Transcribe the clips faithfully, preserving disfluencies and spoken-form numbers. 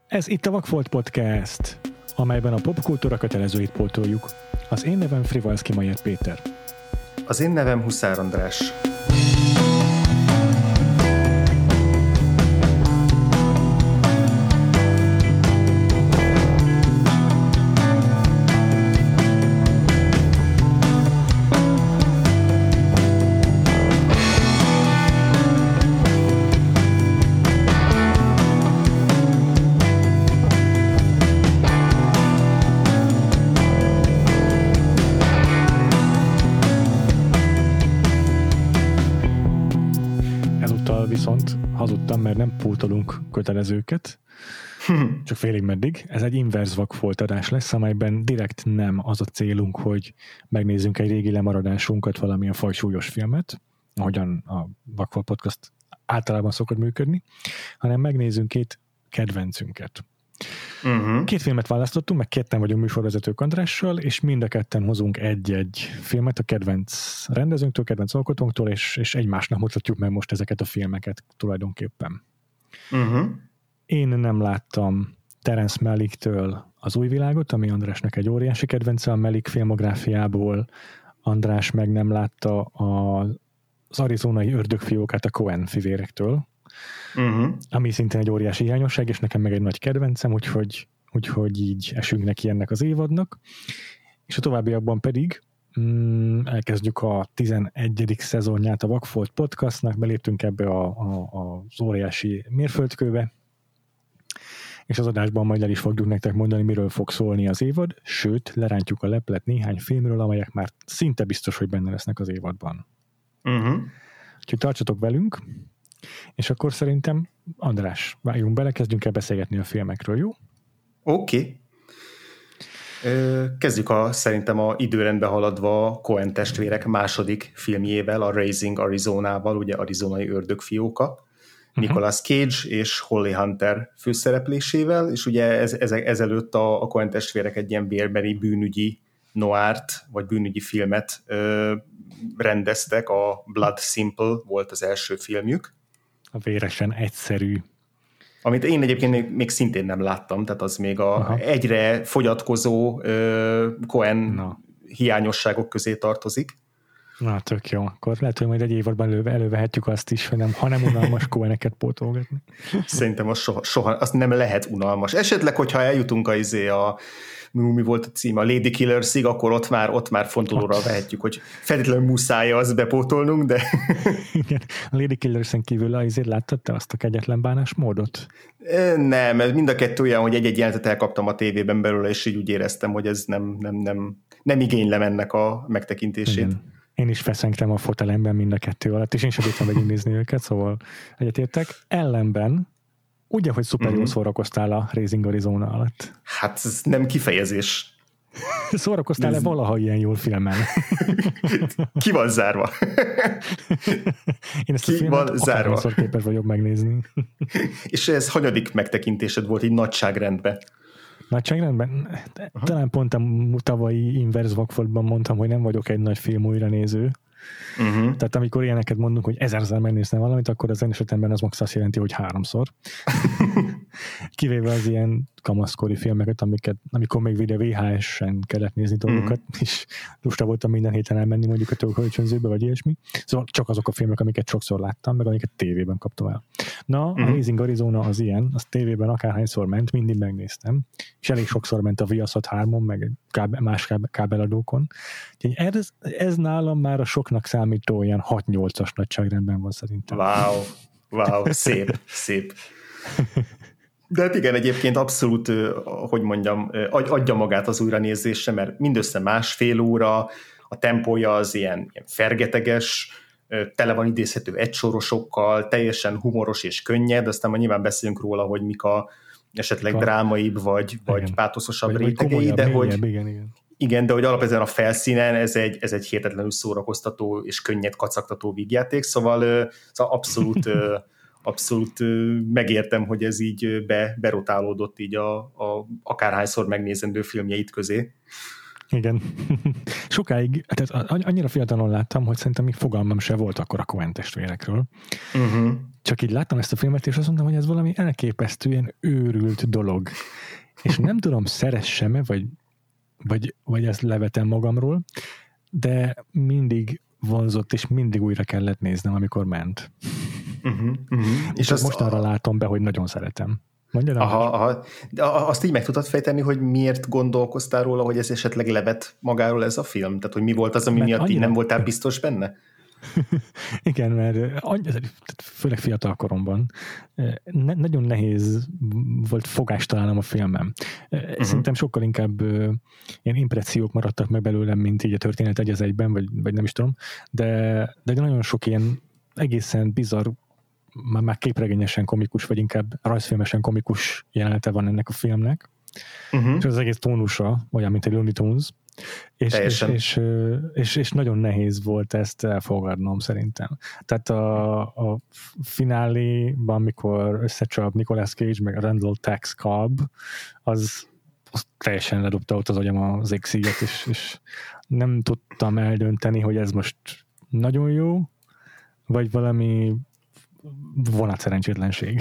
Ez itt a Vakfolt Podcast, amelyben a popkultúra kötelezőit pótoljuk. Az én nevem Frivalszki Mayer Péter. Az én nevem Huszár András. Mert nem pótolunk kötelezőket, csak félig meddig. Ez egy inverz Vakfolt adás lesz, amelyben direkt nem az a célunk, hogy megnézzünk egy régi lemaradásunkat, valamilyen fajsúlyos filmet, ahogyan a Vakfolt Podcast általában szokott működni, hanem megnézzünk két kedvencünket. Uh-huh. Két filmet választottunk, meg ketten vagyunk műsorvezetők Andrással, és mind a ketten hozunk egy-egy filmet a kedvenc rendezőnktől, kedvenc alkotónktól, és, és egymásnak mutatjuk meg most ezeket a filmeket tulajdonképpen. Uh-huh. Én nem láttam Terence Malicktől Az új világot, ami Andrásnak egy óriási kedvence a Malick filmográfiából. András meg nem látta a, az arizonai ördögfiókát a Coen fivérektől, uh-huh. ami szintén egy óriási hiányosság, és nekem meg egy nagy kedvencem, úgyhogy, úgyhogy így esünk neki ennek az évadnak. És a továbbiakban pedig mm, elkezdjük a tizenegyedik szezonját a Vakfolt Podcastnak, beléptünk ebbe a, a, az óriási mérföldkőbe, és az adásban majd el is fogjuk nektek mondani, miről fog szólni az évad, sőt, lerántjuk a leplet néhány filmről, amelyek már szinte biztos, hogy benne lesznek az évadban. Uh-huh. Úgyhogy tartsatok velünk, és akkor szerintem, András, vágjunk bele, kezdjünk el beszélgetni a filmekről, jó? Oké. Okay. Kezdjük a, szerintem a időrendbe haladva Coen testvérek második filmjével, a Raising Arizonával, ugye arizonai ördögfióka, uh-huh. Nicolas Cage és Holly Hunter főszereplésével, és ugye ez, ez, ezelőtt a, a Coen testvérek egy ilyen bérбeri bűnügyi noárt, vagy bűnügyi filmet ö, rendeztek, a Blood Simple volt az első filmjük. A véresen egyszerű. Amit én egyébként még, még szintén nem láttam, tehát az még a Aha. egyre fogyatkozó uh, Coen Na. hiányosságok közé tartozik. Na, tök jó. Akkor lehet, hogy majd egy évadban elő, elővehetjük azt is, hogy nem, ha nem unalmas Coeneket pótolgatni. Szerintem az soha, soha, azt nem lehet unalmas. Esetleg, hogyha eljutunk a, izé a mi volt a cím, a Lady Killersig, akkor ott már, ott már fontolóra vehetjük, hogy feltétlenül muszáj azt bepótolnunk, de... Igen. A Lady Killersen kívül azért láttad te azt a kegyetlen bánásmódot? Nem, mind a kettő olyan, hogy egy-egy jelentet elkaptam a tévében belőle, és így úgy éreztem, hogy ez nem, nem, nem, nem igénylem ennek a megtekintését. Igen. Én is feszengtem a fotelemben mind a kettő alatt, és én sem tudtam megnézni őket, szóval egyetértek. Ellenben úgy, hogy szuper jól mm-hmm. szórakoztál a Raising Arizona alatt. Hát ez nem kifejezés. Szórakoztál-e ez... valaha ilyen jól filmen? Ki van zárva? Én ezt Ki a filmet akárhányszor képes vagyok megnézni. És ez hanyadik megtekintésed volt így nagyságrendben? Nagyságrendben? Aha. Talán pont a tavalyi Inverz Vakfoltban mondtam, hogy nem vagyok egy nagy film újranéző. Uh-huh. Tehát amikor ilyeneket mondunk, hogy ezerszer megnéztem valamit, akkor az én esetemben az max azt jelenti, hogy háromszor. Kivéve az ilyen kamaszkori filmeket, amiket, amikor még videó vé há es-en kellett nézni dolgokat, uh-huh. és lusta voltam minden héten elmenni mondjuk a tőkölcsönzőbe, vagy ilyesmi. Szóval csak azok a filmek, amiket sokszor láttam, meg amiket tévében kaptam el. Na, uh-huh. a Raising Arizona az ilyen, az tévében akárhányszor ment, mindig megnéztem, és elég sokszor ment a Viaszat hármon, meg kábel, más kábeladókon. Ez, ez nálam már a soknak számító ilyen hat-nyolcas nagyságrendben van szerintem. Wow, wow, szép, szép. De hát igen, egyébként abszolút, hogy mondjam, adja magát az újranézésre, mert mindössze másfél óra, a tempója az ilyen, ilyen fergeteges, tele van idézhető egysorosokkal, teljesen humoros és könnyed, aztán majd nyilván beszélünk róla, hogy mik a esetleg a... drámaibb, vagy, vagy pátososabb vagy, rétegei, vagy de mélyebb, hogy igen, igen. Igen, de hogy alapvetően a felszínen ez egy, ez egy hihetetlenül szórakoztató és könnyed kacagtató vígjáték, szóval, szóval abszolút, abszolút megértem, hogy ez így be, berotálódott így a, a akárhányszor megnézendő filmjeit közé. Igen. Sokáig, tehát annyira fiatalon láttam, hogy szerintem még fogalmam se volt akkor a Coen testvérekről. Uh-huh. csak így láttam ezt a filmet, és azt mondtam, hogy ez valami elképesztően őrült dolog. És nem tudom, szeressem-e, vagy, vagy, vagy ezt levetem magamról, de mindig vonzott, és mindig újra kellett néznem, amikor ment. Uh-huh, uh-huh. És azt most arra a... látom be, hogy nagyon szeretem. Mondjad, aha, aha. De azt így meg tudod fejteni, hogy miért gondolkoztál róla, hogy ez esetleg levet magáról ez a film? Tehát, hogy mi volt az, ami mert miatt annyira... így nem voltál biztos benne? Igen, mert főleg fiatal koromban ne, nagyon nehéz volt fogást találnom a filmem. Uh-huh. Szerintem sokkal inkább ilyen impressziók maradtak meg belőlem, mint így a történet egy az egyben, vagy, vagy nem is tudom, de, de nagyon sok ilyen egészen bizarr, már, már képregényesen komikus, vagy inkább rajzfilmesen komikus jelenete van ennek a filmnek. Uh-huh. És az egész tónusa olyan, mint egy Looney Tunes. És, és, és, és, és nagyon nehéz volt ezt elfogadnom szerintem. Tehát a, a fináléban, amikor összecsap Nicolas Cage, meg a Randall Tex Cobb, az, az teljesen ledobta ott az agyam az égszíjat, és, és nem tudtam eldönteni, hogy ez most nagyon jó, vagy valami vonat szerencsétlenség.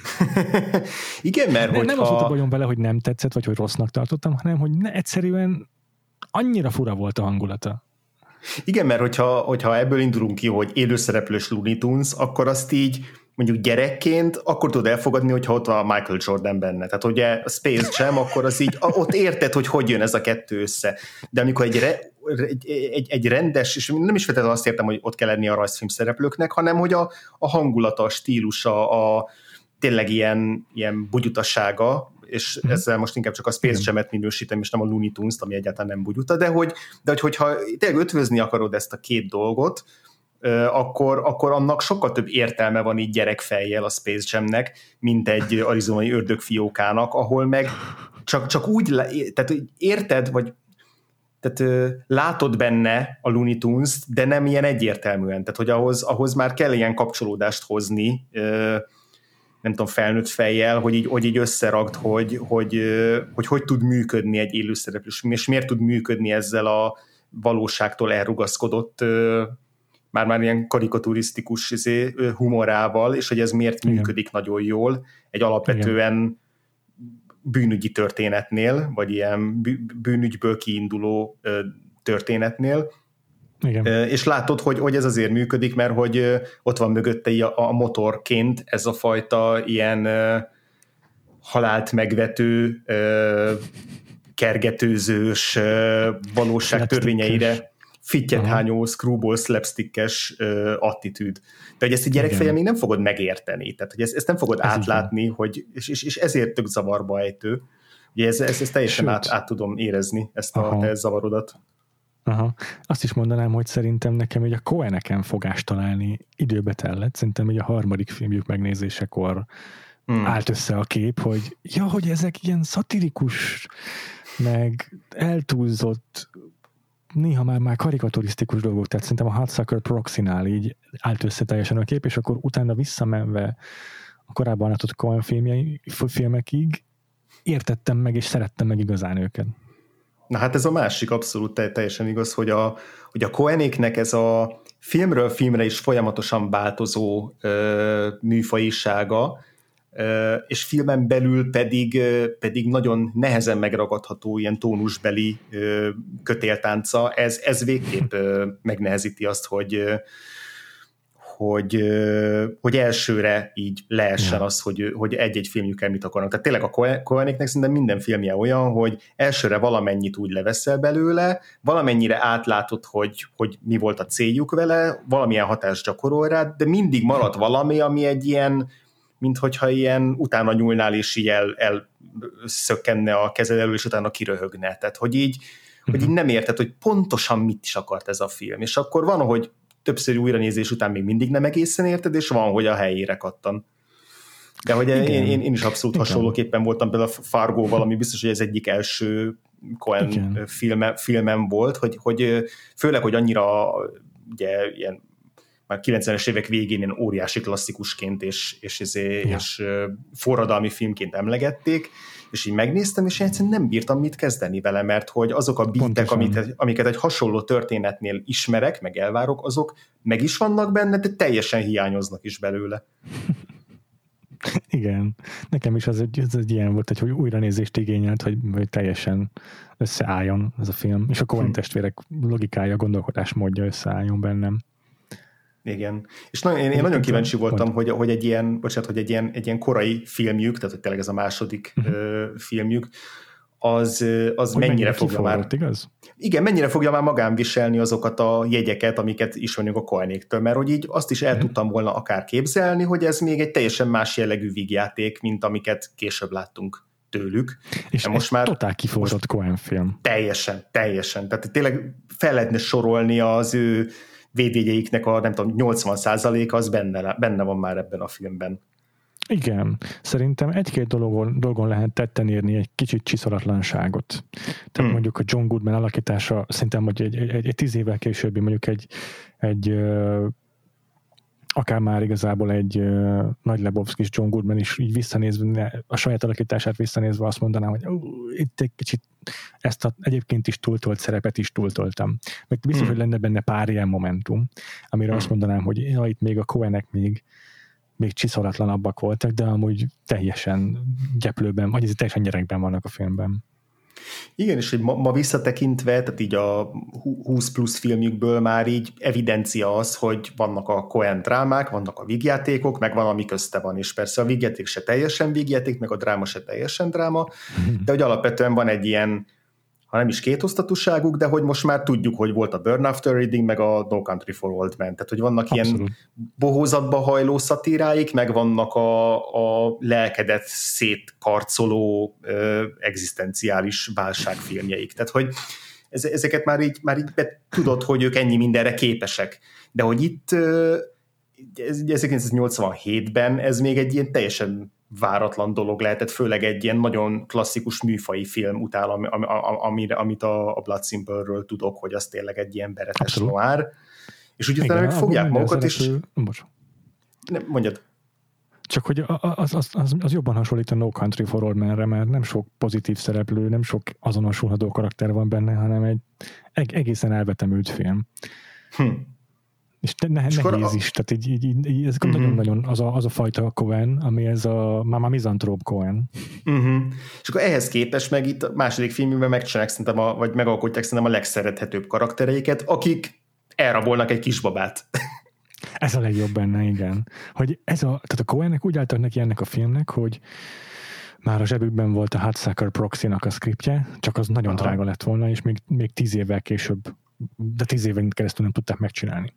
Igen, mert hogyha... Nem az volt a bajom vele, hogy nem tetszett, vagy hogy rossznak tartottam, hanem hogy ne, egyszerűen annyira fura volt a hangulata. Igen, mert hogyha, hogyha ebből indulunk ki, hogy élőszereplős Looney Tunes, akkor azt így mondjuk gyerekként akkor tudod elfogadni, hogyha ott van a Michael Jordan benne. Tehát ugye a Space Jam, akkor az így, ott érted, hogy hogy jön ez a kettő össze. De amikor egy, re, egy, egy, egy rendes, és nem is feltétlenül azt értem, hogy ott kell lenni a rajzfilm szereplőknek, hanem hogy a, a hangulata, a stílusa, a tényleg ilyen, ilyen bugyutasága, és mm. ezzel most inkább csak a Space Jam-et minősítem, és nem a Looney Tunes-t, ami egyáltalán nem bugyuta, de, hogy, de hogy, hogyha tényleg ötvözni akarod ezt a két dolgot, akkor, akkor annak sokkal több értelme van így gyerekfejjel a Space Jam-nek, mint egy arizonai ördögfiókának, ahol meg csak, csak úgy, tehát érted, vagy tehát látod benne a Looney Tunes-t, de nem ilyen egyértelműen, tehát hogy ahhoz, ahhoz már kell ilyen kapcsolódást hozni, nem tudom, felnőtt fejjel, hogy így, hogy így összeragd, hogy hogy, hogy hogy tud működni egy élőszereplős, és miért tud működni ezzel a valóságtól elrugaszkodott, már-már ilyen karikaturisztikus humorával, és hogy ez miért igen. működik nagyon jól egy alapvetően igen. bűnügyi történetnél, vagy ilyen bűnügyből kiinduló történetnél. Igen. És látod, hogy, hogy ez azért működik, mert hogy ott van mögötte a, a motorként ez a fajta ilyen halált megvető, kergetőzős valóság törvényeire fittyet hányó, screwball, slapstickes uh, attitűd. De hogy ezt egy gyerekfejjel még nem fogod megérteni. Tehát, hogy ezt, ezt nem fogod ez átlátni, hogy, és, és, és ezért tök zavarba ejtő. Ugye ez, ez, ez teljesen át, át tudom érezni, ezt a te zavarodat. Aha. Azt is mondanám, hogy szerintem nekem hogy a Coeneken fogást találni időbe tellett. Szerintem hogy a harmadik filmjük megnézésekor hmm. állt össze a kép, hogy ja, hogy ezek ilyen szatirikus, meg eltúlzott, néha már, már karikaturisztikus dolgok, tehát szerintem a Hudsucker Proxy-nál így állt össze teljesen a kép, és akkor utána visszamenve a korábban látott Coen filmekig értettem meg, és szerettem meg igazán őket. Na hát ez a másik abszolút teljesen igaz, hogy a, hogy a Coenéknek ez a filmről filmre is folyamatosan változó ö, műfajisága, ö, és filmen belül pedig, ö, pedig nagyon nehezen megragadható ilyen tónusbeli ö, kötéltánca, ez, ez végképp ö, megnehezíti azt, hogy ö, hogy, hogy elsőre így leessen ja. az, hogy, hogy egy-egy filmjükkel mit akarnak. Tehát tényleg a Coenéknek szerintem minden filmje olyan, hogy elsőre valamennyit úgy leveszel belőle, valamennyire átlátod, hogy, hogy mi volt a céljuk vele, valamilyen hatást gyakorol rá, de mindig marad valami, ami egy ilyen, minthogyha ilyen utána nyúlnál és így el, elszökkenne a kezed elől, és utána kiröhögne. Tehát, hogy így, uh-huh. hogy így nem érted, hogy pontosan mit is akart ez a film. És akkor van, hogy többször újranézés után még mindig nem egészen érted, és van, hogy a helyére kattan. De hogy én, én, én is abszolút igen. hasonlóképpen voltam például a Fargóval, ami biztos, hogy ez egyik első Coen filme, filmem volt, hogy, hogy főleg, hogy annyira ugye, ilyen már kilencvenes évek végén ilyen óriási klasszikusként és, és, és, ja. és forradalmi filmként emlegették, és így megnéztem, és én egyszerűen nem bírtam mit kezdeni vele, mert hogy azok a beatek, amit, amiket egy hasonló történetnél ismerek, meg elvárok, azok meg is vannak benne, de teljesen hiányoznak is belőle. Igen. Nekem is az egy, az egy ilyen volt, hogy újranézést igényelt, hogy, hogy teljesen összeálljon ez a film, és a Coen testvérek logikája, gondolkodásmódja összeálljon bennem. Igen. És nagyon, én, én nagyon kíváncsi voltam, hogy, hogy egy ilyen, bocsánat, hogy egy ilyen, egy ilyen korai filmjük, tehát hogy tényleg ez a második uh-huh. ö, filmjük, az, az mennyire, mennyire fogja már... igaz? Igen, mennyire fogja már magán viselni azokat a jegyeket, amiket ismerünk a Coenéktől, mert hogy így azt is el uh-huh. tudtam volna akár képzelni, hogy ez még egy teljesen más jellegű vígjáték, mint amiket később láttunk tőlük. És most ez már totál kiforrott Coen film. Teljesen, teljesen. Tehát tényleg fel lehetne sorolni az ő védjegyeiknek a nem tudom, nyolcvan százaléka az benne, benne van már ebben a filmben. Igen. Szerintem egy-két dolgon, dolgon lehet tetten érni egy kicsit csiszolatlanságot. Tehát hmm. mondjuk a John Goodman alakítása, szerintem hogy egy, egy, egy tíz évvel későbbi mondjuk egy, egy akár már igazából egy uh, Nagy Lebowski és John Goodman is így visszanézve, a saját alakítását visszanézve azt mondaná, hogy uh, itt egy kicsit ezt a egyébként is túltolt szerepet is túltoltam. Meg biztos, hmm. hogy lenne benne pár ilyen momentum, amire hmm. azt mondanám, hogy ja, itt még a Coenek még, még csiszolatlanabbak voltak, de amúgy teljesen gyeplőben, vagy teljesen gyerekben vannak a filmben. Igen, és hogy ma, ma visszatekintve, tehát így a húsz plusz filmjükből már így evidencia az, hogy vannak a Coen drámák, vannak a vígjátékok, meg van, ami közte van, és persze a vígjáték se teljesen vígjáték, meg a dráma se teljesen dráma, de hogy alapvetően van egy ilyen, ha nem is kétosztatúságuk, de hogy most már tudjuk, hogy volt a Burn After Reading, meg a No Country for Old Men, tehát hogy vannak Abszolút. Ilyen bohózatba hajló szatíráik, meg vannak a, a lelkedet szétkarcoló ö, egzisztenciális válságfilmjeik. Tehát, hogy ez, ezeket már így, már így tudod, hogy ők ennyi mindenre képesek. De hogy itt ö, ezerkilencszáznyolcvanhétben ez még egy ilyen teljesen váratlan dolog lehetett, főleg egy ilyen nagyon klasszikus műfai film után, ami, ami, amit a, a Blood Simple-ről tudok, hogy az tényleg egy ilyen beretes noir. És úgy utána meg fogják magukat, és... Nem, mondjad. Csak hogy az, az, az, az jobban hasonlít a No Country for Old Men-re, mert nem sok pozitív szereplő, nem sok azonosulható karakter van benne, hanem egy egészen elvetemült film. Hm. És ne, és nehéz is, tehát így, így, így, így ez uh-huh. nagyon-nagyon az a, az a fajta Coen, ami ez a Mama Mizantróp Coen. Uh-huh. És akkor ehhez képest meg itt a második filmünkben megcsinálják szerintem, a, vagy megalkotják szerintem a legszerethetőbb karaktereiket, akik elrabolnak egy kisbabát. Ez a legjobb benne, igen. Hogy ez a, tehát a Coenek úgy álltak neki ennek a filmnek, hogy már a zsebükben volt a Hudsucker Proxy-nak a szkriptje, csak az nagyon Aha. drága lett volna, és még, még tíz évvel később de tíz éven keresztül nem tudták megcsinálni.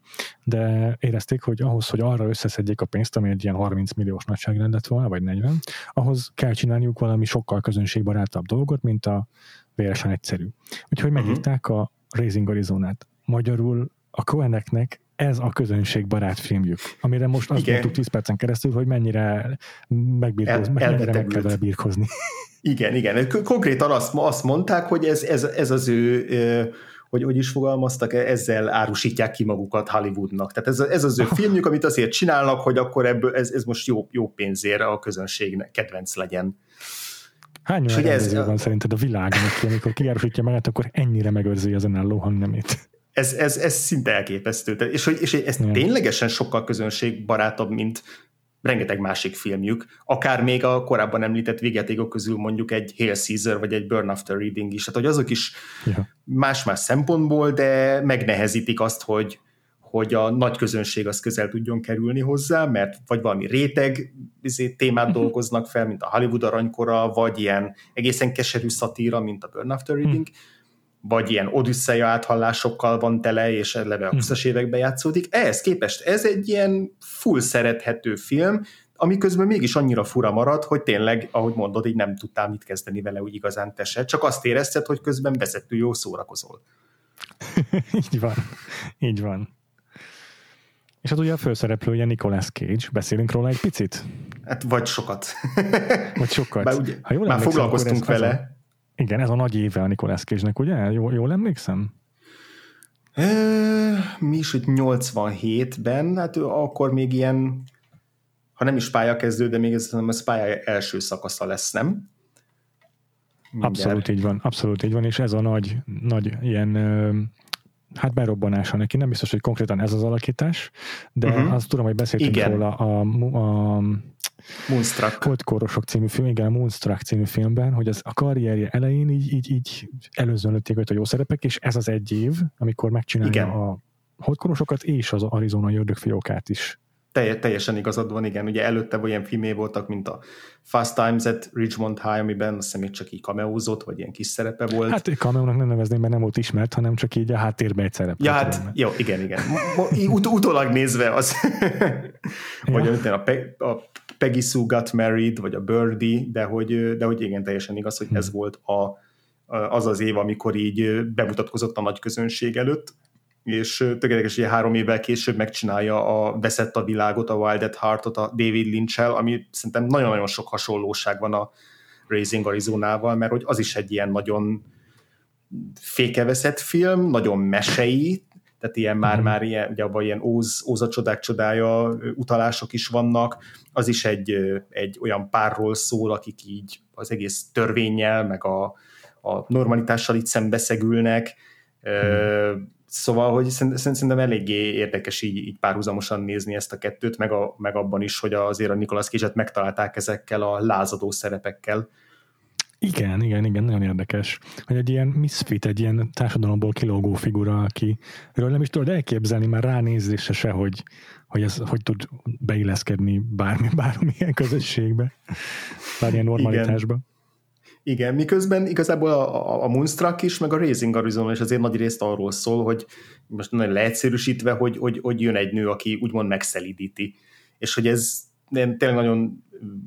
De érezték, hogy ahhoz, hogy arra összeszedjék a pénzt, ami egy ilyen harminc milliós nagyságrend lett volna, vagy negyven, ahhoz kell csinálniuk valami sokkal közönségbarátabb dolgot, mint a véresen egyszerű. Úgyhogy uh-huh. megírták a Raising Arizonát. Magyarul a Coeneknek ez a közönségbarát filmjük, amire most azt mondtuk tíz percen keresztül, hogy mennyire megbírkozni, El, mennyire meg kell vele birkozni. Igen, igen. Konkrétan azt, azt mondták, hogy ez, ez, ez az ő... hogy hogy is fogalmaztak, ezzel árusítják ki magukat Hollywoodnak. Tehát ez, ez az ő filmjük, amit azért csinálnak, hogy akkor ebből ez, ez most jó, jó pénzért a közönségnek kedvenc legyen. Hány olyan rendező ez, van szerinted a világon, aki amikor kiárusítja magát, akkor ennyire megőrzi az önálló hangnemét? Ez, ez, ez szinte elképesztő. És, hogy, és ez ja. ténylegesen sokkal közönségbarátabb, mint rengeteg másik filmjük, akár még a korábban említett végjátékok közül mondjuk egy Hail Caesar, vagy egy Burn After Reading is, tehát hogy azok is ja. más-más szempontból, de megnehezítik azt, hogy, hogy a nagy közönség az közel tudjon kerülni hozzá, mert vagy valami réteg témát uh-huh. dolgoznak fel, mint a Hollywood aranykora, vagy ilyen egészen keserű szatíra, mint a Burn After Reading, uh-huh. vagy ilyen odüsszeja áthallásokkal van tele, és eleve a húszas években játszódik. Ehhez képest ez egy ilyen full szerethető film, ami közben mégis annyira fura marad, hogy tényleg, ahogy mondod, így nem tudtál mit kezdeni vele úgy igazán te se, csak azt érezted, hogy közben vezető jó szórakozol. Így van. Így van. És hát ugye a főszereplője Nicolas Cage. Beszélünk róla egy picit? Hát vagy sokat. Vagy sokat. Bár, ugye, ha jól már foglalkoztunk vele. Igen, ez a nagy éve a Nicolas Cage-nek, ugye? Jól, jól emlékszem? E, mi is, hogy nyolcvanhétben, hát ő akkor még ilyen, ha nem is pályakezdő, de még ez, ez pálya első szakasza lesz, nem? Mindjárt. Abszolút így van, abszolút így van, és ez a nagy, nagy ilyen hát berobbanása neki, nem biztos, hogy konkrétan ez az alakítás, de uh-huh. azt tudom, hogy beszéltünk igen. róla a, a, a Moonstruck. Holdkorosok című film, igen, a Moonstruck című filmben, hogy az a karrierje elején így, így, így előzönlötték őt a jó szerepek, és ez az egy év, amikor megcsinálja igen. a Holdkorosokat és az Arizonai ördögfiókát is. Telj, teljesen igazad van, igen. Ugye előtte olyan filmé voltak, mint a Fast Times at Ridgemont High, amiben azt hiszem még csak így cameózott, vagy ilyen kis szerepe volt. Hát cameónak nem nevezném, mert nem volt ismert, hanem csak így a háttérbe egy szerep. Ja, hát tudom, jó, igen, igen. Ut- utólag nézve az, vagy ja. a, Pe- a Peggy Sue Got Married, vagy a Birdie, de hogy, de hogy igen, teljesen igaz, hogy hmm. ez volt a, az az év, amikor így bemutatkozott a nagy közönség előtt, és tökéletes, hogy három évvel később megcsinálja a Veszett a világot, a Wild at Heart-ot a David Lynch-el, ami szerintem nagyon-nagyon sok hasonlóság van a Raising Arizonával, mert hogy az is egy ilyen nagyon fékeveszett film, nagyon mesei, tehát ilyen már-már mm. ilyen, ugye abban ilyen Óz, Óz a csodák csodája utalások is vannak, az is egy, egy olyan párról szól, akik így az egész törvénnyel, meg a, a normalitással itt szembeszegülnek, mm. Szóval, hogy szerintem eléggé érdekes így, így párhuzamosan nézni ezt a kettőt, meg, a, meg abban is, hogy azért a Nicolas Cage-et megtalálták ezekkel a lázadó szerepekkel. Igen, igen, igen, nagyon érdekes. Hogy egy ilyen misfit, egy ilyen társadalomból kilógó figura, akiről nem is tudod elképzelni már ránézésre se, hogy, hogy ez hogy tud beilleszkedni bármi, bármilyen közösségbe, bármilyen normalitásba. Igen. Igen, miközben igazából a, a Moonstruck is, meg a Raising Arizona is azért nagy részt arról szól, hogy most nagyon leegyszerűsítve, hogy, hogy, hogy jön egy nő, aki úgymond megszelídíti. És hogy ez tényleg nagyon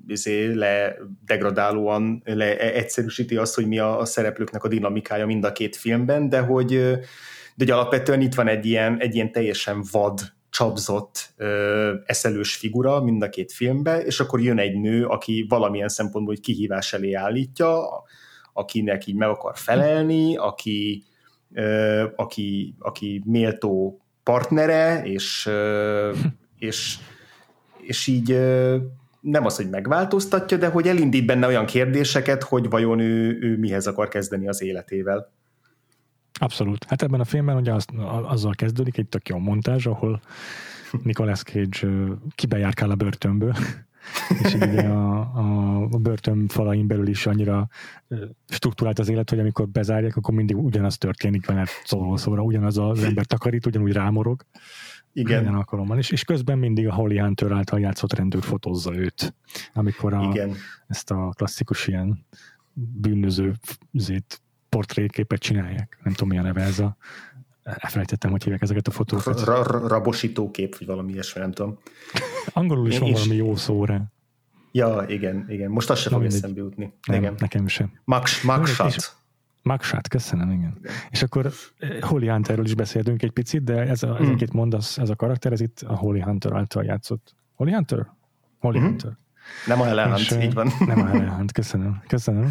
ledegradálóan leegyszerűsíti azt, hogy mi a, a szereplőknek a dinamikája mind a két filmben, de hogy, de hogy alapvetően itt van egy ilyen, egy ilyen teljesen vad, csapzott, ö, eszelős figura mind a két filmbe, és akkor jön egy nő, aki valamilyen szempontból hogy kihívás elé állítja, akinek így meg akar felelni, aki, ö, aki, aki méltó partnere, és, ö, és, és így ö, nem az, hogy megváltoztatja, de hogy elindít benne olyan kérdéseket, hogy vajon ő, ő mihez akar kezdeni az életével. Abszolút. Hát ebben a filmben ugye az, azzal kezdődik egy tök jó montázs, ahol Nicolas Cage kibejárkál a börtönből, és így ugye a, a, a börtön falain belül is annyira struktúrált az élet, hogy amikor bezárják, akkor mindig ugyanaz történik vele szólószóra, ugyanaz az ember takarít, ugyanúgy rámorog. Igen. Minden alkalommal. És, és közben mindig a Holly Hunter által játszott rendőr fotózza őt, amikor a, ezt a klasszikus ilyen bűnöző zét portrétképet csinálják. Nem tudom, mi a neve ez a... Elfelejtettem, hogy hívják ezeket a fotókat. Rabosítókép, vagy valami ilyesmi, nem tudom. Angolul is van valami jó szóra. Ja, igen, igen. Most azt sem fog eszembe jutni. Nem, igen. nekem sem. Mugshot. Mugshot, köszönöm, igen. igen. És akkor Holly Hunterről is beszéltünk egy picit, de ez a, ez, mm. akit mondasz, ez a karakter, ez itt a Holly Hunter által játszott. Holly Hunter? Holly mm-hmm. Hunter. Nem a Helen Hunt, így van. Nem a Helen Hunt, köszönöm. Köszönöm.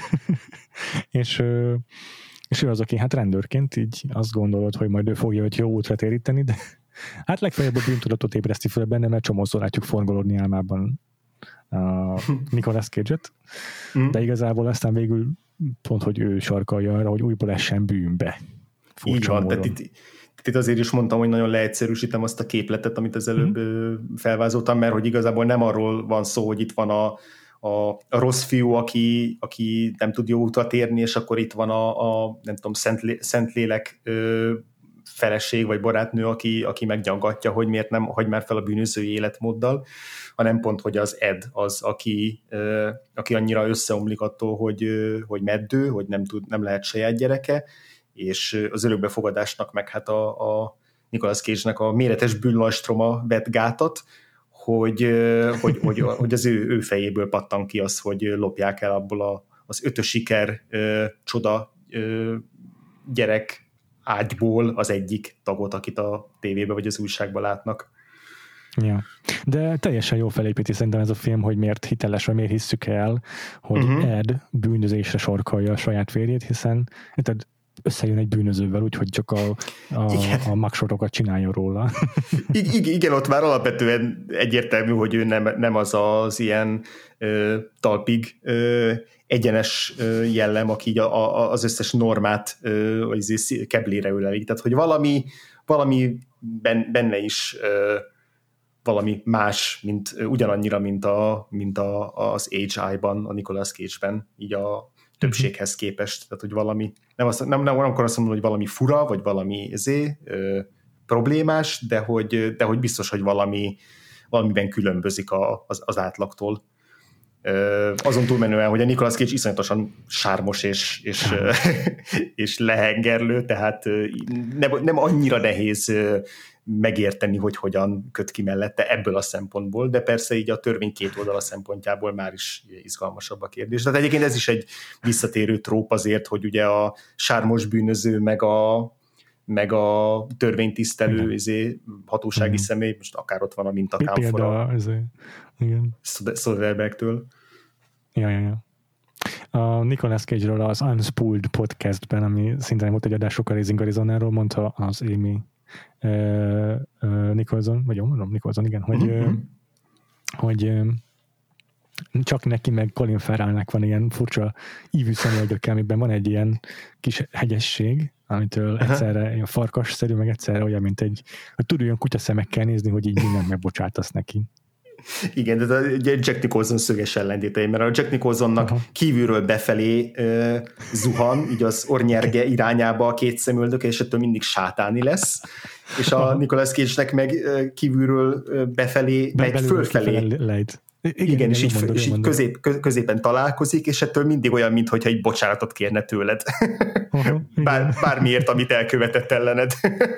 és, és ő az, aki hát rendőrként így azt gondolod, hogy majd ő fogja őt jó útra téríteni, de hát legfeljebb a bűntudatot ébreszti fel benne, mert csomószor látjuk forgolódni álmában a Nicolas Cage-et, mm. de igazából aztán végül pont, hogy ő sarkalja arra, hogy újból essen bűnbe. Furcsa így van, tehát itt, itt azért is mondtam, hogy nagyon leegyszerűsítem azt a képletet, amit az előbb mm. felvázoltam, mert hogy igazából nem arról van szó, hogy itt van a, a, a rossz fiú, aki, aki nem tud jó utat érni, és akkor itt van a, a nem tudom, Szentlé, Szentlélek ö, feleség vagy barátnő, aki, aki meggyangatja, hogy miért nem hagy már fel a bűnözői életmóddal, hanem pont, hogy az Ed az, aki, ö, aki annyira összeomlik attól, hogy, ö, hogy meddő, hogy nem, tud, nem lehet saját gyereke, és az örökbefogadásnak meg hát a, a Nicolas Cage-nek a méretes bűnlajstroma vett gátat, hogy, hogy, hogy, hogy az ő, ő fejéből pattan ki az, hogy lopják el abból a, az ötösiker ö, csoda ö, gyerek ágyból az egyik tagot, akit a tévébe vagy az újságban látnak. Ja. De teljesen jó felépíti szerintem ez a film, hogy miért hiteles, vagy miért hisszük el, hogy uh-huh. Ed bűnözésre sorkolja a saját férjét, hiszen hát összejön egy bűnözővel, úgyhogy csak a, a, a magsorokat csináljon róla. I- igen, ott már alapvetően egyértelmű, hogy ő nem, nem az az ilyen ö, talpig ö, egyenes ö, jellem, aki így a, a, az összes normát ö, vagy keblére ölelik. Tehát, hogy valami, valami benne is ö, valami más, mint ugyanannyira, mint, a, mint a, az há í-ban, a Nicolas Cage-ben, így a többséghez képest. Tehát, hogy valami, nem, azt, nem, nem, nem akar azt mondani, hogy valami fura, vagy valami ezé, ö, problémás, de hogy, de hogy biztos, hogy valami, valamiben különbözik a, az, az átlagtól. Ö, azon túlmenően, hogy a Nicolas Cage iszonyatosan sármos és, és, és lehengerlő, tehát nem, nem annyira nehéz megérteni, hogy hogyan köt ki mellette ebből a szempontból, de persze így a törvény két oldala szempontjából már is izgalmasabb a kérdés. Tehát egyébként ez is egy visszatérő tróp azért, hogy ugye a sármos bűnöző meg a, meg a törvénytisztelő izé, hatósági igen. személy, most akár ott van a mintakámfora Soderberghtől. Ja, ja, ja. A Nicolas Cage-ről az Unspooled podcastben, ami szintén volt egy adások a Raising Arizonáról, mondta az Amy Uh, uh, Nicholson, vagy jó mondom, Nicholson, igen, hogy, uh-huh. uh, hogy uh, csak neki meg Colin Farrellnek van ilyen furcsa ívű szemüvegekkel, amiben van egy ilyen kis hegyesség, amitől uh-huh. egyszerre ilyen farkasszerű, meg egyszerre olyan, mint egy, hogy tud olyan kutyaszemekkel nézni, hogy így mindent megbocsátasz neki. Igen, de a Jack Nicholson szöges ellentétei, mert a Jack Nicholsonnak uh-huh. kívülről befelé uh, zuhan, így az ornyerge irányába a két szemöldök, és ettől mindig sátáni lesz, és a uh-huh. Nicolas Cage-nek meg uh, kívülről uh, befelé Be, megy fölfelé. Lejt. Igen, igen, és így, mondod, és így közép, középen találkozik, és ettől mindig olyan, mintha egy bocsánatot kérne tőled. Uh-huh, Bár, bármiért, amit elkövetett ellened.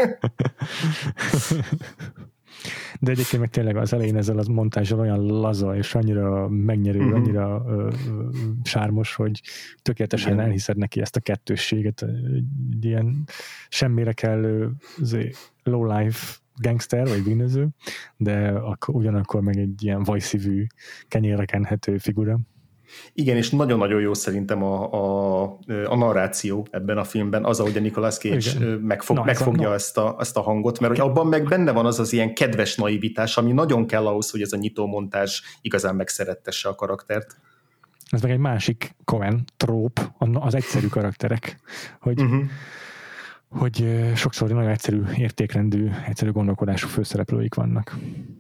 De egyébként meg tényleg az elején ezzel az montázsal olyan laza, és annyira megnyerő, uh-huh. annyira ö, ö, sármos, hogy tökéletesen igen. elhiszed neki ezt a kettősséget, egy ilyen semmire kellő low life gangster, vagy bűnöző, de akkor, ugyanakkor meg egy ilyen vajszívű, kenyérre kenhető figura. Igen, és nagyon-nagyon jó szerintem a, a, a narráció ebben a filmben, az, ahogy a Nicolas Cage megfog, na, megfogja a, ezt, a, ezt a hangot, mert hogy abban meg benne van az az ilyen kedves naivitás, ami nagyon kell ahhoz, hogy ez a nyitómontázs igazán megszerettesse a karaktert. Ez meg egy másik Coen tróp, az egyszerű karakterek, hogy, uh-huh. hogy sokszor nagyon egyszerű értékrendű, egyszerű gondolkodású főszereplőik vannak.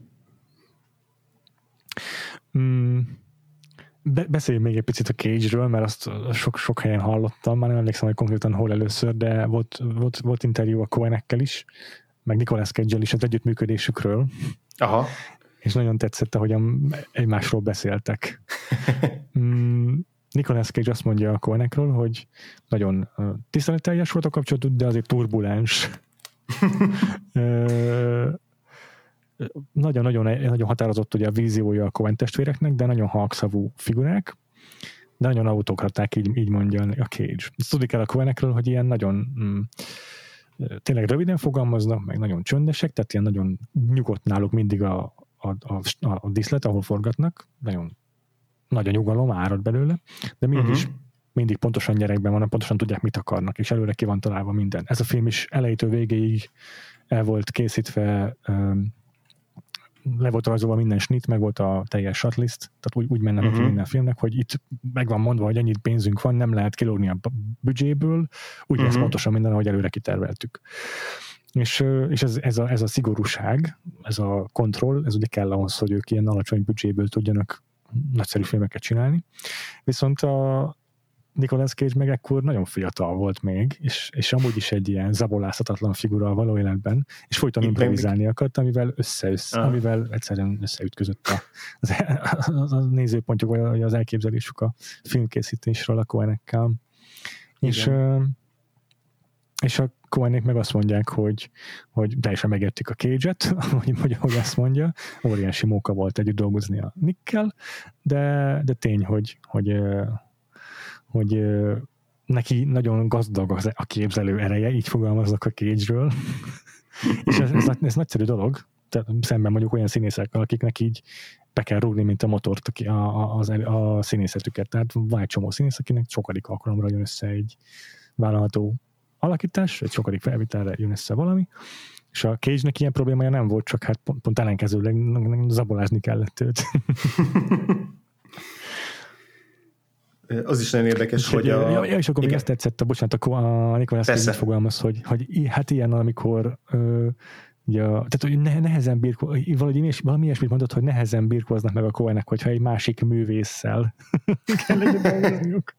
Mm. Be- beszéljünk még egy picit a Cage-ről, mert azt sok, sok helyen hallottam, már nem emlékszem, hogy konkrétan hol először, de volt, volt, volt interjú a Coenekkel is, meg Nicolas Cage-el is az együttműködésükről. Aha. És nagyon tetszett, ahogyan egymásról beszéltek. mm, Nicolas Cage azt mondja a Coenekről, hogy nagyon uh, tiszteletteljes volt a kapcsolatuk, de azért turbulens. Nagyon-nagyon nagyon határozott ugye a víziója a Coen testvéreknek, de nagyon halkszavú figurák, de nagyon autokraták, így, így mondja a Cage. Ezt tudni kell a Coenekről, hogy ilyen nagyon mm, tényleg röviden fogalmaznak, meg nagyon csöndesek, tehát ilyen nagyon nyugodt náluk mindig a, a, a, a díszlet, ahol forgatnak, nagyon nagy a nyugalom, árad belőle, de mégis uh-huh. mindig pontosan gyerekben vannak, pontosan tudják, mit akarnak, és előre ki van találva minden. Ez a film is elejétől végéig el volt készítve, um, le volt rajzolva minden snit, meg volt a teljes shotlist, tehát úgy, úgy menne neki uh-huh. minden filmnek, hogy itt meg van mondva, hogy ennyit pénzünk van, nem lehet kilógni a büdzséből, úgy uh-huh. lesz pontosan minden, ahogy előre kiterveltük. És, és ez, ez, a, ez a szigorúság, ez a kontroll, ez ugye kell ahhoz, hogy ők ilyen alacsony büdzséből tudjanak nagyszerű filmeket csinálni. Viszont a Nicolas Cage meg ekkor nagyon fiatal volt még, és, és amúgy is egy ilyen zabolázhatatlan figura a való életben, és folyton improvizálni akart, amivel össze-össze, ah. amivel egyszerűen összeütközött a, az, a nézőpontjuk, vagy az elképzelésük a filmkészítésről a Coenekkel. És, és a Coenek meg azt mondják, hogy, hogy teljesen megértik a Cage-et, hogy, hogy, hogy azt mondja, óriási móka volt együtt dolgozni a Nickkel, de, de tény, hogy, hogy hogy neki nagyon gazdag az, a képzelő ereje, így fogalmaznak a Cage-ről. És ez, ez, ez nagyszerű dolog, tehát szemben mondjuk olyan színészekkel, akiknek így be kell rúgni, mint a motort a, a, a, a színészetüket. Tehát van egy csomó színész, akinek sokadik alkalomra jön össze egy vállalható alakítás, egy sokadik felvételre jön össze valami, és a Cage-nek ilyen problémája nem volt, csak hát pont, pont ellenkezőleg zabolázni kellett őt. Az is nagyon érdekes, és hogy a... Ja, ja és akkor még ezt tetszett, a, bocsánat, a, a Nicolas Cage fogalmaz, hogy, hogy hát ilyen, amikor ö, ja, tehát, hogy ne, nehezen birkóznak, valami, valami ilyesmit mondott, hogy nehezen birkóznak meg a Coenek, hogyha egy másik művésszel kell együtt dolgozniuk.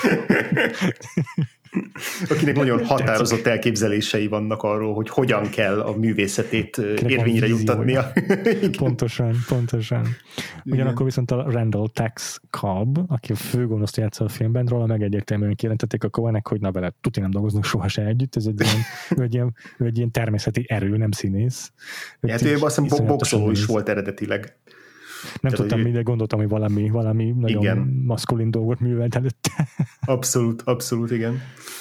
Akinek nagyon határozott elképzelései vannak arról, hogy hogyan kell a művészetét érvényre juttatnia. Pontosan, pontosan. Ugyanakkor viszont a Randall Tex Cobb, aki a főgonoszt játsza a filmben, róla meg egyértelműen kijelentették a Coenek, hogy na vele tuti nem dolgoznak sohasem együtt, ez egy ilyen, ő egy ilyen, ő egy ilyen természeti erő, nem színész. Hát ő azt hiszem boxoló is volt eredetileg. Nem Tehát, tudtam, mire gondoltam, hogy valami, valami nagyon igen. maszkulin dolgot művelt előtte. Abszolút, abszolút, igen.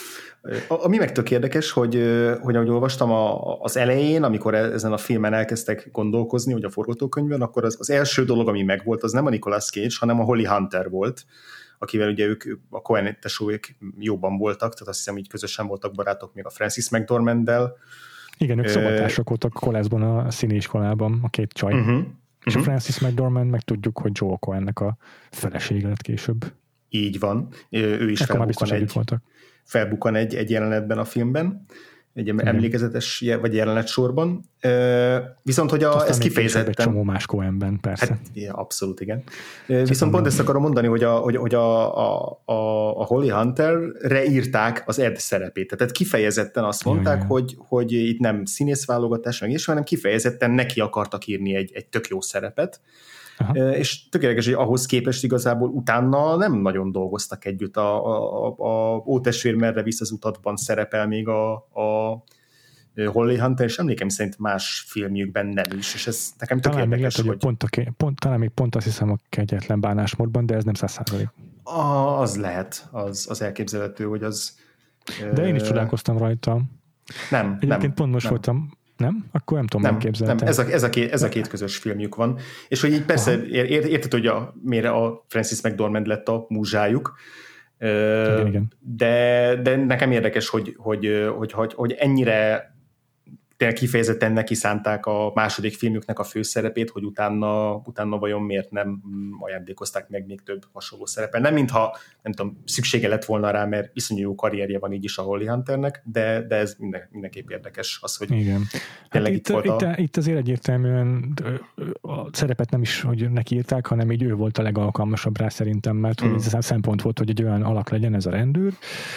Ami meg tök érdekes, hogy, hogy ahogy olvastam a, az elején, amikor ezen a filmen elkezdtek gondolkozni, hogy a forgatókönyvben, akkor az, az első dolog, ami megvolt, az nem a Nicolas Cage, hanem a Holly Hunter volt, akivel ugye ők, a Coen tesóik jobban voltak, tehát azt hiszem, így közösen voltak barátok még a Francis McDormanddel. Igen, ők szobatársak voltak koleszban a színiskolában, a két csaj. Uh-huh. És uh-huh. a Francis McDormand meg tudjuk, hogy Joel Coennek a felesége lett később. Így van. Ő is felbukkan egy, felbukkan egy, egy jelenetben a filmben, egy igen. emlékezetes vagy jelenet sorban. Viszont, hogy a, ez kifejezetten... egy csomó más Coenben, persze. Hát, ja, abszolút, igen. Csak viszont pont ezt akarom mondani, hogy a, hogy, hogy a, a, a, a Holly Hunterre írták az Ed szerepét. Tehát kifejezetten azt mondták, ja, hogy, hogy itt nem színészválogatás, meg is, hanem kifejezetten neki akartak írni egy, egy tök jó szerepet. Aha. És tök érdekes, hogy ahhoz képest igazából utána nem nagyon dolgoztak együtt. A, a, a Ótestvér merre visz az utatban szerepel még a, a Holly Hunter, és emlékem szerint más filmjükben nem is, és ez nekem tök talán érdekes, még hogy... Pont a, pont, talán még pont azt hiszem a Kegyetlen bánásmódban, de ez nem száz százalék. Az lehet, az, az elképzelhető, hogy az... De én is csodálkoztam rajta. Nem, Egyébként nem. pont most nem. voltam... Nem? Akkor nem tudom, nem, megképzeltem. Nem, ez a, ez, a két, ez a két közös filmjük van. És hogy így persze ér, érted, hogy a, mire a Francis McDormand lett a múzsájuk, igen, igen. De, de nekem érdekes, hogy, hogy, hogy, hogy, hogy ennyire kifejezetten neki szánták a második filmjüknek a főszerepét, hogy utána, utána vajon miért nem ajándékozták meg még több hasonló szerepel. Nem mintha, nem tudom, szüksége lett volna rá, mert iszonyú jó karrierje van így is a Holly Hunternek, de, de ez minden, mindenképp érdekes az, hogy igen. tényleg hát itt, itt volt itt, a... Itt azért egyértelműen a szerepet nem is, hogy neki írták, hanem így ő volt a legalkalmasabb rá szerintem, mert mm. hogy ez a szempont volt, hogy egy olyan alak legyen ez a rendőr,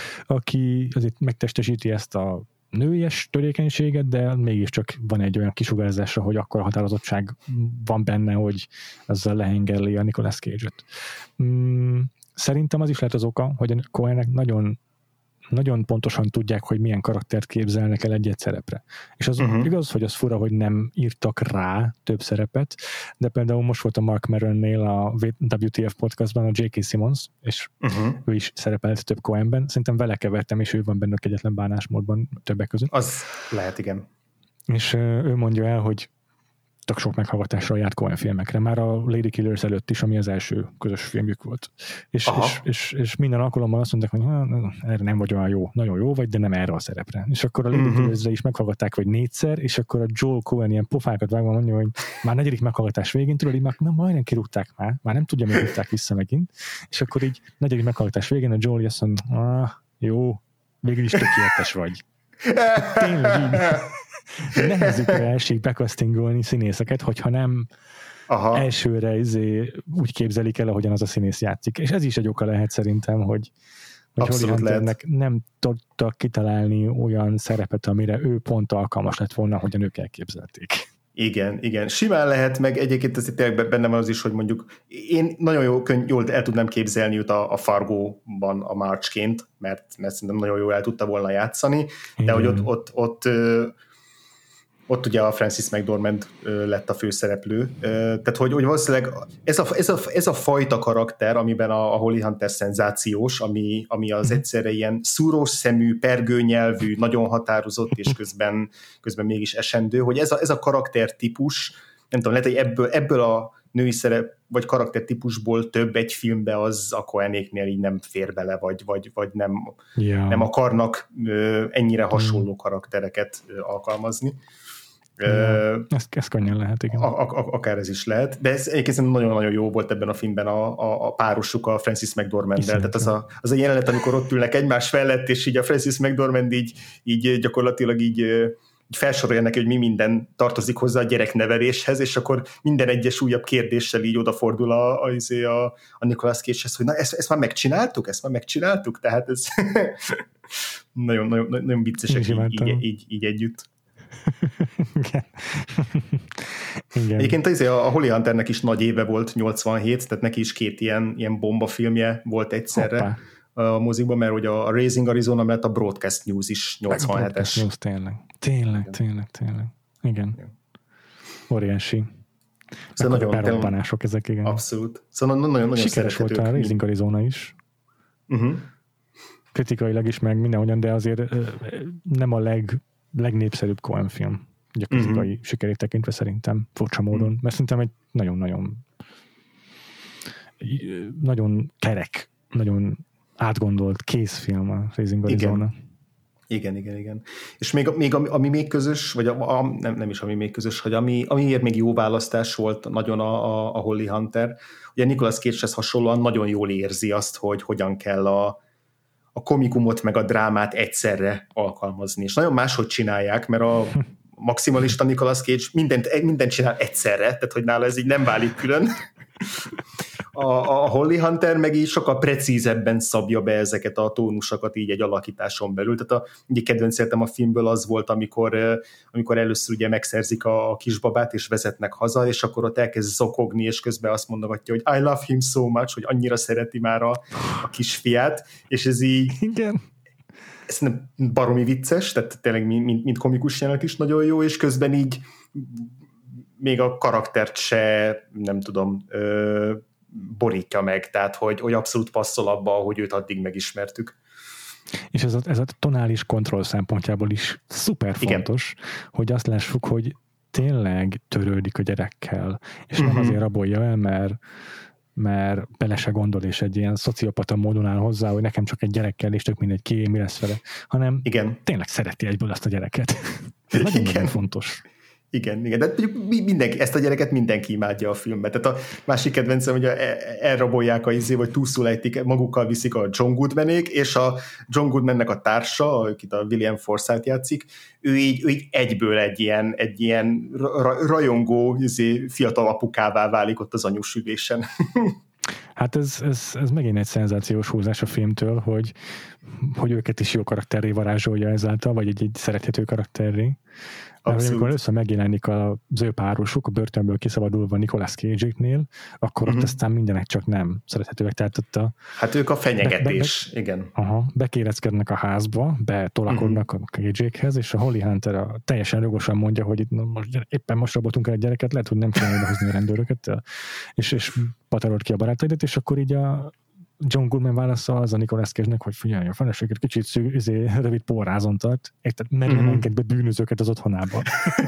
aki azért megtestesíti ezt a nőies törékenységet, de mégiscsak van egy olyan kisugárzása, hogy akkor a határozottság van benne, hogy ezzel lehengerli a Nicolas Cage-et. Mm, szerintem az is lehet az oka, hogy a Coenek nagyon, nagyon pontosan tudják, hogy milyen karaktert képzelnek el egy-egy szerepre. És az uh-huh. igaz, hogy az fura, hogy nem írtak rá több szerepet, de például most volt a Mark Maronnél a dupla vé té ef podcastban a jé ká. Simmons, és uh-huh. ő is szerepelt több Coenben. Szerintem vele kevertem, és ő van benne a Kegyetlen bánásmódban többek között. Az lehet, igen. És ő mondja el, hogy tök sok meghallgatásra járt Coen filmekre, már a Lady Killers előtt is, ami az első közös filmjük volt. És, és, és, és minden alkalommal azt mondták, hogy erre nem vagy olyan jó, nagyon jó vagy, de nem erre a szerepre. És akkor a Lady mm-hmm. Killersre is meghallgatták, vagy négyszer, és akkor a Joel Coen ilyen pofákat vágva mondja, hogy már negyedik meghallgatás végén, tudod, így már na, majdnem kirúgták már, már nem tudja, miért rúgták vissza megint. És akkor így negyedik meghallgatás végén a Joel azt mondja, ah, jó, végül is tökéletes vagy. Tényleg így. Nehezükre esik bekasztingolni színészeket, hogyha nem Aha. elsőre izé úgy képzelik el, ahogyan az a színész játszik. És ez is egy oka lehet szerintem, hogy, hogy Holly Hunternek nem tudtak kitalálni olyan szerepet, amire ő pont alkalmas lett volna, ahogyan ők elképzelték. Igen, igen. Simán lehet, meg egyébként ez tényleg benne van az is, hogy mondjuk én nagyon jó, könny, jól el tudnám képzelni őt a, a Fargo-ban a Marchként, mert, mert szerintem nagyon jól el tudta volna játszani, igen. De hogy ott, ott, ott ott ugye a Francis McDormand lett a főszereplő. Tehát, hogy, hogy valószínűleg ez a, ez, a, ez a fajta karakter, amiben a, a Holly Hunter szenzációs, ami, ami az egyszerre ilyen szúrós szemű, pergőnyelvű, nagyon határozott, és közben, közben mégis esendő, hogy ez a, ez a karaktertípus, nem tudom, lehet, hogy ebből, ebből a női szerep, vagy karaktertípusból több egy filmbe, az a Coenéknél így nem fér bele, vagy, vagy, vagy nem, yeah. nem akarnak ö, ennyire hasonló mm. karaktereket ö, alkalmazni. Ja, uh, ez, ez könnyen lehet, igen. A, a, akár ez is lehet, de ez egyébként nagyon-nagyon jó volt ebben a filmben a, a, a párosuk a Frances McDormand-del, tehát az a, az a jelenet, amikor ott ülnek egymás mellett, és így a Frances McDormand így, így gyakorlatilag így, így felsorolja neki, hogy mi minden tartozik hozzá a gyerekneveléshez, és akkor minden egyes újabb kérdéssel így odafordul a, a, a, a Nicolas Cage-hez, hogy na ezt, ezt már megcsináltuk, ezt már megcsináltuk, tehát ez nagyon, nagyon, nagyon viccesek így, így, így, így együtt. Igen. Igen. Egyébként az, a Holly Hunternek is nagy éve volt, nyolcvanhét, tehát neki is két ilyen, ilyen bombafilmje volt egyszerre Hoppá. a mozikban, mert ugye a Raising Arizona mellett a Broadcast News is nyolcvanhetes. News, tényleg. Tényleg, Igen. tényleg, tényleg. Igen. Igen. Óriási. Szóval nagyon berobbanások ezek, igen. Abszolút. Szóval nagyon-nagyon sikeres volt a Raising Arizona is. Uh-huh. Kritikailag is, meg mindenhogyan, de azért nem a leg legnépszerűbb Coen film. Ugye a kritikai uh-huh. sikerét tekintve szerintem furcsa módon, uh-huh. mert szerintem egy nagyon-nagyon nagyon kerek, nagyon átgondolt készfilm a Raising Arizona. Igen, igen, igen. És még, még ami, ami még közös, vagy a, a, nem, nem is ami még közös, hogy ami, amiért még jó választás volt nagyon a, a, a Holly Hunter, ugye Nicolas Cage-hez hasonlóan nagyon jól érzi azt, hogy hogyan kell a a komikumot meg a drámát egyszerre alkalmazni. És nagyon máshogy csinálják, mert a maximalista Nicolas Cage mindent, mindent csinál egyszerre, tehát hogy nála ez így nem válik külön. A, a Holly Hunter meg így sokkal precízebben szabja be ezeket a tónusokat így egy alakításon belül. Tehát a egyik kedvencem a filmből az volt, amikor, amikor először ugye megszerzik a, a kisbabát, és vezetnek haza, és akkor ott elkezd zokogni, és közben azt mondogatja, hogy I love him so much, hogy annyira szereti már a, a kisfiát, és ez így... Igen. Ez nem baromi vicces, tehát tényleg mint, mint komikus jelenet is nagyon jó, és közben így még a karaktert se, nem tudom, ö, borítja meg, tehát hogy, hogy abszolút passzol abba, hogy őt addig megismertük. És ez a, ez a tonális kontroll szempontjából is szuper fontos, Igen. hogy azt lássuk, hogy tényleg törődik a gyerekkel, és uh-huh. nem azért rabolja el, mert mert bele se gondol, és egy ilyen szociopata módon áll hozzá, hogy nekem csak egy gyerekkel, és tök mindegy ki, mi lesz vele, hanem Igen. tényleg szereti egyből azt a gyereket. Nagyon-nagyon fontos. Igen, igen, de mindenki, ezt a gyereket mindenki imádja a filmben. Tehát a másik kedvencem, hogy elrabolják a izé, vagy túlszul ejtik, magukkal viszik a John Goodmanék, és a John Goodmannek a társa, akit a William Forsythe játszik, ő így, ő így egyből egy ilyen, egy ilyen rajongó izé, fiatal apukává válik ott az anyósülésen. Hát ez, ez, ez megint egy szenzációs húzás a filmtől, hogy, hogy őket is jó karakterré varázsolja ezáltal, vagy egy, egy szerethető karakterré. Abszolút. Amikor először megjelenik az ő párosuk, a börtönből kiszabadulva Nicolas Cage-nél, akkor uh-huh. ott aztán mindenek csak nem szerethetőek. Tehát ott a, hát ők a fenyegetés, be, be, igen. Aha, bekéreckednek a házba, betolakodnak uh-huh. a Cage-ékhez, és a Holly Hunter a, teljesen jogosan mondja, hogy itt most, éppen most raboltunk el egy gyereket, lehet, hogy nem kéne idehozni a rendőröket, és, és patarolt ki a barátaidat, és akkor így a John Goodman válasza az a Nicolas Cage-nek, hogy figyelj, a feleséget kicsit szű, izé, rövid porrázon tart, érted, mert nem enged be bűnözőket az otthonába.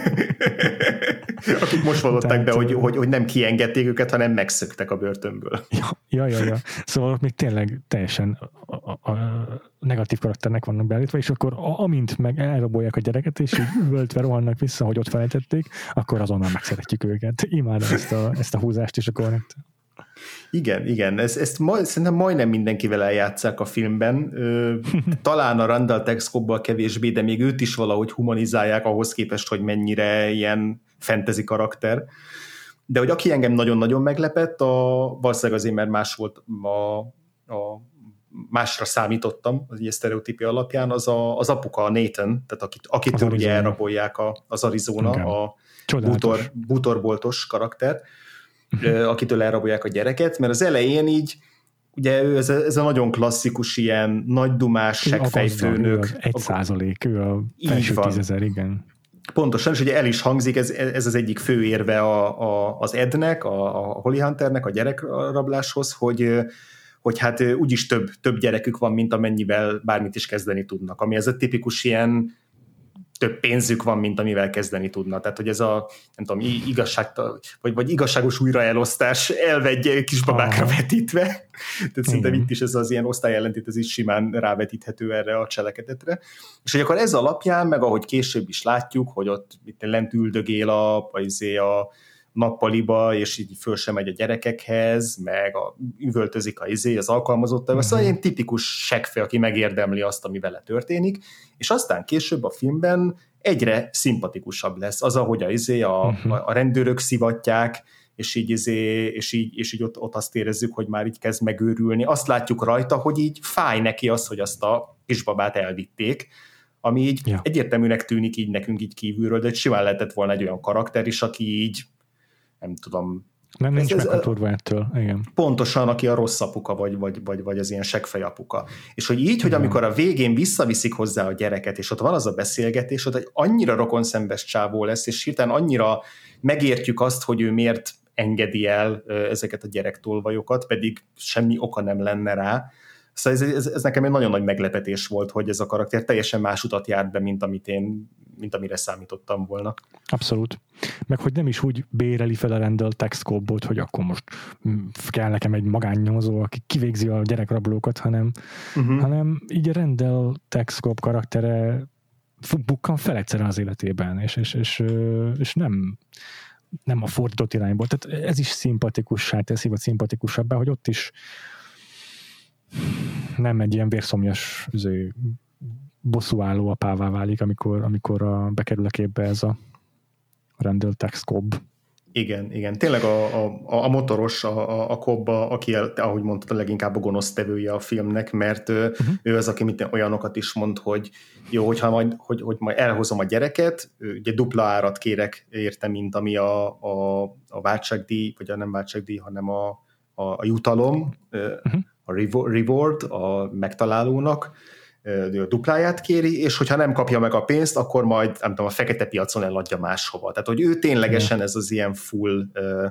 Akik most vallották Tehát, be, hogy, hogy, hogy nem kiengedték őket, hanem megszöktek a börtönből. Ja, ja, ja. ja. Szóval még tényleg teljesen a, a, a negatív karakternek vannak beállítva, és akkor amint meg elrabolják a gyereket, és így üvöltve rohannak vissza, hogy ott felejtették, akkor azonnal megszeretjük őket. Imádom ezt a, ezt a húzást és a korrekt. Igen, igen, ezt, ezt majd, szerintem majdnem mindenkivel eljátsszák a filmben, Ö, talán a Randall Texcobbal kevésbé, de még őt is valahogy humanizálják ahhoz képest, hogy mennyire ilyen fantasy karakter. De hogy aki engem nagyon-nagyon meglepett, a, valószínűleg azért, mert más volt, a, a, másra számítottam az ilyen sztereotípia alapján, az a, az apuka, a Nathan, tehát akit, akitől ugye elrabolják a, az Arizona, okay. a bútor, bútorboltos karakter, Uh-huh. akitől elrabolják a gyereket, mert az elején így, ugye ő ez a, ez a nagyon klasszikus ilyen nagy dumás, seggfejfőnök. Egy százalék, ő a felső tízezer, igen. Pontosan, és ugye el is hangzik, ez, ez az egyik fő érve a, a, az Ednek, a, a Holly Hunternek a gyerekrabláshoz, hogy, hogy hát úgyis több, több gyerekük van, mint amennyivel bármit is kezdeni tudnak. Ami ez a tipikus ilyen több pénzük van, mint amivel kezdeni tudna. Tehát, hogy ez a, nem tudom, igazság, vagy, vagy igazságos újraelosztás elve egy kisbabákra Aha. vetítve. Tehát szerintem itt is ez az ilyen osztályellentét, ez is simán rávetíthető erre a cselekedetre. És hogy akkor ez alapján, meg ahogy később is látjuk, hogy ott itt lent üldögél a, a nappaliba, és így föl sem megy a gyerekekhez, meg a, üvöltözik a izé, az alkalmazottal, uh-huh. szóval ilyen tipikus seggfej, aki megérdemli azt, ami vele történik, és aztán később a filmben egyre szimpatikusabb lesz az, ahogy a, izé, a, uh-huh. a rendőrök szivatják, és így, izé, és így, és így ott, ott azt érezzük, hogy már így kezd megőrülni. Azt látjuk rajta, hogy így fáj neki az, hogy azt a kisbabát elvitték, ami így ja. egyértelműnek tűnik így nekünk így kívülről, de simán lehetett volna egy olyan karakter is, aki így nem tudom. Nem, nincs meghatódva ettől, igen. Pontosan, aki a rossz apuka, vagy, vagy, vagy, vagy az ilyen seggfej apuka. És hogy így, hogy amikor a végén visszaviszik hozzá a gyereket, és ott van az a beszélgetés, ott egy annyira rokonszembes csávó lesz, és hirtelen annyira megértjük azt, hogy ő miért engedi el ezeket a gyerektolvajokat, pedig semmi oka nem lenne rá. Szóval ez, ez, ez nekem egy nagyon nagy meglepetés volt, hogy ez a karakter teljesen más utat járt be, mint amit én, mint amire számítottam volna. Abszolút. Meg hogy nem is úgy béreli fel a Randall Texcope-ot, hogy akkor most kell nekem egy magánnyomozó, aki kivégzi a gyerekrablókat, hanem, uh-huh. hanem így a Randall Texcope karaktere bukkan fel egyszerűen az életében, és, és, és, és nem, nem a fordított irányból. Tehát ez is szimpatikussá teszi, vagy szimpatikusabbá, hogy ott is nem egy ilyen vérszomjas bosszúálló apává válik, amikor, amikor a, bekerül a képbe ez a Randall Texcope. Igen, igen. Tényleg a, a, a motoros, a, a Cobb, aki, ahogy mondtad, leginkább a gonosz tevője a filmnek, mert uh-huh. ő az, aki mit olyanokat is mond, hogy jó, hogyha majd, hogy, hogy majd elhozom a gyereket, ugye dupla árat kérek érte, mint ami a, a, a váltságdíj, vagy a nem váltságdíj, hanem a, a, a jutalom, uh-huh. a reward a megtalálónak, a dupláját kéri, és hogyha nem kapja meg a pénzt, akkor majd nem tudom, a fekete piacon eladja máshova. Tehát, hogy ő ténylegesen ez az ilyen full uh,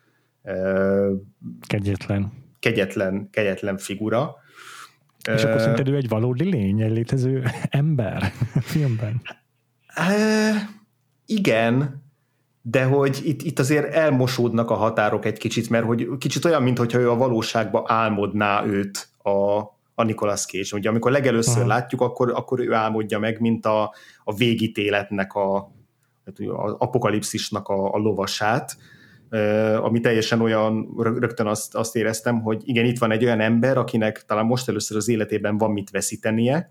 uh, kegyetlen. kegyetlen, kegyetlen figura. És uh, akkor szerinted ő egy valódi lény, egy létező ember a filmben? Uh, igen, de hogy itt, itt azért elmosódnak a határok egy kicsit, mert hogy kicsit olyan, mintha ő a valóságban álmodná őt a a Nicolas Cage. Ugye amikor legelőször Aha. látjuk, akkor, akkor ő álmodja meg, mint a, a végítéletnek, a, az apokalipszisnak a, a lovasát, ami teljesen olyan, rögtön azt, azt éreztem, hogy igen, itt van egy olyan ember, akinek talán most először az életében van mit veszítenie,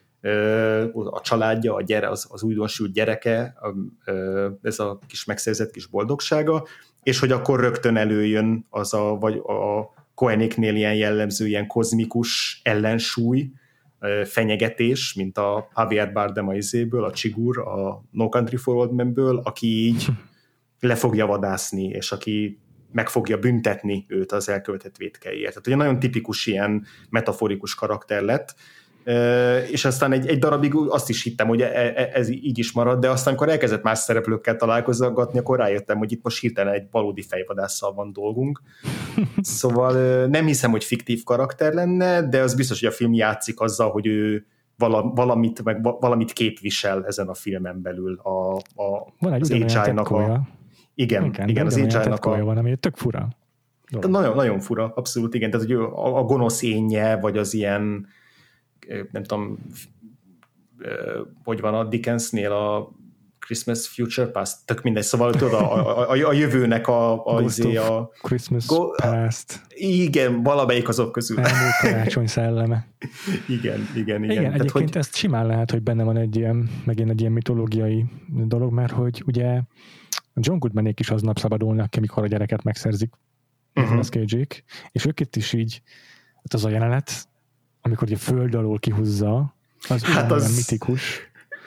a családja, a gyere, az, az újdonsült gyereke, ez a kis megszerzett kis boldogsága, és hogy akkor rögtön előjön az a, vagy a Coenéknél ilyen jellemző, ilyen kozmikus ellensúly, fenyegetés, mint a Javier Bardem a izéből, a Csigur, a No Country for Old Men-ből, aki így le fogja vadászni, és aki meg fogja büntetni őt az elkövetett vétkeiért. Tehát ugye nagyon tipikus ilyen metaforikus karakter lett, és aztán egy, egy darabig azt is hittem, hogy ez így is marad, de aztán, amikor elkezdett más szereplőkkel találkozgatni, akkor rájöttem, hogy itt most hirtelen egy valódi fejvadásszal van dolgunk. Szóval nem hiszem, hogy fiktív karakter lenne, de az biztos, hogy a film játszik azzal, hogy ő valamit, meg valamit képvisel ezen a filmen belül a, a, van egy az á í-nak a... Igen, igen, igen az á í-nak a... van, ami tök fura. Nagyon, nagyon fura, abszolút igen. Tehát, hogy a, a gonosz énje, vagy az ilyen nem tudom, hogy van a Dickensnél a Christmas Future Past, tök mindegy, szóval tudod, a, a, a jövőnek a, a, izé a Christmas go, Past. Igen, valamelyik azok közül. Elmúlt karácsony szelleme. igen, igen, igen. Igen, Tehát, egyébként hogy... ezt simán lehet, hogy benne van egy ilyen, megint egy ilyen mitológiai dolog, mert hogy ugye John Goodmanék is aznap szabadulnak ki, amikor a gyereket megszerzik, uh-huh. az Cage-ék, és ők itt is így, hát az a jelenet, amikor ugye föld alól kihúzza, az hát olyan az... mitikus.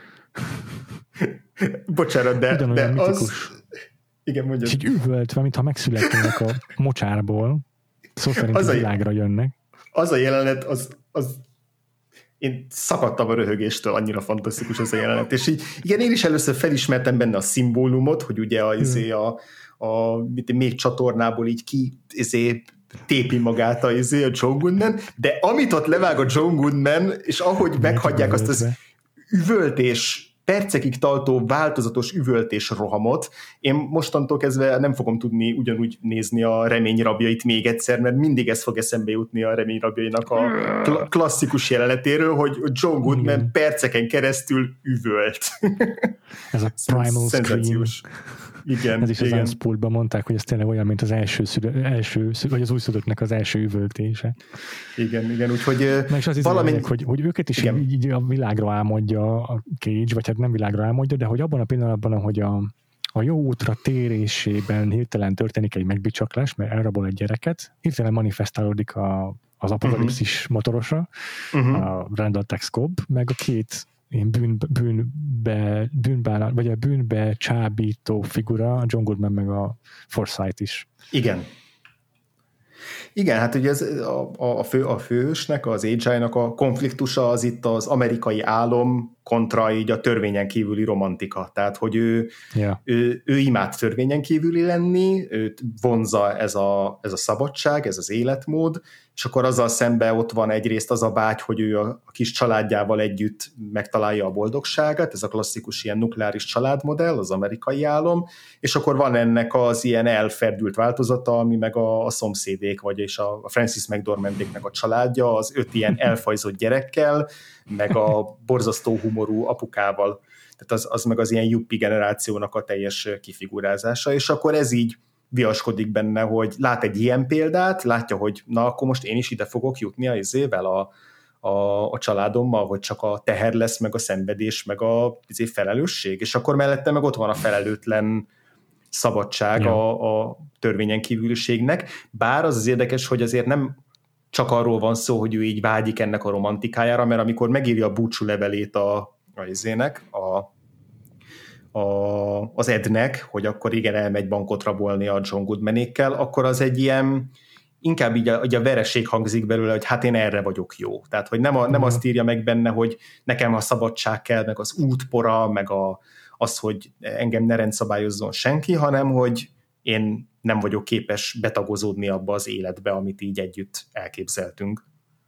Bocsánat, de, de mitikus. Az... Igen, mondjad. És így üvöltve, mintha megszületnének a mocsárból, szó szerint az a világra jönnek. Az a jelenet, az, az én szakadtam a röhögéstől, annyira fantasztikus az a jelenet. És így, igen, én is először felismertem benne a szimbólumot, hogy ugye a, hmm. a, a, a még csatornából így ki izé, tépi magát a, a John Goodman, de amit ott levág a John Goodman, és ahogy meghagyják azt az üvöltés percekig tartó változatos üvöltés rohamot. Én mostantól kezdve nem fogom tudni ugyanúgy nézni a Remény rabjait még egyszer, mert mindig ez fog eszembe jutni a Remény rabjainak a kla- klasszikus jelenetéről, hogy John Goodman igen. perceken keresztül üvölt. Ez a primal scream. Igen, ez is igen. az Unspooled-ban mondták, hogy ez tényleg olyan, mint az első, szülő, első vagy az újszülöttnek az első üvöltése. Igen, igen, úgyhogy na és az valami... is hogy, hogy őket is így, így a világra álmodja a Cage, vagy hát nem világra álmodja, de hogy abban a pillanatban, ahogy a, a jó útra térésében hirtelen történik egy megbicsaklás, mert elrabol egy gyereket, hirtelen manifestálódik a, az apokalipszis uh-huh. motorosa, uh-huh. a Randall Tex Cobb, meg a két én bűn, bűnbe, bűnbe, vagy a bűnbe csábító figura, a John Goodman meg a Forsythe is. Igen. Igen, hát ugye ez a, a, fő, a főhősnek, az á jé-nak a konfliktusa az itt az amerikai álom kontra így a törvényen kívüli romantika. Tehát, hogy ő, yeah. ő, ő imád törvényen kívüli lenni, őt vonza ez a, ez a szabadság, ez az életmód, és akkor azzal szemben ott van egyrészt az a vágy, hogy ő a, a kis családjával együtt megtalálja a boldogságát, ez a klasszikus ilyen nukleáris családmodell, az amerikai álom, és akkor van ennek az ilyen elferdült változata, ami meg a, a szomszédék, vagyis a, a Francis McDormandéknek a családja, az öt ilyen elfajzott gyerekkel, meg a borzasztó humorú apukával. Tehát az, az meg az ilyen yuppie generációnak a teljes kifigurázása, és akkor ez így viaskodik benne, hogy lát egy ilyen példát, látja, hogy na, akkor most én is ide fogok jutni a izével a, a, a családommal, hogy csak a teher lesz, meg a szenvedés, meg a izé, felelősség, és akkor mellette meg ott van a felelőtlen szabadság ja. a, a törvényen kívüliségnek, bár az az érdekes, hogy azért nem csak arról van szó, hogy ő így vágyik ennek a romantikájára, mert amikor megírja a búcsú levelét a, a izének, a A, az Ednek, hogy akkor igen, elmegy bankot rabolni a John Goodmanékkel, akkor az egy ilyen, inkább így a, így a vereség hangzik belőle, hogy hát én erre vagyok jó. Tehát, hogy nem, a, nem azt írja meg benne, hogy nekem a szabadság kell, meg az útpora, meg a, az, hogy engem ne rendszabályozzon senki, hanem, hogy én nem vagyok képes betagozódni abba az életbe, amit így együtt elképzeltünk.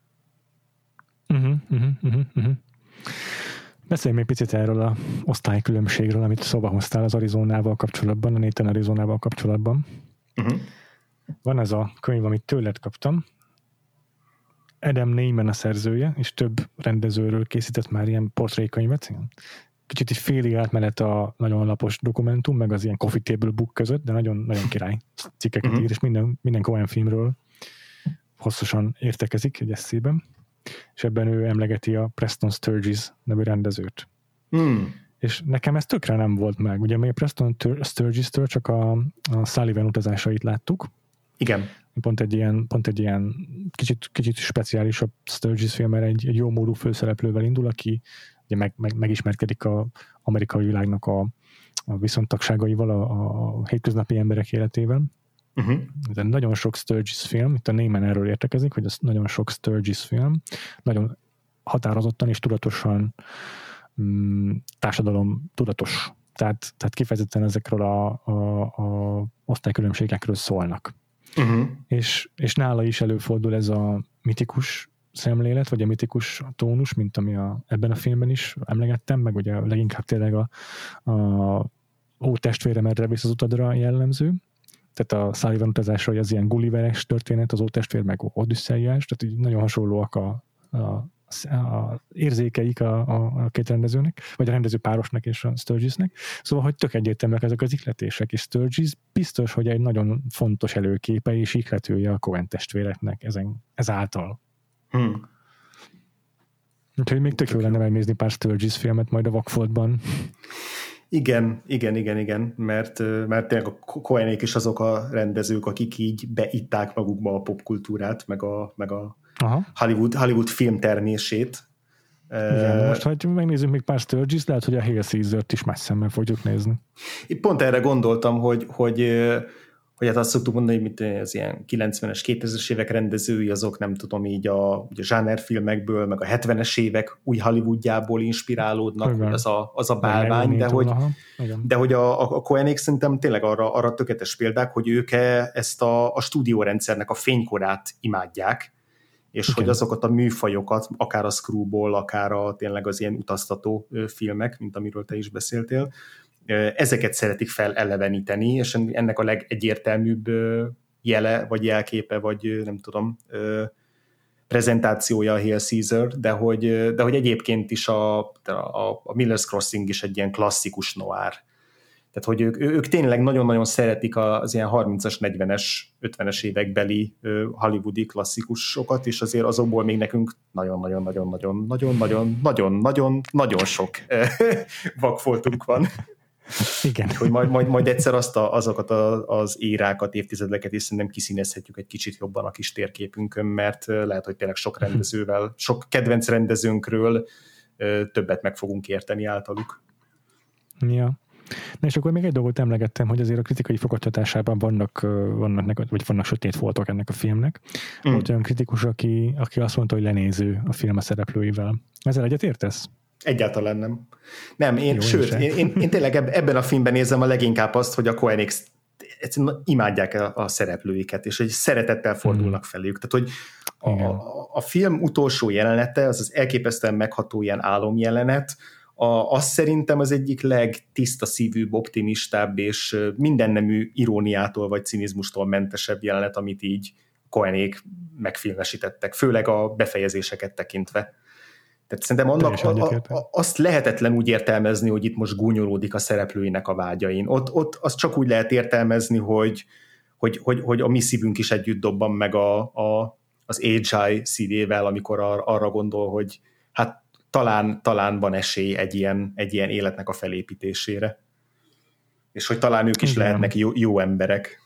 Uh-huh, uh-huh, uh-huh, uh-huh. Beszéljünk még picit erről az osztálykülönbségről, amit szóba hoztál az Arizonával kapcsolatban, a Nathan Arizonával kapcsolatban. Uh-huh. Van ez a könyv, amit tőled kaptam. Adam Neyman a szerzője, és több rendezőről készített már ilyen portrékönyvet. Kicsit is félig átmenet a nagyon lapos dokumentum, meg az ilyen coffee table book között, de nagyon, nagyon király cikkeket uh-huh. ír, és minden, minden Coen filmről hosszasan értekezik egy eszében. És ebben ő emlegeti a Preston Sturges nevű rendezőt. Hmm. És nekem ez tökre nem volt meg. Ugye mi a Preston Sturges-től csak a, a Sullivan utazásait láttuk. Igen. Pont egy ilyen, pont egy ilyen kicsit, kicsit speciálisabb Sturges film, mert egy, egy jó módú főszereplővel indul, aki ugye meg, meg, megismerkedik az amerikai világnak a, a viszontagságaival, a, a hétköznapi emberek életében. Uh-huh. De nagyon sok Sturges film, itt a Neyman erről értekezik, hogy ez nagyon sok Sturges film, nagyon határozottan és tudatosan mm, társadalom tudatos. Tehát, tehát kifejezetten ezekről a, a, a osztálykülönbségekről szólnak. Uh-huh. És, és nála is előfordul ez a mitikus szemlélet, vagy a mitikus tónus, mint ami a, ebben a filmben is emlegettem, meg ugye leginkább tényleg a, a ó testvérem, erre visz az utadra jellemző. Tehát a Sullivan utazásra, hogy az ilyen Gulliveres történet, az ótestvér, meg Odüsszeiás, tehát így nagyon hasonlóak a, a, a érzékeik a, a, a két rendezőnek, vagy a rendező párosnak és a Sturgesnek. Szóval, hogy tök egyértelműek ezek az ihletések, és Sturges biztos, hogy egy nagyon fontos előképe és ihletője a Coen testvéreknek ezen, ezáltal. Hmm. Úgyhogy még tök jó lenne megnézni pár Sturges filmet majd a Vakfoltban. Igen, igen, igen, igen, mert, mert tényleg a Coenék is azok a rendezők, akik így beitták magukba a popkultúrát, meg a, meg a Hollywood, Hollywood filmtermését. Igen, most, hogy megnézzük még pár Sturges, lehet, hogy a Hail Caesart is más szemmel fogjuk nézni. Itt pont erre gondoltam, hogy, hogy, hogy hát azt szoktuk mondani, hogy az ilyen kilencvenes, kétezres évek rendezői, azok nem tudom így a, a zsánerfilmekből, meg a hetvenes évek új Hollywoodjából inspirálódnak, hogy az a, az a bálvány, de hogy, de hogy a, a Coenék szerintem tényleg arra, arra tökéletes példák, hogy ők ezt a, a stúdiórendszernek a fénykorát imádják, és Igen. hogy azokat a műfajokat, akár a Screwball, akár a, tényleg az ilyen utaztató filmek, mint amiről te is beszéltél, ezeket szeretik feleleveníteni, és ennek a legegyértelműbb jele, vagy jelképe, vagy nem tudom, prezentációja a Hail Caesar, de hogy, de hogy egyébként is a, a, a Miller's Crossing is egy ilyen klasszikus noir. Tehát, hogy ők, ők tényleg nagyon-nagyon szeretik az ilyen harmincas, negyvenes, ötvenes évekbeli hollywoodi klasszikusokat, és azért azokból még nekünk nagyon-nagyon-nagyon-nagyon-nagyon-nagyon-nagyon-nagyon sok vakfoltunk van. Igen. Hogy majd, majd, majd egyszer azt a, azokat a, az érákat, évtizedeket is szerintem kiszínezhetjük egy kicsit jobban a kis térképünkön, mert lehet, hogy tényleg sok rendezővel, sok kedvenc rendezőnkről többet meg fogunk érteni általuk. Ja. Na és akkor még egy dolgot emlegettem, hogy azért a kritikai fogadtatásában vannak, vannak, vagy vannak sötét foltok ennek a filmnek. Mm. Volt olyan kritikus, aki, aki azt mondta, hogy lenéző a film a szereplőivel. Ezzel egyet értesz? Egyáltalán nem. Nem, én, Jó, sőt, én, én, én tényleg ebben a filmben nézem a leginkább azt, hogy a Coenék egyszerűen imádják a, a szereplőiket, és egy szeretettel fordulnak mm. feléjük. Tehát, hogy a, a, a film utolsó jelenete, az az elképesztően megható ilyen álomjelenet, A, az szerintem az egyik legtiszta szívűbb, optimistább és mindennemű iróniától vagy cinizmustól mentesebb jelenet, amit így Coenék megfilmesítettek, főleg a befejezéseket tekintve. Tehát szerintem annak a, a, azt lehetetlen úgy értelmezni, hogy itt most gúnyolódik a szereplőinek a vágyain. Ott, ott azt csak úgy lehet értelmezni, hogy, hogy, hogy, hogy a mi szívünk is együtt dobban meg a, a, az á i szívével, amikor ar, arra gondol, hogy hát Talán, talán van esély egy ilyen, egy ilyen életnek a felépítésére. És hogy talán ők is igen. lehetnek jó, jó emberek.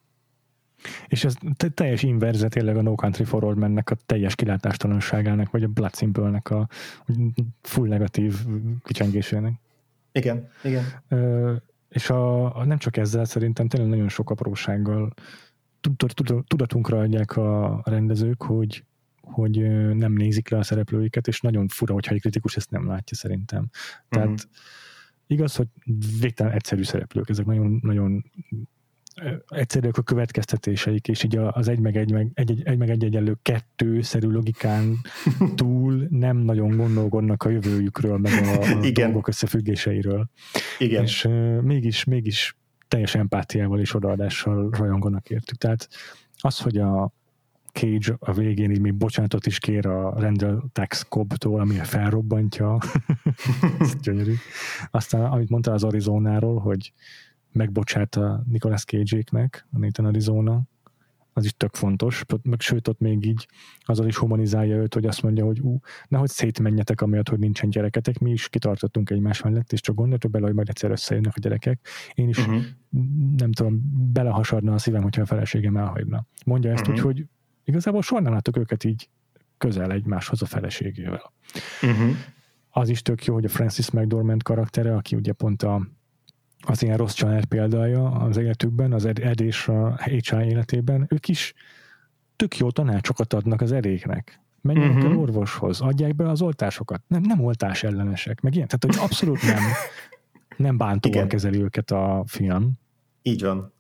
És ez teljes inverze tényleg a No Country for Old Men-nek a teljes kilátástalanságának, vagy a Blood Simple-nek a full negatív kicsengésének. Igen, igen. Ö, és a, a, nem csak ezzel, szerintem tényleg nagyon sok aprósággal tudatunkra adják a rendezők, hogy hogy nem nézik le a szereplőiket, és nagyon fura, hogyha egy kritikus ezt nem látja szerintem. Tehát uh-huh. igaz, hogy végtelen egyszerű szereplők, ezek nagyon, nagyon egyszerűek a következtetéseik, és így az egy meg egy, meg egy, egy, meg egy egyenlő kettő-szerű logikán túl nem nagyon gondolkodnak a jövőjükről, meg a, a dolgok összefüggéseiről. Igen. És uh, mégis, mégis teljes empátiával és odaadással rajonganak értük. Tehát az, hogy a Cage a végén így még bocsánatot is kér a Randall Tex Cobb-tól, ami felrobbantja. Ez gyönyörű. Aztán, amit mondtál az Arizonáról, hogy megbocsát a Nicolas Cage-éknek, a Nathan Arizona, az is tök fontos, meg sőt ott még így azzal is humanizálja őt, hogy azt mondja, hogy ú, nehogy szétmenjetek amiatt, hogy nincsen gyereketek, mi is kitartottunk egymás mellett, és csak gondoltok bele, hogy majd egyszer összejönnek a gyerekek. Én is uh-huh. nem tudom, belehasadna a szívem, hogyha a feleségem elhagyna. Mondja ezt uh-huh. úgy, hogy igazából soha nem láttuk őket így közel egymáshoz a feleségével. Uh-huh. Az is tök jó, hogy a Francis McDormand karaktere, aki ugye pont a, az ilyen rossz család példája az életükben, az Ed és a há i életében, ők is tök jó tanácsokat adnak az Edéknek. Menjenek uh-huh. el orvoshoz, adják be az oltásokat. Nem, nem oltás ellenesek, meg ilyen. Tehát, hogy abszolút nem, nem bántóan kezeli őket a film. Így van.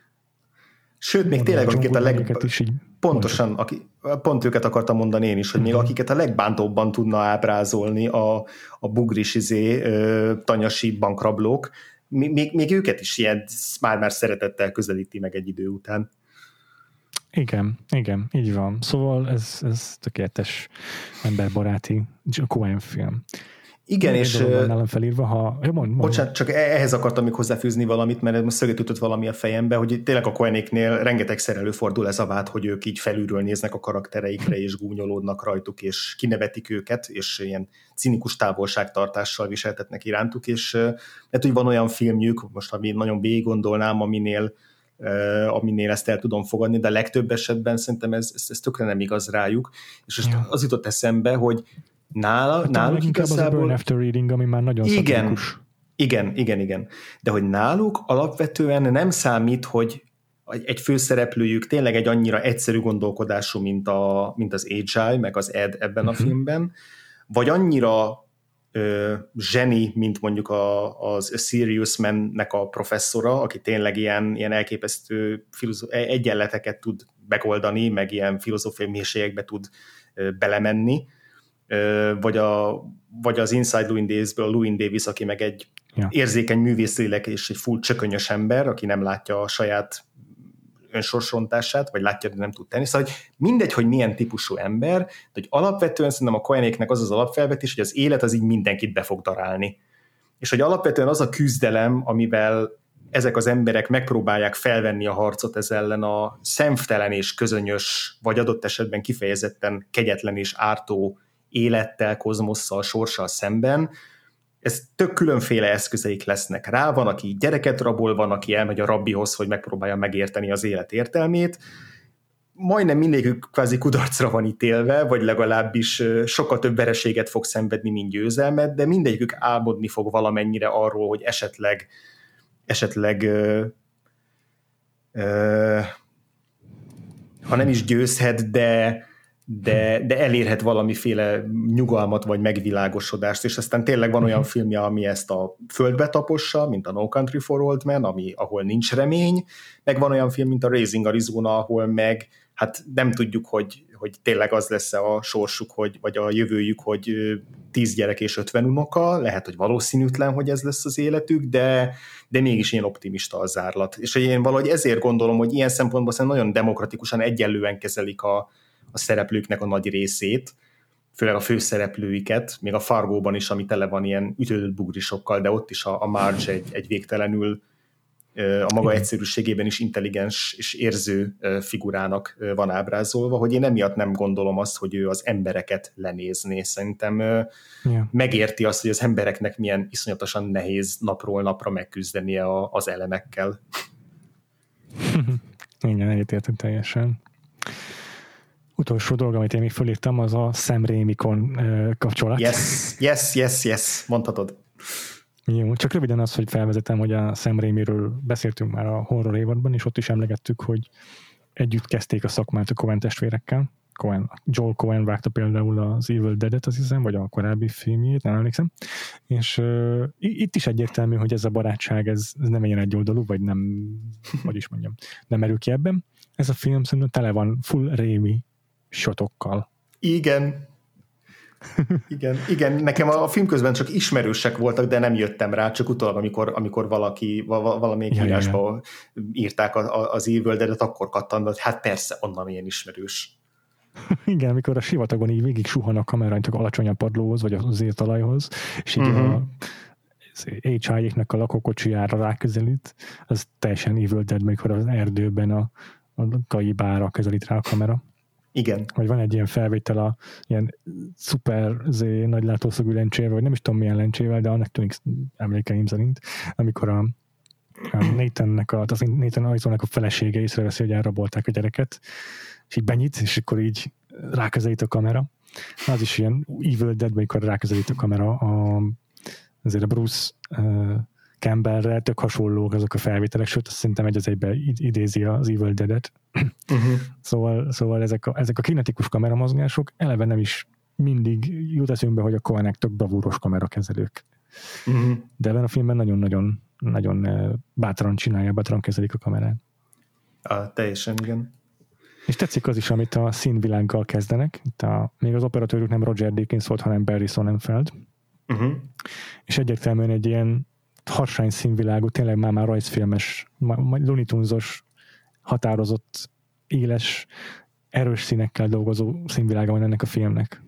Sőt, még tényleg akiket a leg... Pontosan, aki, pont őket akartam mondani én is, hogy még akiket a legbántóbban tudna ábrázolni a, a bugris izé, tanyasi bankrablók, még, még őket is ilyen már-már szeretettel közelíti meg egy idő után. Igen, igen, így van. Szóval ez, ez tökéletes emberbaráti Coen film. Igen, és... nálam felírva, ha... Ja, mond, mond. Bocsánat, csak ehhez akartam még hozzáfűzni valamit, mert most szöget ütött valami a fejembe, hogy tényleg a Coenéknél rengetegszer előfordul ez a vád, hogy ők így felülről néznek a karaktereikre, és gúnyolódnak rajtuk, és kinevetik őket, és ilyen cinikus távolságtartással viseltetnek irántuk, és lehet, hogy van olyan filmjük, most ami nagyon végig gondolnám, aminél, aminél ezt el tudom fogadni, de a legtöbb esetben szerintem ez, ez, ez tökre nem igaz rájuk, és most ja. az jutott eszembe, hogy Nála, hát náluk igazából... az a Burn After Reading, ami már nagyon igen, szatirikus. Igen, igen, igen. De hogy náluk alapvetően nem számít, hogy egy főszereplőjük tényleg egy annyira egyszerű gondolkodású, mint, a, mint az á i, meg az Ed ebben uh-huh. a filmben, vagy annyira ö, zseni, mint mondjuk a, az A Serious Man-nek a professzora, aki tényleg ilyen, ilyen elképesztő filozof- egyenleteket tud megoldani, meg ilyen filozófiai mélységekbe tud belemenni, vagy, a, vagy az Inside Llewyn Davis-ből Llewyn Davis, aki meg egy ja. érzékeny művészlélek és egy full csökönyös ember, aki nem látja a saját önsorsontását, vagy látja, de nem tud tenni. Szóval hogy mindegy, hogy milyen típusú ember, de hogy alapvetően szerintem a Coenéknek az az alapfelvetés, hogy az élet az így mindenkit be fog darálni. És hogy alapvetően az a küzdelem, amivel ezek az emberek megpróbálják felvenni a harcot ez ellen a szemtelen és közönyös, vagy adott esetben kifejezetten kegyetlen és ártó élettel, kozmosszal, sorssal szemben, ez tök különféle eszközeik lesznek rá, van, aki gyereket rabol, van, aki elmegy a rabbihoz, hogy megpróbálja megérteni az élet értelmét. Majdnem mindegyikük kvázi kudarcra van ítélve, vagy legalábbis sokkal több vereséget fog szenvedni, mint győzelmet, de mindegyikük álmodni fog valamennyire arról, hogy esetleg esetleg ö, ö, ha nem is győzhet, de De, de elérhet valamiféle nyugalmat vagy megvilágosodást, és aztán tényleg van olyan filmje, ami ezt a földbe tapossa, mint a No Country for Old Men, ami, ahol nincs remény, meg van olyan film, mint a Raising Arizona, ahol meg hát nem tudjuk, hogy, hogy tényleg az lesz a sorsuk, hogy, vagy a jövőjük, hogy tíz gyerek és ötven unoka, lehet, hogy valószínűtlen, hogy ez lesz az életük, de, de mégis ilyen optimista a zárlat. És én valahogy ezért gondolom, hogy ilyen szempontból szerintem nagyon demokratikusan, egyenlően kezelik a a szereplőknek a nagy részét, főleg a főszereplőiket, még a Fargóban is, ami tele van ilyen ütődött bugrisokkal, de ott is a, a Marge egy, egy végtelenül a maga egyszerűségében is intelligens és érző figurának van ábrázolva, hogy én emiatt nem gondolom azt, hogy ő az embereket lenézné. Szerintem yeah. megérti azt, hogy az embereknek milyen iszonyatosan nehéz napról napra megküzdenie a, az elemekkel. Igen, egyetértek teljesen. Utolsó dolog, amit én még fölírtam, az a Sam Raimi-kon kapcsolat. Yes, yes, yes, yes, mondhatod. Jó, csak röviden az, hogy felvezetem, hogy a Sam Raimiről beszéltünk már a horror évadban, és ott is emlegettük, hogy együtt kezdték a szakmát a Coen testvérekkel. Coen, Joel Coen vágta például az Evil Dead-et, azt hiszem, vagy a korábbi filmjét, nem emlékszem. És uh, itt is egyértelmű, hogy ez a barátság, ez, ez nem ilyen egyoldalú, vagy nem, hogy is mondjam, nem merül ki ebben. Ez a film szerintem tele van full Raimi shotokkal. Igen. Igen, igen, nekem a film közben csak ismerősek voltak, de nem jöttem rá, csak utólag, amikor, amikor valaki, valamelyik ja, írásban ja. írták az Evil Dead-et, akkor kattant, hát persze, onnan ilyen ismerős. Igen, amikor a sivatagon így végig suhan a kamera, csak alacsony a padlóhoz, vagy az éltalajhoz, és így uh-huh. a há i-nek a lakókocsijára ráközelít, az teljesen Evil Dead, amikor az erdőben a, a kaibára közelít rá a kamera. Igen. Vagy van egy ilyen felvétel a ilyen szuper zé, nagy látószögű lencsével, vagy nem is tudom milyen lencsével, de annak tűnik emlékeim szerint, amikor a, a Nathannek a, az Nathan Arizónak a felesége észreveszi, hogy elrabolták a gyereket, és így benyit, és akkor így ráközelít a kamera. Az is ilyen Evil Dead, amikor ráközelít a kamera a, azért a Bruce uh, Campbellre, tök hasonlók azok a felvételek, sőt azt szerintem egy az egybe idézi az Evil Dead-et. Uh-huh. Szóval, szóval ezek, a, ezek a kinetikus kameramozgások eleve nem is mindig jut eszünkbe, hogy a Coenek tök bravúros kamerakezelők. Uh-huh. De ebben a filmben nagyon-nagyon nagyon bátran csinálja, bátran kezelik a kamerát. Ah, teljesen, igen. És tetszik az is, amit a színvilággal kezdenek. Itt a, még az operatőrük nem Roger Deakins volt, hanem Barry Sonnenfeld. Uh-huh. És egyértelműen egy ilyen harsány színvilágú, tényleg már már rajzfilmes, Looney Tunes-os, határozott, éles, erős színekkel dolgozó színvilága van ennek a filmnek.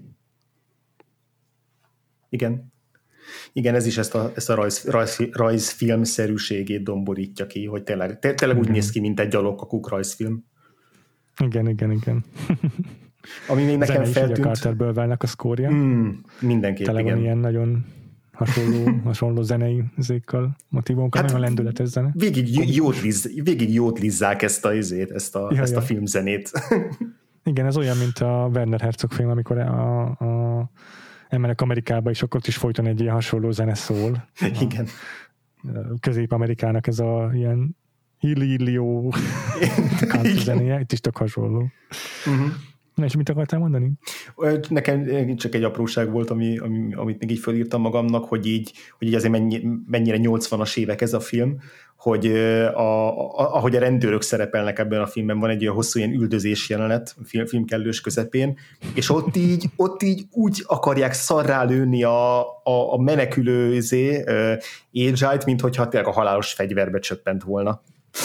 Igen. Igen, ez is ezt a, ezt a rajz, rajz, rajzfilmszerűségét domborítja ki, hogy tényleg, tényleg úgy néz ki, mint egy gyalogkakuk rajzfilm. Igen, igen, igen. Ami még nekem feltűnt... A Carter Burwell-nek a szkórja. Mm, mindenképp, tele igen. van ilyen nagyon hasonló, hasonló zenei zékkal, motivókkal, hát nagyon lendületes zene. Végig jót, liz, végig jót lizzák ezt a, ezét, ezt a, ja, ezt ja. a filmzenét. Igen, ez olyan, mint a Werner Herzog film, amikor a, a emelek Amerikába, és akkor is folyton egy ilyen hasonló zene szól. Igen. Közép-Amerikának ez a ilyen hilli-hillió country zenéje, itt is tök hasonló. Uh-huh. Na és mit akartál mondani? Nekem csak egy apróság volt, ami, ami, amit még így fölírtam magamnak, hogy így, hogy így azért mennyi, mennyire nyolcvanas évek ez a film, hogy a, a, ahogy a rendőrök szerepelnek ebben a filmben, van egy olyan hosszú ilyen üldözés jelenet film, film kellős közepén, és ott így, ott így úgy akarják szarrá lőni a, a, a menekülő izé, uh, Agile-t, mint hogyha tényleg a halálos fegyverbe csöppent volna.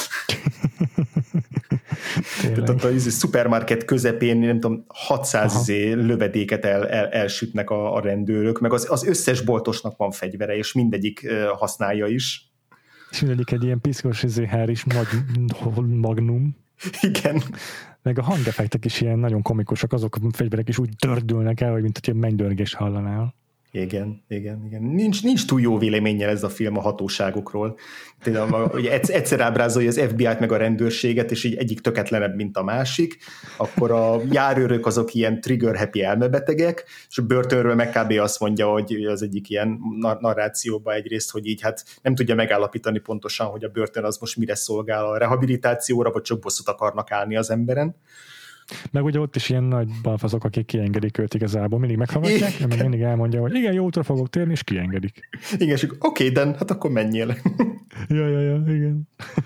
Tehát ott a szupermarket közepén, nem tudom, hatszáz izé lövedéket el, el, elsütnek a, a rendőrök, meg az, az összes boltosnak van fegyvere, és mindegyik uh, használja is. És mindegyik egy ilyen piszkos izé Harris mag, magnum. Igen. Meg a hangeffektek is ilyen nagyon komikusak, azok a fegyverek is úgy dördülnek el, hogy mint hogy mennydörgést hallanál. Igen, igen, igen. Nincs, nincs túl jó véleménnyel ez a film a hatóságokról. Tehát, ugye egyszer ábrázolja az ef bé í-t meg a rendőrséget, és így egyik töketlenebb, mint a másik, akkor a járőrök azok ilyen trigger-happy elmebetegek, és a börtönről meg kb. Azt mondja, hogy az egyik ilyen narrációban egyrészt, hogy így hát nem tudja megállapítani pontosan, hogy a börtön az most mire szolgál, a rehabilitációra, vagy csak bosszút akarnak állni az emberen. Meg ugye ott is ilyen nagy balfazok, akik kiengedik őt igazából, mindig meghallgatják, meg mindig elmondja, hogy igen, jó útra fogok térni, és kiengedik. Igen, és oké, okay, de hát akkor menjél. ja, ja, ja, igen.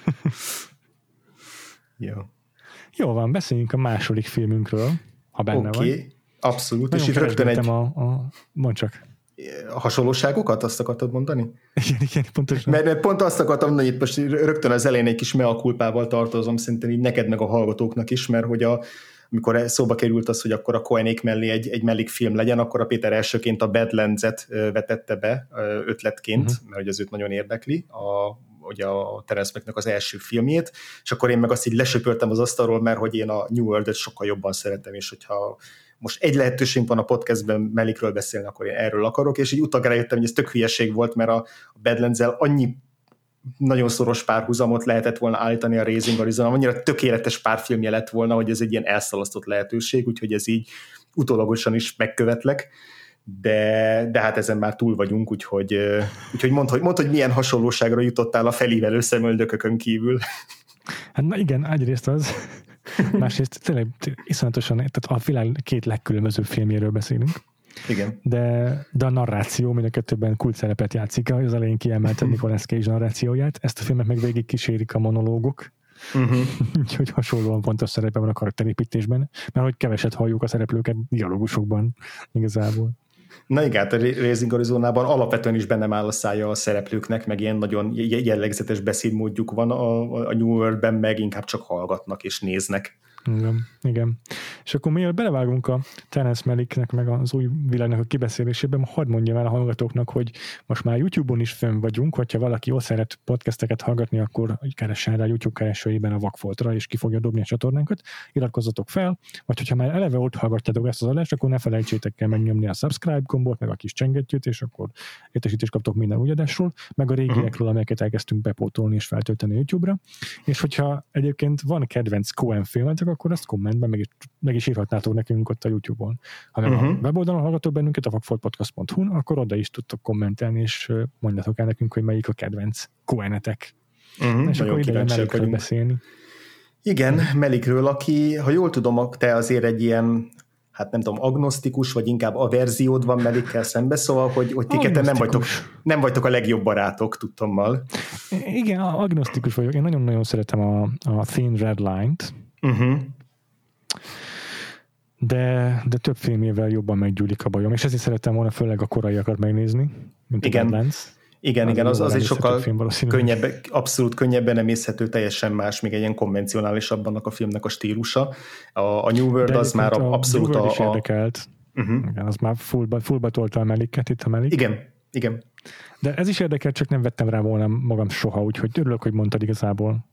Jó. Jó van, beszéljünk a második filmünkről, ha benne okay, vagy. Abszolút. Nagyon és rögtön egy... A, a... Mondd csak. A hasonlóságokat, azt akartad mondani? Igen, igen, pontosan. Mert, mert pont azt akartam mondani, hogy most rögtön az elején egy kis mea culpával tartozom, szerintem így neked meg a hallgatóknak is, mert hogy a, amikor szóba került az, hogy akkor a Coenék mellé egy, egy mellékfilm legyen, akkor a Péter elsőként a Badlands-et vetette be ötletként, uh-huh. mert hogy az őt nagyon érdekli, a, ugye a Terence Malicknek az első filmjét, és akkor én meg azt így lesöpörtem az asztalról, mert hogy én a New World-et sokkal jobban szeretem, és hogyha most egy lehetőség van a podcastben Malickről beszélni, akkor én erről akarok, és így utána rájöttem, hogy ez tök hülyeség volt, mert a Badlands-el annyi nagyon szoros párhuzamot lehetett volna állítani a Raising Arizona, annyira tökéletes párfilmje lett volna, hogy ez egy ilyen elszalasztott lehetőség, úgyhogy ez így utólagosan is megkövetlek, de, de hát ezen már túl vagyunk, úgyhogy, úgyhogy mondd, hogy, mondd, hogy milyen hasonlóságra jutottál a felívelő szemöldökökön kívül. Hát na igen, egyrészt az, másrészt tényleg iszonyatosan, tehát a világ két legkülönbözőbb filmjéről beszélünk. Igen. De, de a narráció mind a kettőben kult szerepet játszik. Az elején kiemelted Nicolas Cage narrációját, ezt a filmet meg végig kísérik a monológok, uh-huh. úgyhogy hasonlóan fontos szerepe van a karakterépítésben, mert hogy keveset halljuk a szereplőket dialógusokban igazából. Na igen, a Raising Arizonában alapvetően is bennem áll a szája a szereplőknek, meg ilyen nagyon jellegzetes beszédmódjuk van a, a New World-ben, meg inkább csak hallgatnak és néznek. Igen, igen. És akkor mielőtt belevágunk a Terence Malicknek meg az új világnak a kibeszélésében, hadd mondjam el a hallgatóknak, hogy most már YouTube-on is fönn vagyunk, hogyha valaki ott szeret podcasteket hallgatni, akkor keressen rá YouTube keresőjében a Vakfoltra, és ki fogja dobni a csatornánkat, iratkozzatok fel, vagy hogyha már eleve ott hallgatjátok ezt az adást, akkor ne felejtsétek el megnyomni a subscribe gombot, meg a kis csengettyűt, és akkor értesítést kaptok minden új adásról, meg a régiekről, amelyeket elkezdtünk bepótolni és feltölteni YouTube-ra. És hogyha egyébként van kedvenc Coen filmetek, akkor azt kommentben meg is, meg is írhatnátok nekünk ott a YouTube-on. Ha nem uh-huh. a weboldalon hallgatok bennünket, a vakfoltpodcast pont hu-n, akkor oda is tudtok kommentelni, és mondjatok el nekünk, hogy melyik a kedvenc Coenetek. Uh-huh. És akkor ideje Malickről beszélni. Igen, Malickről, aki, ha jól tudom, te azért egy ilyen, hát nem tudom, agnosztikus, vagy inkább averziód van Malickkel szembe, szóval, hogy, hogy ti ketten nem vagytok, nem vagytok a legjobb barátok, tudtommal. Igen, agnosztikus vagyok. Én nagyon-nagyon szeretem a, a Thin Red Line-t, Uh-huh. De, de több filmével jobban meggyúlik a bajom, és ezért szerettem volna főleg a koraiakat megnézni, mint igen. a Badlands. Igen, az igen, az, az is sokkal könnyebb, abszolút könnyebben emészhető, teljesen más, még egy ilyen konvencionálisabb annak a filmnek a stílusa. A, a New World az már a, abszolút New World a... is érdekelt. Uh-huh. Igen, az már fullba, fullba tolta a Malicket, itt a Malick. Igen, igen. De ez is érdekelt, csak nem vettem rá volna magam soha, úgyhogy örülök, hogy mondtad igazából.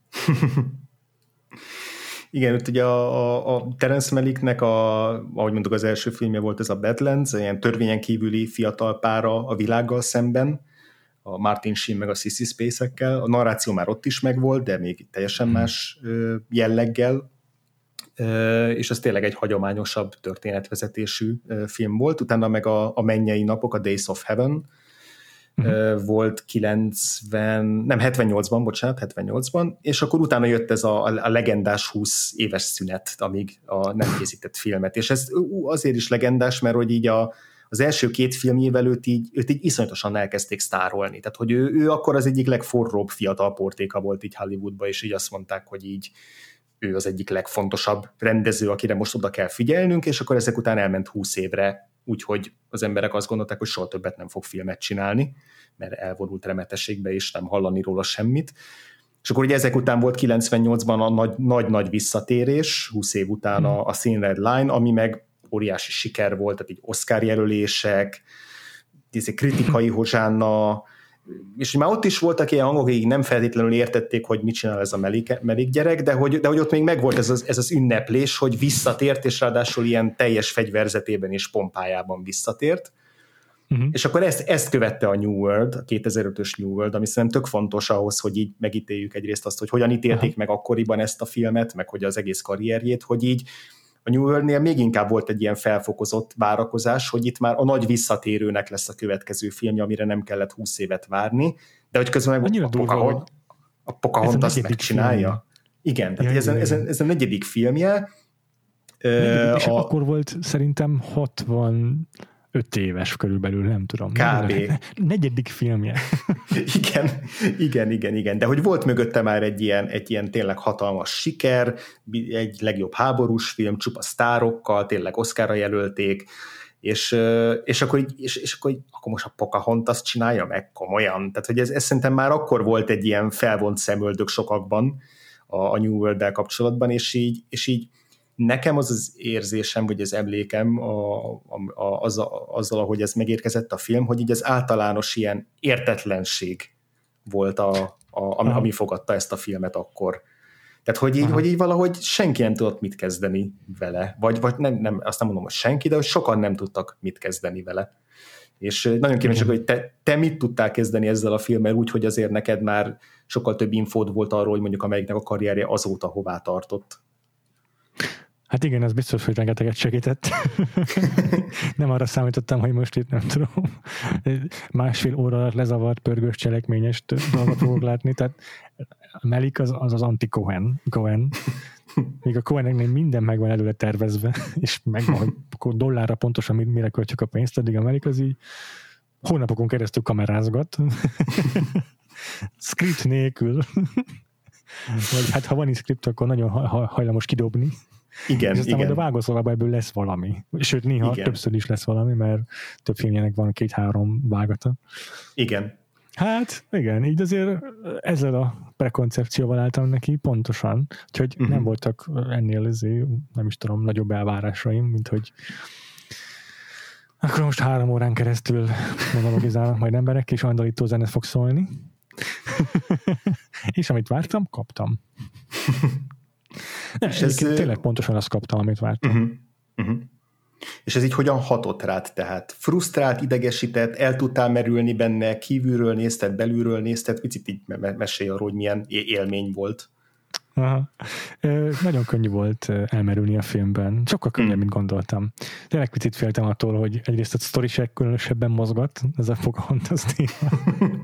Igen, ott ugye a, a, a Terence Malicknek, a, ahogy mondtuk, az első filmje volt ez a Badlands, ilyen törvényen kívüli fiatal pára a világgal szemben, a Martin Sheen meg a Sissy Spacekkel. A narráció már ott is megvolt, de még teljesen más ö, jelleggel, ö, és ez tényleg egy hagyományosabb történetvezetésű ö, film volt. Utána meg a, a Mennyei napok, a Days of Heaven, uh-huh. volt kilencven, nem hetvennyolcban, bocsánat, hetvennyolcban, és akkor utána jött ez a, a legendás húsz éves szünet, amíg a nem készített filmet, és ez azért is legendás, mert hogy így a, az első két filmjével őt így, őt így iszonyatosan elkezdték sztárolni, tehát hogy ő, ő akkor az egyik legforróbb fiatal portéka volt így Hollywoodban, és így azt mondták, hogy így ő az egyik legfontosabb rendező, akire most oda kell figyelnünk, és akkor ezek után elment húsz évre, úgyhogy az emberek azt gondolták, hogy soha többet nem fog filmet csinálni, mert elvonult remetességbe, és nem hallani róla semmit. És akkor ugye ezek után volt kilencvennyolcban a nagy-nagy visszatérés, húsz év után a, a Thin Red Line, ami meg óriási siker volt, tehát így Oscar jelölések, kritikai hozsánna, és már ott is voltak ilyen hangok, akik nem feltétlenül értették, hogy mit csinál ez a melik, melik gyerek, de hogy, de hogy ott még megvolt ez az, ez az ünneplés, hogy visszatért, és ráadásul ilyen teljes fegyverzetében és pompájában visszatért. Uh-huh. És akkor ezt, ezt követte a New World, a kétezer-ötös New World, ami szerintem tök fontos ahhoz, hogy így megítéljük egyrészt azt, hogy hogyan ítélték uh-huh. meg akkoriban ezt a filmet, meg hogy az egész karrierjét, hogy így a New World-nél még inkább volt egy ilyen felfokozott várakozás, hogy itt már a nagy visszatérőnek lesz a következő filmje, amire nem kellett húsz évet várni, de hogy közben meg a, Pocahontas, a Pocahontas megcsinálja. Film. Igen, tehát ja, ez, ez, ez a negyedik filmje. Negyedik, és a... akkor volt szerintem hatvanöt éves körülbelül, nem tudom. Kb. Negyedik filmje. igen, igen, igen, igen. De hogy volt mögötte már egy ilyen, egy ilyen tényleg hatalmas siker, egy legjobb háborús film, csupa sztárokkal, tényleg Oscarra jelölték, és, és, akkor, és, és akkor, akkor most a Pocahontas csinálja meg komolyan. Tehát, hogy ez, ez szerintem már akkor volt egy ilyen felvont szemöldök sokakban a, a New World-del kapcsolatban, és így, és így nekem az az érzésem, vagy az emlékem a, a, a, azzal, azzal, ahogy ez megérkezett a film, hogy így az általános ilyen értetlenség volt, a, a, ami, ami fogadta ezt a filmet akkor. Tehát, hogy így, hogy így valahogy senki nem tudott mit kezdeni vele. Vagy, vagy nem, nem, azt nem mondom, hogy senki, de hogy sokan nem tudtak mit kezdeni vele. És nagyon kíváncsi, hogy te, te mit tudtál kezdeni ezzel a filmmel úgy, hogy azért neked már sokkal több infód volt arról, hogy mondjuk amelyiknek a karrierje azóta hová tartott. Hát igen, ez biztos, hogy rengeteget segített. Nem arra számítottam, hogy most itt nem tudom, másfél óra alatt lezavart pörgős cselekményes dolgot fogok látni, tehát Malik az az, az anti-Cohen, Cohen. Még a Coheneknél minden meg van előre tervezve, és megvan, hogy akkor dollárra pontosan mire költjük a pénzt, addig a Malik az így hónapokon keresztül kamerázgat. Script nélkül. Vagy hát ha van is script, akkor nagyon hajlamos kidobni. Igen, és aztán igen. majd a vágószobában ebből lesz valami. Sőt, néha igen. többször is lesz valami, mert több filmjének van két-három vágata. Igen. Hát, igen, így azért ezzel a prekoncepcióval álltam neki pontosan, úgyhogy uh-huh. nem voltak ennél azért, nem is tudom, nagyobb elvárásaim, mint hogy akkor most három órán keresztül monologizálnak majd emberek, és andalító zene fog szólni. És amit vártam, kaptam. Nem, és ez tényleg pontosan azt kaptam, amit vártam. Uh-huh. Uh-huh. És ez így hogyan hatott rád? Tehát frusztrált, idegesített, el tudtál merülni benne, kívülről nézted, belülről nézted, picit így mesélj arról, hogy milyen élmény volt. Aha. Nagyon könnyű volt elmerülni a filmben. Sokkal könnyebb, mm. mint gondoltam. Tényleg picit féltem attól, hogy egyrészt a sztori se különösebben mozgat, ez a Pocahontas téma.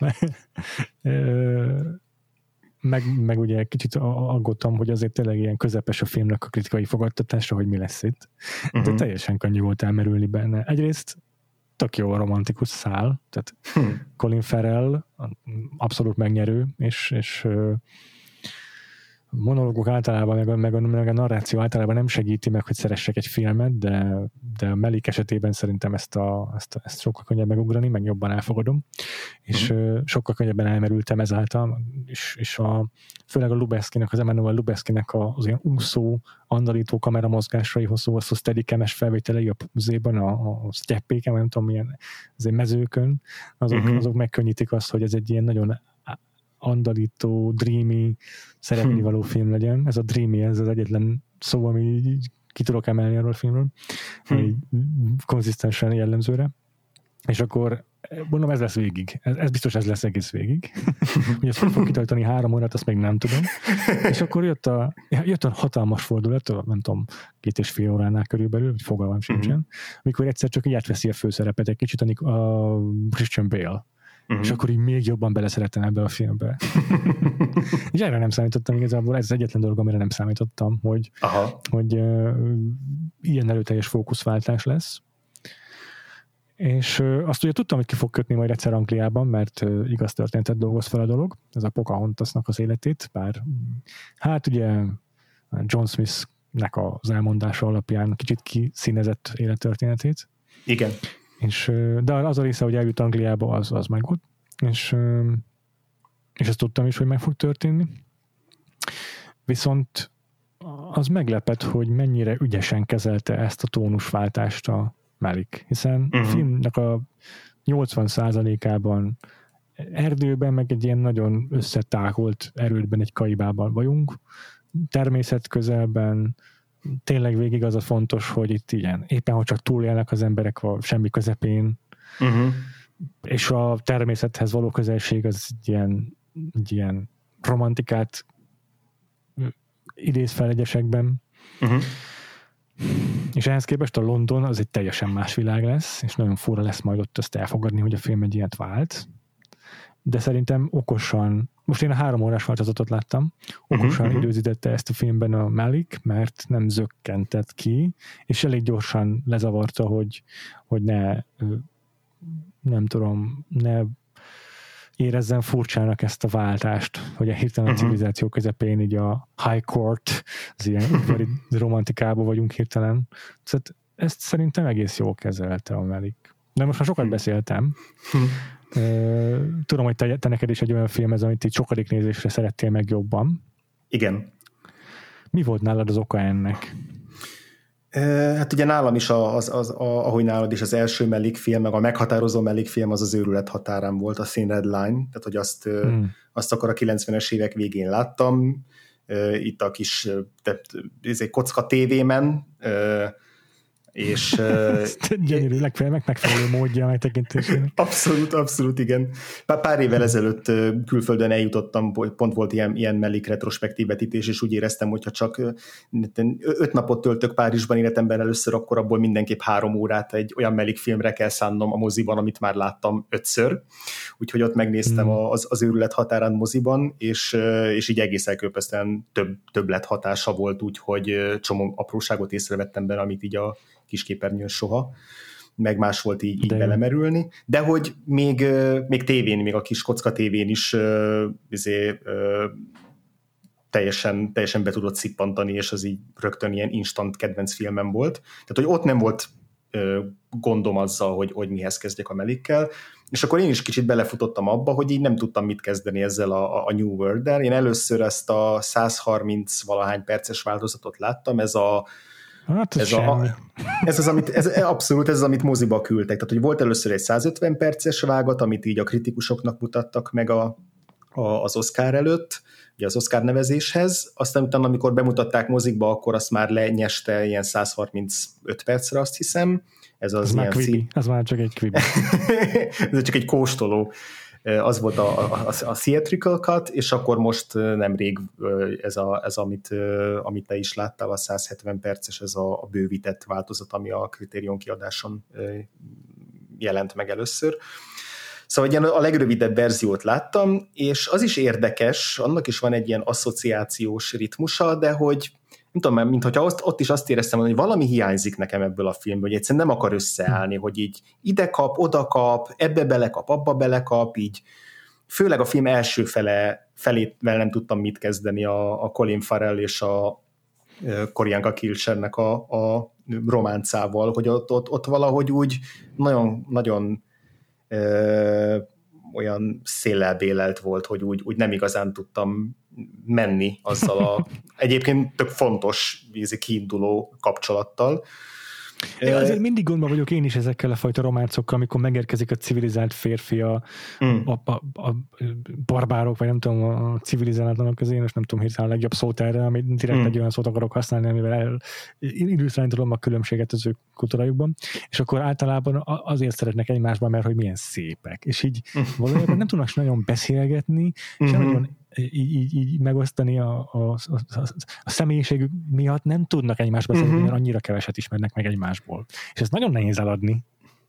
meg, meg ugye kicsit aggódtam, hogy azért tényleg ilyen közepes a filmnek a kritikai fogadtatása, hogy mi lesz itt. Uh-huh. De teljesen könnyű volt elmerülni benne. Egyrészt tök jó a romantikus szál, tehát hmm. Colin Farrell abszolút megnyerő, és, és monológok általában, meg a, meg, a, meg a narráció általában nem segíti meg, hogy szeressek egy filmet, de, de a Malik esetében szerintem ezt, a, ezt, ezt sokkal könnyebb megugrani, meg jobban elfogadom. És uh-huh. sokkal könnyebben elmerültem ezáltal, és, és a, főleg a Lubezkinek, az Emmanuel Lubezkinek az ilyen úszó, andalító kameramozgásaihoz, szóval a steadicam-es felvételei a zében, a, a sztyeppéken, nem tudom milyen, azért mezőkön, azok, uh-huh. azok megkönnyítik azt, hogy ez egy ilyen nagyon andalító, dreamy, szeretni való hmm. film legyen. Ez a dreamy, ez az egyetlen szó, ami ki tudok emelni arról a filmről, hmm. konzisztensen jellemzőre. És akkor mondom, ez lesz végig. Ez, ez biztos ez lesz egész végig. Hogy ezt fog kitartani három órát, azt még nem tudom. És akkor jött a, jött a hatalmas fordulat, nem tudom, két és fél óránál körülbelül, hogy fogalmam sincsen, amikor egyszer csak így átveszi a főszerepet egy kicsit a Christian Bale. uh-huh. és akkor így még jobban beleszerettem ebbe a filmbe. És erre nem számítottam igazából, ez az egyetlen dolog, amire nem számítottam, hogy, hogy uh, ilyen erőteljes fókuszváltás lesz. És uh, azt ugye tudtam, hogy ki fog kötni majd egyszer Angliában, mert uh, igaz történetet dolgoz fel a dolog, ez a Pocahontasnak az életét, bár hát ugye John Smith-nek az elmondása alapján kicsit kiszínezett élettörténetét. Igen. És, de az a része, hogy eljut Angliába, az, az meg ott. És, és ezt tudtam is, hogy meg fog történni. Viszont az meglepett, hogy mennyire ügyesen kezelte ezt a tónusváltást a Malik. Hiszen uh-huh. a filmnek a nyolcvan százalékában erdőben, meg egy ilyen nagyon összetákolt erődben, egy kaibában vagyunk. Természet közelben, tényleg végig az a fontos, hogy itt igen, éppen hogy csak túlélnek az emberek a semmi közepén, uh-huh. és a természethez való közelség az egy ilyen, egy ilyen romantikát idéz fel egyesekben. Uh-huh. És ehhez képest a London az egy teljesen más világ lesz, és nagyon fura lesz majd ott ezt elfogadni, hogy a film egy ilyet vált. De szerintem okosan, most én a három órás változatot láttam, okosan uh-huh. időzítette ezt a filmben a Malik, mert nem zökkentett ki, és elég gyorsan lezavarta, hogy, hogy ne, nem tudom, ne érezzen furcsának ezt a váltást, hogy a hirtelen uh-huh. civilizáció közepén így a high court, az ilyen udvari romantikában vagyunk hirtelen. Szóval ezt szerintem egész jól kezelte a Malik. De most már sokat beszéltem. Uh-huh. Uh, tudom, hogy te, te neked is egy olyan film ez, amit így sokadik nézésre szerettél meg jobban. Igen. Mi volt nálad az oka ennek? Uh, hát ugye nálam is, az, az, az, a, ahogy nálad is az első mellékfilm, meg a meghatározó mellékfilm az az Őrület határán volt, a Thin Red Line, tehát hogy azt, hmm. azt akkor a kilencvenes évek végén láttam. Uh, itt a kis tehát, ez egy kocka tévémen, uh, és gyönyörű, legfeljebb megfelelő módja a megtekintésének. Abszolút, abszolút, igen. Pár évvel ezelőtt külföldön eljutottam, pont volt ilyen, ilyen mellék retrospektív vetítés, és úgy éreztem, hogyha csak öt napot töltök Párizsban életemben először, akkor abból mindenképp három órát egy olyan mellékfilmre kell szánnom a moziban, amit már láttam ötször. Úgyhogy ott megnéztem hmm. az, az Őrület határán moziban, és, és így egész elképesztően több, többlet hatása volt, úgyhogy csomó apróságot észrevettem benne, amit így a kisképernyőn soha, meg más volt így, így belemerülni, de hogy még, még tévén, még a kis kocka tévén is izé, teljesen, teljesen be tudott szippantani, és az így rögtön ilyen instant kedvenc filmem volt. Tehát, hogy ott nem volt gondom azzal, hogy, hogy mihez kezdjek a Malikkel, és akkor én is kicsit belefutottam abba, hogy így nem tudtam mit kezdeni ezzel a, a New World-del. Én először ezt a száz harminc valahány perces változatot láttam, ez a Hát ez, ez, a, ez az, amit, ez abszolút ez az, amit moziba küldtek. Tehát, hogy volt először egy száz ötven perces vágat, amit így a kritikusoknak mutattak meg a, a, az Oscar előtt, ugye az Oscar nevezéshez, aztán utána, amikor bemutatták mozikba, akkor azt már lenyeste ilyen száz harmincöt percre, azt hiszem. Ez az ez ilyen már quibi, szí... ez már csak egy quibi. Ez csak egy kóstoló. Az volt a, a, a theatrical cut, és akkor most nemrég ez, a, ez amit, amit te is láttál, a száz hetven perces, ez a, a bővített változat, ami a Criterion kiadáson jelent meg először. Szóval ilyen a legrövidebb verziót láttam, és az is érdekes, annak is van egy ilyen asszociációs ritmusa, de hogy nem tudom, mint hogyha azt, ott is azt éreztem, hogy valami hiányzik nekem ebből a filmből, hogy egyszerűen nem akar összeállni, hogy így ide kap, oda kap, ebbe belekap, abba belekap, így főleg a film első fele, felével nem tudtam mit kezdeni a, a Colin Farrell és a Korianka Kilchernek a, a románcával, hogy ott, ott, ott valahogy úgy nagyon, nagyon ö, olyan széllelbélelt volt, hogy úgy, úgy nem igazán tudtam menni azzal a egyébként tök fontos kiinduló kapcsolattal. Én azért mindig gondban vagyok én is ezekkel a fajta románcokkal, amikor megérkezik a civilizált férfi, a, mm. a, a, a barbárok, vagy nem tudom, a civilizálatlanak közé, most nem tudom hirtelen a legjobb szót erre, amit direkt mm. egy olyan szót akarok használni, amivel illusztrálni tudom a különbséget az ő kultúrájukban, és akkor általában azért szeretnek egymásban, mert hogy milyen szépek, és így mm. valójában nem tudnak nagyon beszélgetni, és mm-hmm. nem nagyon Így, így, így megosztani a, a, a, a személyiségük miatt nem tudnak egymásba beszélni, uh-huh. mert annyira keveset ismernek meg egymásból. És ez nagyon nehéz eladni.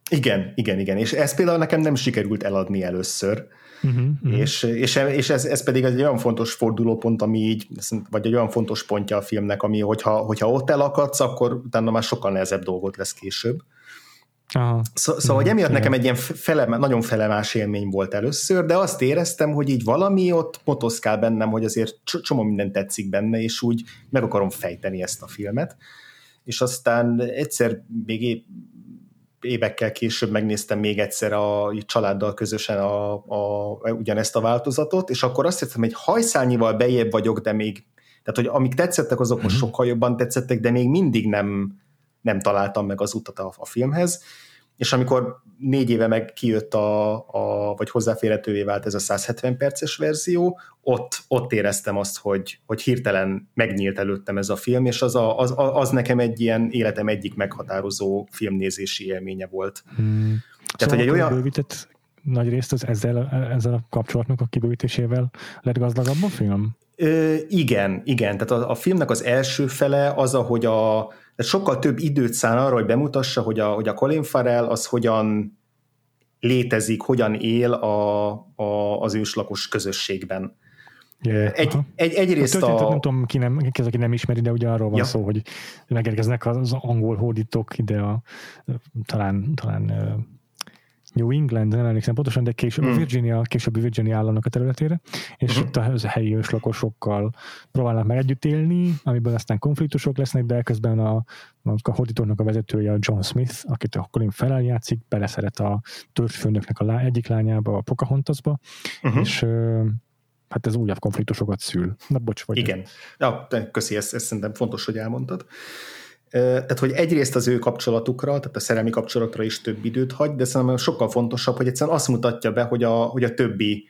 Igen, igen, igen, és ez például nekem nem sikerült eladni először, uh-huh, uh-huh. és, és, és ez, ez pedig egy olyan fontos fordulópont, ami így, vagy egy olyan fontos pontja a filmnek, ami hogyha, hogyha ott elakadsz, akkor utána már sokkal nehezebb dolgot lesz később. Aha. Szó, szóval, hogy emiatt nekem egy ilyen fele, nagyon felemás élmény volt először, de azt éreztem, hogy így valami ott motoszkál bennem, hogy azért csomó minden tetszik benne, és úgy meg akarom fejteni ezt a filmet. És aztán egyszer még évekkel később megnéztem még egyszer a családdal közösen a, a, ugyanezt a változatot, és akkor azt hittem, hogy hajszálnyival bejebb vagyok, de még, tehát hogy amik tetszettek, azok most sokkal jobban tetszettek, de még mindig nem, nem találtam meg az utat a, a filmhez, és amikor négy éve meg kijött a, a vagy hozzáférhetővé vált ez a száz hetven perces verzió, ott, ott éreztem azt, hogy, hogy hirtelen megnyílt előttem ez a film, és az, a, az, az nekem egy ilyen életem egyik meghatározó filmnézési élménye volt. Hmm. Tehát, szóval hogy egy olyan... bővített nagy részt az ezzel, ezzel a kapcsolatnak a kibővítésével lett gazdagabb a film? Ö, igen, igen. Tehát a, a filmnek az első fele az, ahogy a tehát sokkal több időt szán arra, hogy bemutassa, hogy a, hogy a Colin Farrell az hogyan létezik, hogyan él a, a, az őslakos közösségben. Yeah, egy, egy, egyrészt a... a... Nem tudom, ki, nem, ki az, aki nem ismeri, de ugye arról van ja. szó, hogy megérkeznek az angol hódítók ide a talán, talán New England, nem emlékszem pontosan, de később hmm. Virginia, későbbi Virginia államnak a területére, és uh-huh. ott a helyi őslakosokkal próbálnak meg együtt élni, amiből aztán konfliktusok lesznek, de közben a, a hódítóknak a vezetője a John Smith, akit a Colin Farrell játszik, beleszeret a törzsfőnöknek a lá, egyik lányába, a Pocahontasba, uh-huh. és hát ez újabb konfliktusokat szül. Na, bocs, vagy. Igen. Ja, köszi, ezt, ezt szerintem fontos, hogy elmondtad. Tehát, hogy egyrészt az ő kapcsolatukra, tehát a szerelmi kapcsolatra is több időt hagy, de szerintem sokkal fontosabb, hogy egyszerűen azt mutatja be, hogy a, hogy a többi,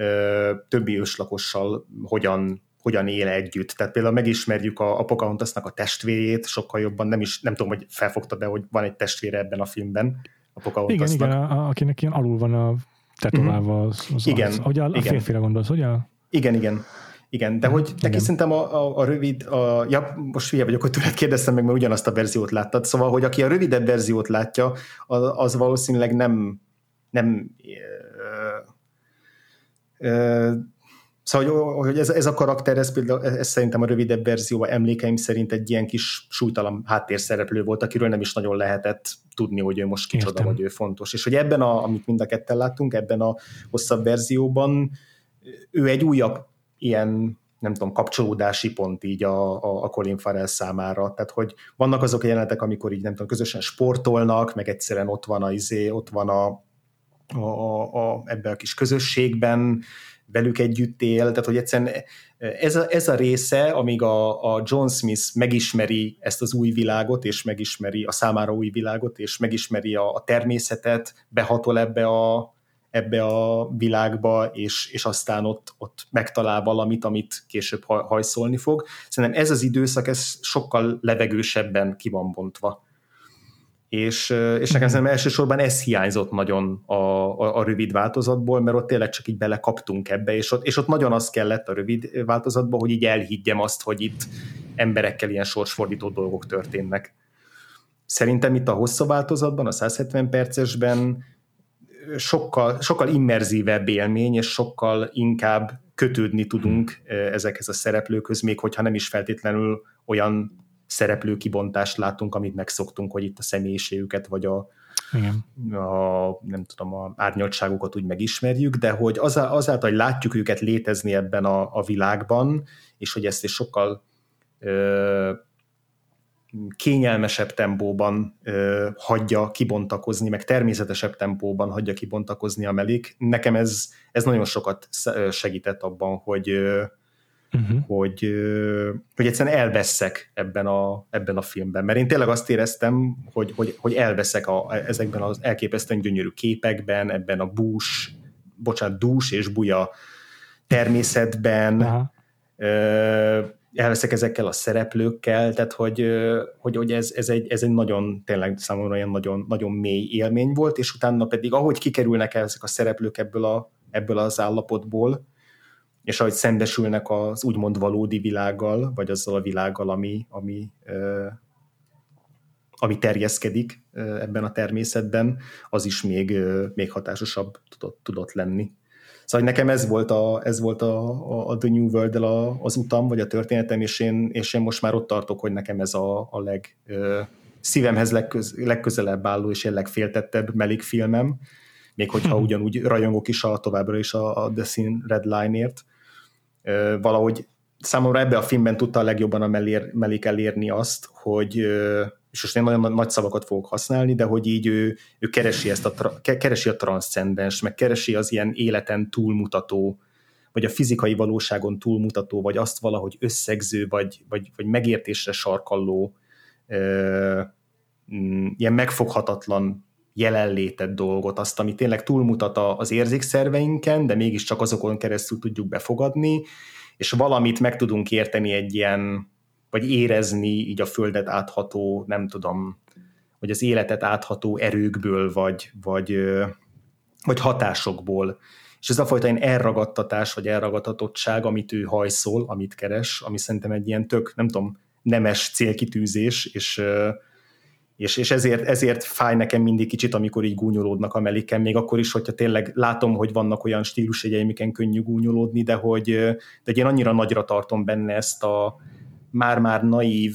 többi őslakossal hogyan, hogyan él együtt. Tehát például megismerjük a, a Pocahontasnak a testvérét, sokkal jobban, nem is, nem tudom, hogy felfogta be, hogy van egy testvére ebben a filmben, a Pocahontasnak. Igen, igen, a, akinek ilyen alul van a tetoválva az, az igen, az. Hogy a, a férfire gondolsz, hogy a... Igen, igen. Igen, de hogy neki szerintem a, a, a rövid, a, ja, most hülye vagyok, hogy tőled kérdeztem meg, mert ugyanazt a verziót láttad, szóval, hogy aki a rövidebb verziót látja, az, az valószínűleg nem, nem ö, ö, szóval, hogy ez, ez a karakter, ez, például, ez szerintem a rövidebb verzióban emlékeim szerint egy ilyen kis súlytalan háttérszereplő volt, akiről nem is nagyon lehetett tudni, hogy ő most kicsoda, Értem. Vagy ő fontos. És hogy ebben, a, amit mind a ketten láttunk, ebben a hosszabb verzióban ő egy újabb ilyen, nem tudom, kapcsolódási pont így a, a, a Colin Farrell számára. Tehát, hogy vannak azok a jelenetek, amikor így, nem tudom, közösen sportolnak, meg egyszerűen ott van a izé, ott van a, a, a, a ebben a kis közösségben, velük együtt él, tehát, hogy egyszerűen ez a, ez a része, amíg a, a John Smith megismeri ezt az új világot, és megismeri a számára új világot, és megismeri a, a természetet, behatol ebbe a ebbe a világba, és, és aztán ott, ott megtalál valamit, amit később hajszolni fog. Szerintem ez az időszak, ez sokkal levegősebben ki van bontva. És, és nekem szerintem elsősorban ez hiányzott nagyon a, a, a rövid változatból, mert ott tényleg csak így belekaptunk ebbe, és ott, és ott nagyon az kellett a rövid változatban, hogy így elhiggyem azt, hogy itt emberekkel ilyen sorsfordító dolgok történnek. Szerintem itt a hosszabb változatban, a száz hetven percesben sokkal, sokkal immerzívebb élmény, és sokkal inkább kötődni tudunk ezekhez a szereplőkhöz, még hogyha nem is feltétlenül olyan szereplőkibontást látunk, amit megszoktunk, hogy itt a személyiségüket, vagy a, Igen. a nem tudom, a árnyaltságukat úgy megismerjük, de hogy azáltal, hogy látjuk őket létezni ebben a, a világban, és hogy ezt is sokkal ö, kényelmesebb tempóban ö, hagyja kibontakozni, meg természetesebb tempóban hagyja kibontakozni a Melik. Nekem ez, ez nagyon sokat segített abban, hogy, ö, uh-huh. hogy, ö, hogy egyszerűen elveszek ebben a, ebben a filmben. Mert én tényleg azt éreztem, hogy, hogy, hogy elveszek a, ezekben az elképesztően gyönyörű képekben, ebben a bús, bocsánat, dús és buja természetben, uh-huh. ö, elveszek ezekkel a szereplőkkel, tehát hogy, hogy, hogy ez, ez, egy, ez egy nagyon, tényleg számomra olyan nagyon, nagyon mély élmény volt, és utána pedig ahogy kikerülnek el ezek a szereplők ebből, a, ebből az állapotból, és ahogy szembesülnek az úgymond valódi világgal, vagy azzal a világgal, ami, ami, ami terjeszkedik ebben a természetben, az is még, még hatásosabb tudott, tudott lenni. Szóval nekem ez volt a, ez volt a, a, a The New World-del a, az utam, vagy a történetem, és én, és én most már ott tartok, hogy nekem ez a, a leg, ö, szívemhez legköz, legközelebb álló és legféltettebb Malick filmem, még hogyha hmm. ugyanúgy rajongok is a, továbbra is a, a The Thin Red Line-ért. Ö, valahogy számomra ebbe a filmben tudta a legjobban a Malick elérni azt, hogy, ö, és most én nagyon nagy szavakat fogok használni, de hogy így ő, ő keresi, ezt a, keresi a transzcendens, meg keresi az ilyen életen túlmutató, vagy a fizikai valóságon túlmutató, vagy azt valahogy összegző, vagy, vagy, vagy megértésre sarkalló, ö, ilyen megfoghatatlan jelenlétet dolgot, azt, ami tényleg túlmutat az érzékszerveinken, de mégiscsak azokon keresztül tudjuk befogadni, és valamit meg tudunk érteni egy ilyen, vagy érezni így a földet átható, nem tudom, vagy az életet átható erőkből, vagy, vagy, vagy hatásokból. És ez a fajta ilyen elragadtatás, vagy elragadtatottság, amit ő hajszol, amit keres, ami szerintem egy ilyen tök, nem tudom, nemes célkitűzés, és, és, és ezért, ezért fáj nekem mindig kicsit, amikor így gúnyolódnak a Malicken, még akkor is, hogyha tényleg látom, hogy vannak olyan stílusjegyei, amiken könnyű gúnyolódni, de hogy, de én annyira nagyra tartom benne ezt a már-már naív,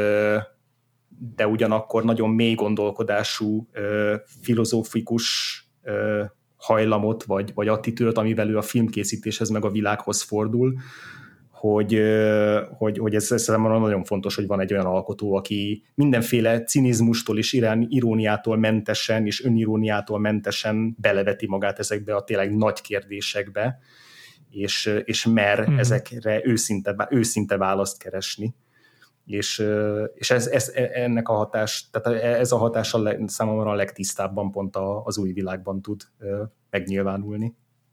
de ugyanakkor nagyon mély gondolkodású, filozófikus hajlamot, vagy, vagy attitűdöt, amivel ő a filmkészítéshez meg a világhoz fordul, hogy, hogy, hogy ez, ez számomra nagyon fontos, hogy van egy olyan alkotó, aki mindenféle cinizmustól és iróniától mentesen, és öniróniától mentesen beleveti magát ezekbe a tényleg nagy kérdésekbe, és, és mer mm. ezekre őszinte, őszinte választ keresni. És, és ez, ez, ennek a hatás, tehát ez a hatás a leg, számomra a legtisztábban pont az új világban tud megnyilvánulni.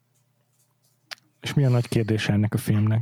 És mi a nagy kérdése ennek a filmnek?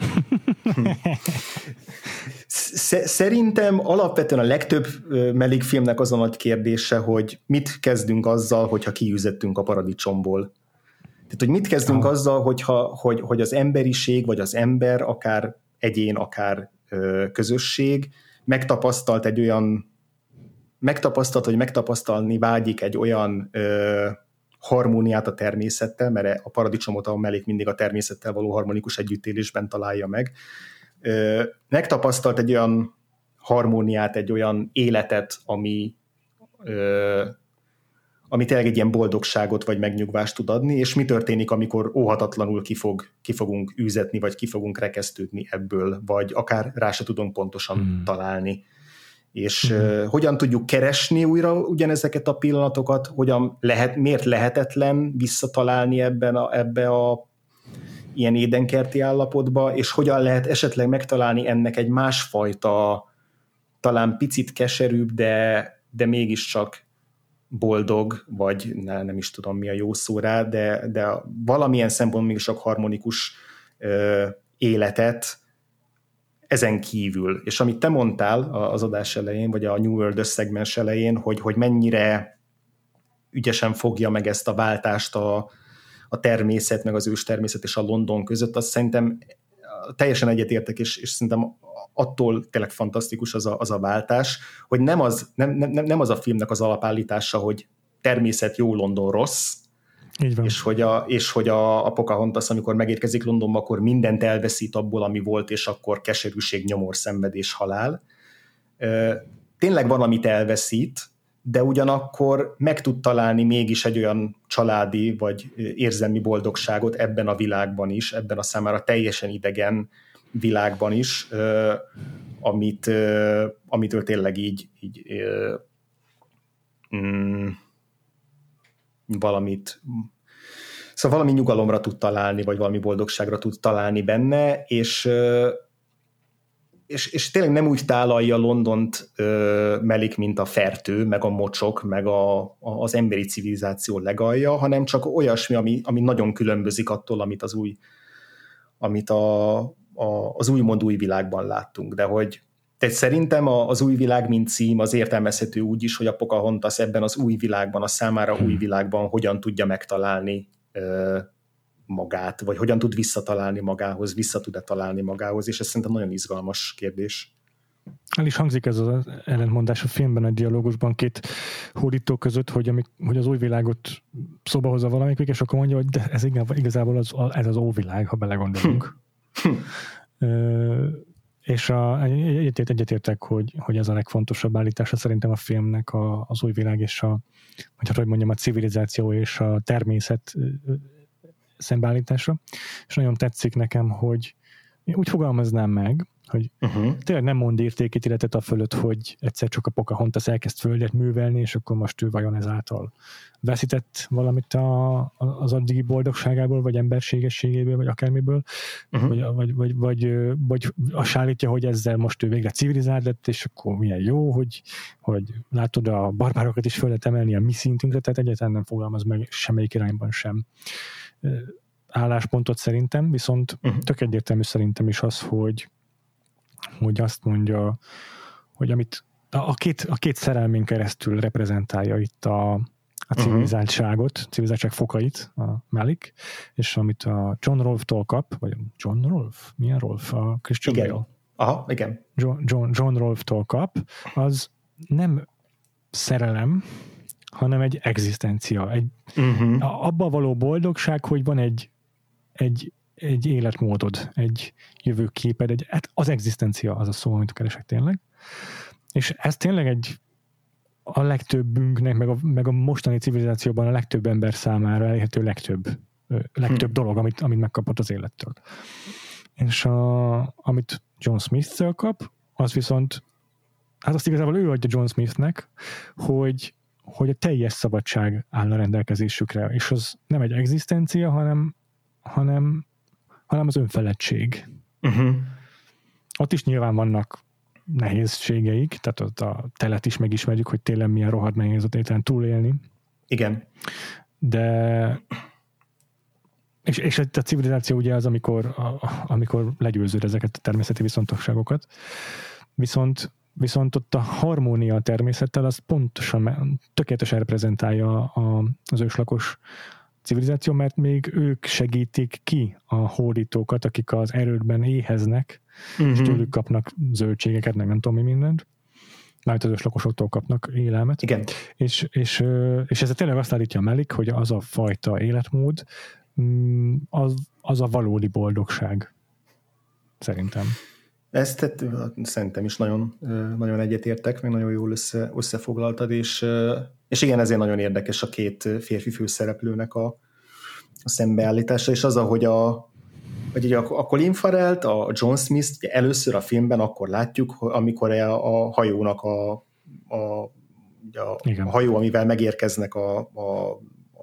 Szerintem alapvetően a legtöbb Malick filmnek az a nagy kérdése, hogy mit kezdünk azzal, hogyha kiüzettünk a paradicsomból. Tehát, hogy mit kezdünk ah. azzal, hogyha, hogy, hogy az emberiség, vagy az ember, akár egyén, akár ö, közösség megtapasztalt egy olyan, megtapasztalt, vagy megtapasztalni vágyik egy olyan ö, harmóniát a természettel, mert a paradicsomot a Malick mindig a természettel való harmonikus együttélésben találja meg. Ö, megtapasztalt egy olyan harmóniát, egy olyan életet, ami ö, ami tényleg egy ilyen boldogságot vagy megnyugvást tud adni, és mi történik, amikor óhatatlanul ki, fog, ki fogunk űzetni, vagy ki fogunk rekesztődni ebből, vagy akár rá se tudunk pontosan mm. találni. És mm. uh, hogyan tudjuk keresni újra ugyanezeket a pillanatokat, hogyan lehet, miért lehetetlen visszatalálni ebben a, ebbe a ilyen édenkerti állapotba, és hogyan lehet esetleg megtalálni ennek egy másfajta, talán picit keserűbb, de, de mégiscsak boldog, vagy ne, nem is tudom mi a jó szó rá, de, de valamilyen szempontból mégis csak harmonikus ö, életet ezen kívül. És amit te mondtál az adás elején, vagy a New World összegmens elején, hogy, hogy mennyire ügyesen fogja meg ezt a váltást a, a természet, meg az őstermészet és a London között, azt szerintem teljesen egyetértek, és, és szerintem attól tényleg fantasztikus az a, az a váltás, hogy nem az, nem, nem, nem az a filmnek az alapállítása, hogy természet jó, London rossz, és hogy, a, és hogy a, a Pocahontas, amikor megérkezik Londonba, akkor mindent elveszít abból, ami volt, és akkor keserűség, nyomor, szenvedés, halál. Tényleg van, amit elveszít, de ugyanakkor meg tud találni mégis egy olyan családi vagy érzelmi boldogságot ebben a világban is, ebben a számára teljesen idegen világban is, amit, amitől tényleg így, így mm, valamit, szóval valami nyugalomra tud találni, vagy valami boldogságra tud találni benne, és, és, és tényleg nem úgy tálalja Londont Malick, mint a fertő, meg a mocsok, meg a, a, az emberi civilizáció legalja, hanem csak olyasmi, ami, ami nagyon különbözik attól, amit az új, amit a, a, az úgymond új világban láttunk, de hogy tehát szerintem az új világ, mint cím, az értelmezhető úgy is, hogy a Pocahontas ebben az új világban, a számára új világban hogyan tudja megtalálni ö, magát, vagy hogyan tud visszatalálni magához, vissza tud-e találni magához, és ez szerintem nagyon izgalmas kérdés. El is hangzik ez az ellentmondás a filmben, a dialógusban két hódító között, hogy, amik, hogy az új világot szóba hozza valamikor, és akkor mondja, hogy de ez igazából az, ez az óvilág, ha belegondolunk. Ö, és a, egyetért, egyetértek, hogy, hogy ez a legfontosabb állítása szerintem a filmnek a, az új világ és a, vagy hogy mondjam, a civilizáció és a természet szembeállítása. És nagyon tetszik nekem, hogy úgy fogalmaznám meg, hogy uh-huh. tényleg nem mond értékítéletet a fölött, hogy egyszer csak a Pocahontas elkezd földet művelni, és akkor most ő vajon ezáltal veszített valamit a, az addigi boldogságából, vagy emberségességéből, vagy akármiből, uh-huh. vagy, vagy, vagy, vagy, vagy azt állítja, hogy ezzel most ő végre civilizált lett, és akkor milyen jó, hogy, hogy látod, a barbárokat is föl lehet emelni a mi szintünkre, tehát egyáltalán nem fogalmaz meg semmelyik irányban sem álláspontot szerintem, viszont uh-huh. tök egyértelmű szerintem is az, hogy hogy azt mondja, hogy amit a két, a két szerelmén keresztül reprezentálja itt a, a civilizáltságot, uh-huh. civilizáltság fokait a Malik, és amit a John Rolfe-tól kap, vagy John Rolfe? Milyen Rolfe? A Christian igen. Bale. Aha, igen. John, John, John Rolfe-tól kap, az nem szerelem, hanem egy egzisztencia. Egy, uh-huh. abba való boldogság, hogy van egy, egy egy életmódod, egy jövőképed, egy, az egzisztencia az a szó, amit keresek tényleg. És ez tényleg egy a legtöbbünknek, meg a, meg a mostani civilizációban a legtöbb ember számára elérhető legtöbb, legtöbb hmm. dolog, amit, amit megkapott az élettől. És a, amit John Smith-től kap, az viszont, hát azt igazából ő adja John Smithnek, hogy, hogy a teljes szabadság állna rendelkezésükre, és az nem egy egzisztencia, hanem, hanem hanem az önfeledtség. Uh-huh. Ott is nyilván vannak nehézségeik, tehát ott a telet is megismerjük, hogy télen milyen rohadt nehéz ott étlen túlélni. Igen. De és, és a civilizáció ugye az, amikor, a, amikor legyőződ ezeket a természeti viszontagságokat. Viszont, viszont ott a harmónia a természettel az pontosan, tökéletesen reprezentálja a, az őslakos civilizáció, mert még ők segítik ki a hódítókat, akik az erődben éheznek, uh-huh. és tőlük kapnak zöldségeket, meg nem tudom mi mindent. Mert az őslakosoktól kapnak élelmet. Igen. És, és, és ez tényleg azt állítja Malik, hogy az a fajta életmód, az, az a valódi boldogság. Szerintem. Ezt tehát, szerintem is nagyon, nagyon egyetértek, meg nagyon jól össze, összefoglaltad, és, és igen, ezért nagyon érdekes a két férfi főszereplőnek a, a szembeállítása, és az, ahogy a, hogy a, a Colin Farrellt, a John Smith először a filmben akkor látjuk, amikor a, a hajónak a, a, a, a hajó, amivel megérkeznek a, a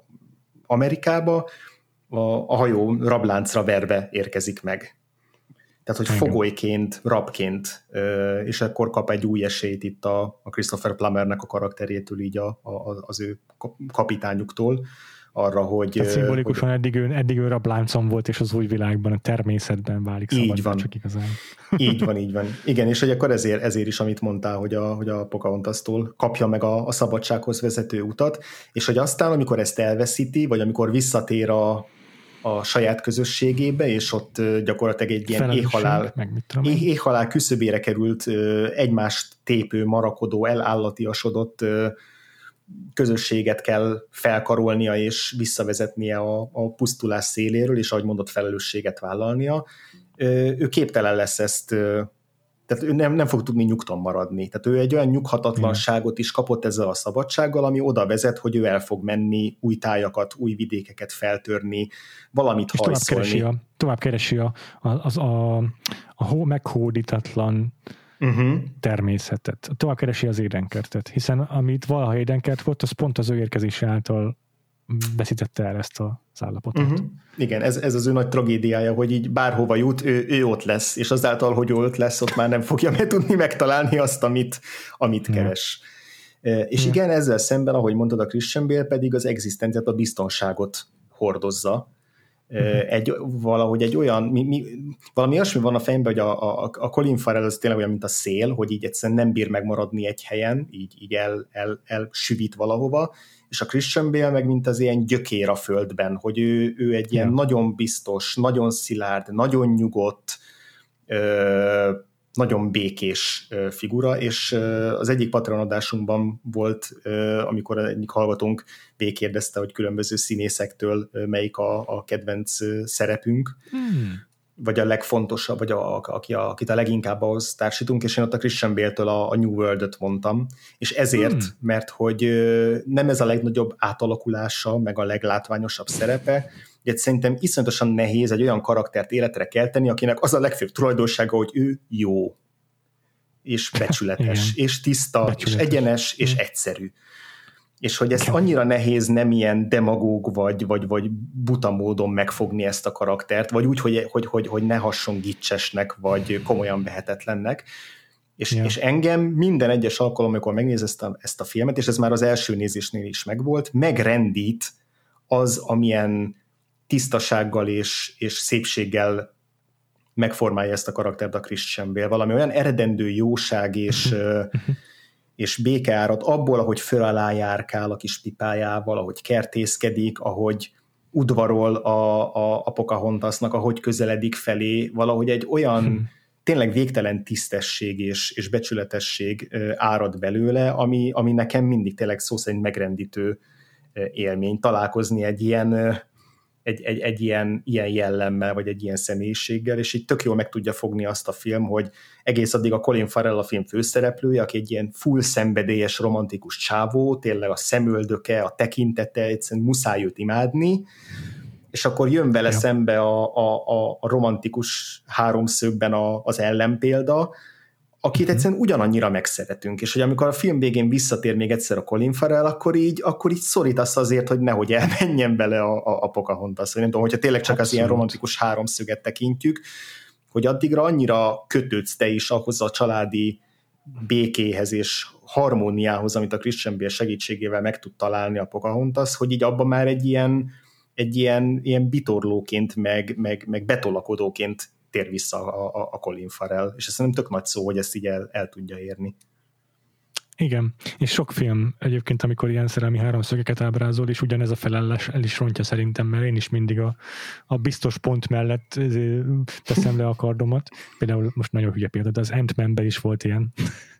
Amerikába, a, a hajó rabláncra verve érkezik meg. Tehát, hogy igen. fogolyként, rabként, és akkor kap egy új esélyt itt a, a Christopher Plummernek a karakterétől, így a, a, az ő kapitányuktól, arra, hogy... Tehát szimbolikusan hogy, eddig, ő, eddig ő rabláncon volt, és az új világban, a természetben válik szabadban csak igazán. Így van, így van. Igen, és hogy akkor ezért, ezért is, amit mondtál, hogy a, hogy a Pocahontas-tól kapja meg a, a szabadsághoz vezető utat, és hogy aztán, amikor ezt elveszíti, vagy amikor visszatér a a saját közösségébe, és ott gyakorlatilag egy ilyen éhhalál, éh, éhhalál küszöbére került egymást tépő, marakodó, elállatiasodott közösséget kell felkarolnia és visszavezetnie a, a pusztulás széléről, és ahogy mondott, felelősséget vállalnia. Ő képtelen lesz ezt, tehát ő nem, nem fog tudni nyugton maradni. Tehát ő egy olyan nyughatatlanságot is kapott ezzel a szabadsággal, ami oda vezet, hogy ő el fog menni, új tájakat, új vidékeket feltörni, valamit és hajszolni. Tovább keresi a, tovább keresi a, az, a, a hó meghódítatlan uh-huh. természetet. Tovább keresi az édenkertet, hiszen amit valaha édenkert volt, az pont az ő érkezése által veszítette el ezt az állapotot. Uh-huh. Igen, ez, ez az ő nagy tragédiája, hogy így bárhova jut, ő, ő ott lesz, és azáltal, hogy ott lesz, ott már nem fogja meg tudni megtalálni azt, amit, amit yeah. keres. És yeah. igen, ezzel szemben, ahogy mondtad, a Christian Bale pedig az egzisztenciát, a biztonságot hordozza. Uh-huh. Egy, valahogy egy olyan, mi, mi, valami olyasmi van a fejemben, hogy a, a, a Colin Farrell az tényleg olyan, mint a szél, hogy így egyszerűen nem bír megmaradni egy helyen, így, így el, el, elsüvít valahova, és a Christian Bale meg mint az ilyen gyökér a földben, hogy ő, ő egy ilyen yeah. nagyon biztos, nagyon szilárd, nagyon nyugodt, ö, nagyon békés figura, és az egyik Patreon adásunkban volt, amikor egyik hallgatónk végigkérdezte, hogy különböző színészektől melyik a, a kedvenc szerepünk, hmm. vagy a legfontosabb, vagy a, aki a, akit a leginkább ahhoz társítunk, és én ott a Christian Bale-től a, a New World-öt mondtam, és ezért, hmm. mert hogy nem ez a legnagyobb átalakulása, meg a leglátványosabb szerepe, de szerintem iszonyatosan nehéz egy olyan karaktert életre kelteni, akinek az a legfőbb tulajdonsága, hogy ő jó, és becsületes, és tiszta, becsületes. És egyenes, és egyszerű. És hogy ezt annyira nehéz nem ilyen demagóg, vagy, vagy, vagy buta módon megfogni ezt a karaktert, vagy úgy, hogy, hogy, hogy, hogy ne hasson gicsesnek, vagy komolyan vehetetlennek. És, ja. és engem minden egyes alkalom, amikor megnéz ezt a, ezt a filmet, és ez már az első nézésnél is megvolt, megrendít az, amilyen tisztasággal és, és szépséggel megformálja ezt a karaktert a Christian Bale. Valami olyan eredendő jóság és, és békeárat abból, ahogy föl alá járkál a kis pipájával, ahogy kertészkedik, ahogy udvarol a, a, a Pocahontasnak, ahogy közeledik felé, valahogy egy olyan tényleg végtelen tisztesség és, és becsületesség árad belőle, ami, ami nekem mindig tényleg szó szerint megrendítő élmény. Találkozni egy ilyen Egy, egy, egy ilyen, ilyen jellemmel, vagy egy ilyen személyiséggel, és így tök jól meg tudja fogni azt a film, hogy egész addig a Colin Farrell a film főszereplője, aki egy ilyen full szenvedélyes, romantikus csávó, tényleg a szemöldöke, a tekintete, egyszerűen muszáj őt imádni, és akkor jön vele ja. szembe a, a, a romantikus háromszögben a, az ellenpélda, akit uh-huh. egyszerűen ugyanannyira megszeretünk, és hogy amikor a film végén visszatér még egyszer a Colin Farrell, akkor így, akkor így szorítasz azért, hogy nehogy elmenjen bele a, a, a Pocahontas, vagy nem tudom, hogyha tényleg csak Abszolút. Az ilyen romantikus háromszöget tekintjük, hogy addigra annyira kötődsz te is ahhoz a családi békéhez és harmóniához, amit a Christian Bale segítségével meg tud találni a Pocahontas, hogy így abban már egy ilyen, egy ilyen, ilyen bitorlóként, meg, meg, meg betolakodóként tér vissza a, a, a Colin Farrell, és ez szerintem tök nagy szó, hogy ezt így el, el tudja érni. Igen, és sok film egyébként, amikor ilyen szerelmi háromszögeket ábrázol, és ugyanez a felállás el is rontja szerintem, mert én is mindig a, a biztos pont mellett teszem le a kardomat. Például most nagyon hülye példa, de az Ant-Man-ben is volt ilyen.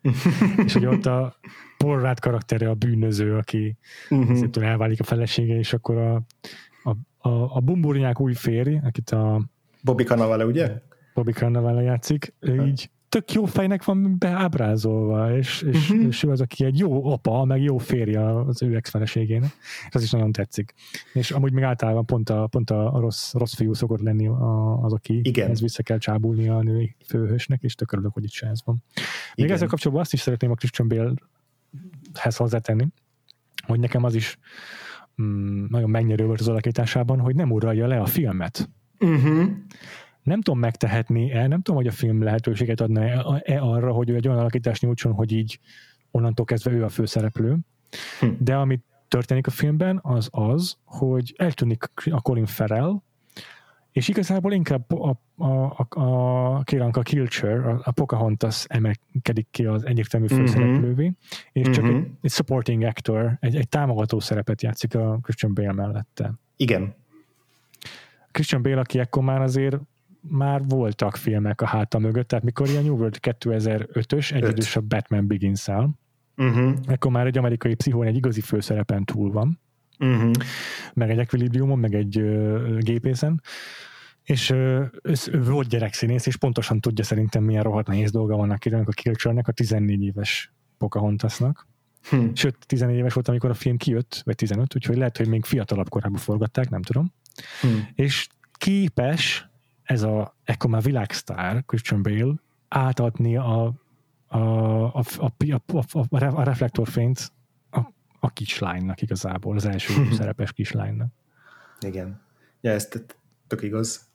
És hogy ott a Paul Rudd karaktere a bűnöző, aki uh-huh. elválik a felesége, és akkor a, a, a, a bumburinyák új férj, akit a Bobby Cannavale, ugye? Bobby Cannavale játszik, ő így tök jó fejnek van beábrázolva, és, és, uh-huh. és ő az, aki egy jó apa, meg jó férje az ő ex-feleségének. Ez is nagyon tetszik. És amúgy még általában pont a, pont a rossz, rossz fiú szokott lenni az, aki Igen. ez vissza kell csábulni a női főhősnek, és tök örülök, hogy itt se ez van. Még Igen. ezzel kapcsolatban azt is szeretném a Christian Bale-hez hozzátenni, hogy nekem az is mm, nagyon megnyerő volt az alakításában, hogy nem uralja le a filmet. Uh-huh. Nem tudom megtehetni-e, nem tudom, hogy a film lehetőséget adna-e arra, hogy ő egy olyan alakítást nyújtson, hogy így onnantól kezdve ő a főszereplő. Hm. De amit történik a filmben, az az, hogy eltűnik a Colin Farrell, és igazából inkább a, a, a, a Kieranka Kilcher, a, a Pocahontas emelkedik ki az egyértelmű főszereplővé, uh-huh. és csak uh-huh. egy, egy supporting actor, egy, egy támogató szerepet játszik a Christian Bale mellette. Igen. Christian Bale, aki ekkor már azért már voltak filmek a háta mögött, tehát mikor ilyen New World kétezer-ötös, egyidős a Batman Begins-el, uh-huh. ekkor már egy amerikai pszichón egy igazi főszerepen túl van, uh-huh. meg egy Equilibriumon, meg egy uh, gépészen, és uh, ő volt gyerekszínész, és pontosan tudja szerintem milyen rohadt nehéz dolga vannak a Kilchernek, a tizennégy éves Pocahontasnak. Hmm. Sőt, tizennégy éves volt, amikor a film kijött, vagy tizenöt, úgyhogy lehet, hogy még fiatalabb korában forgatták, nem tudom. Hmm. És képes ez a ekkor már világsztár Christian Bale átadni a, a, a, a, a, a, a reflektorfényt a, a kislánynak igazából, az első hmm. szerepes kislánynak. Igen. Ja, ez tök igaz.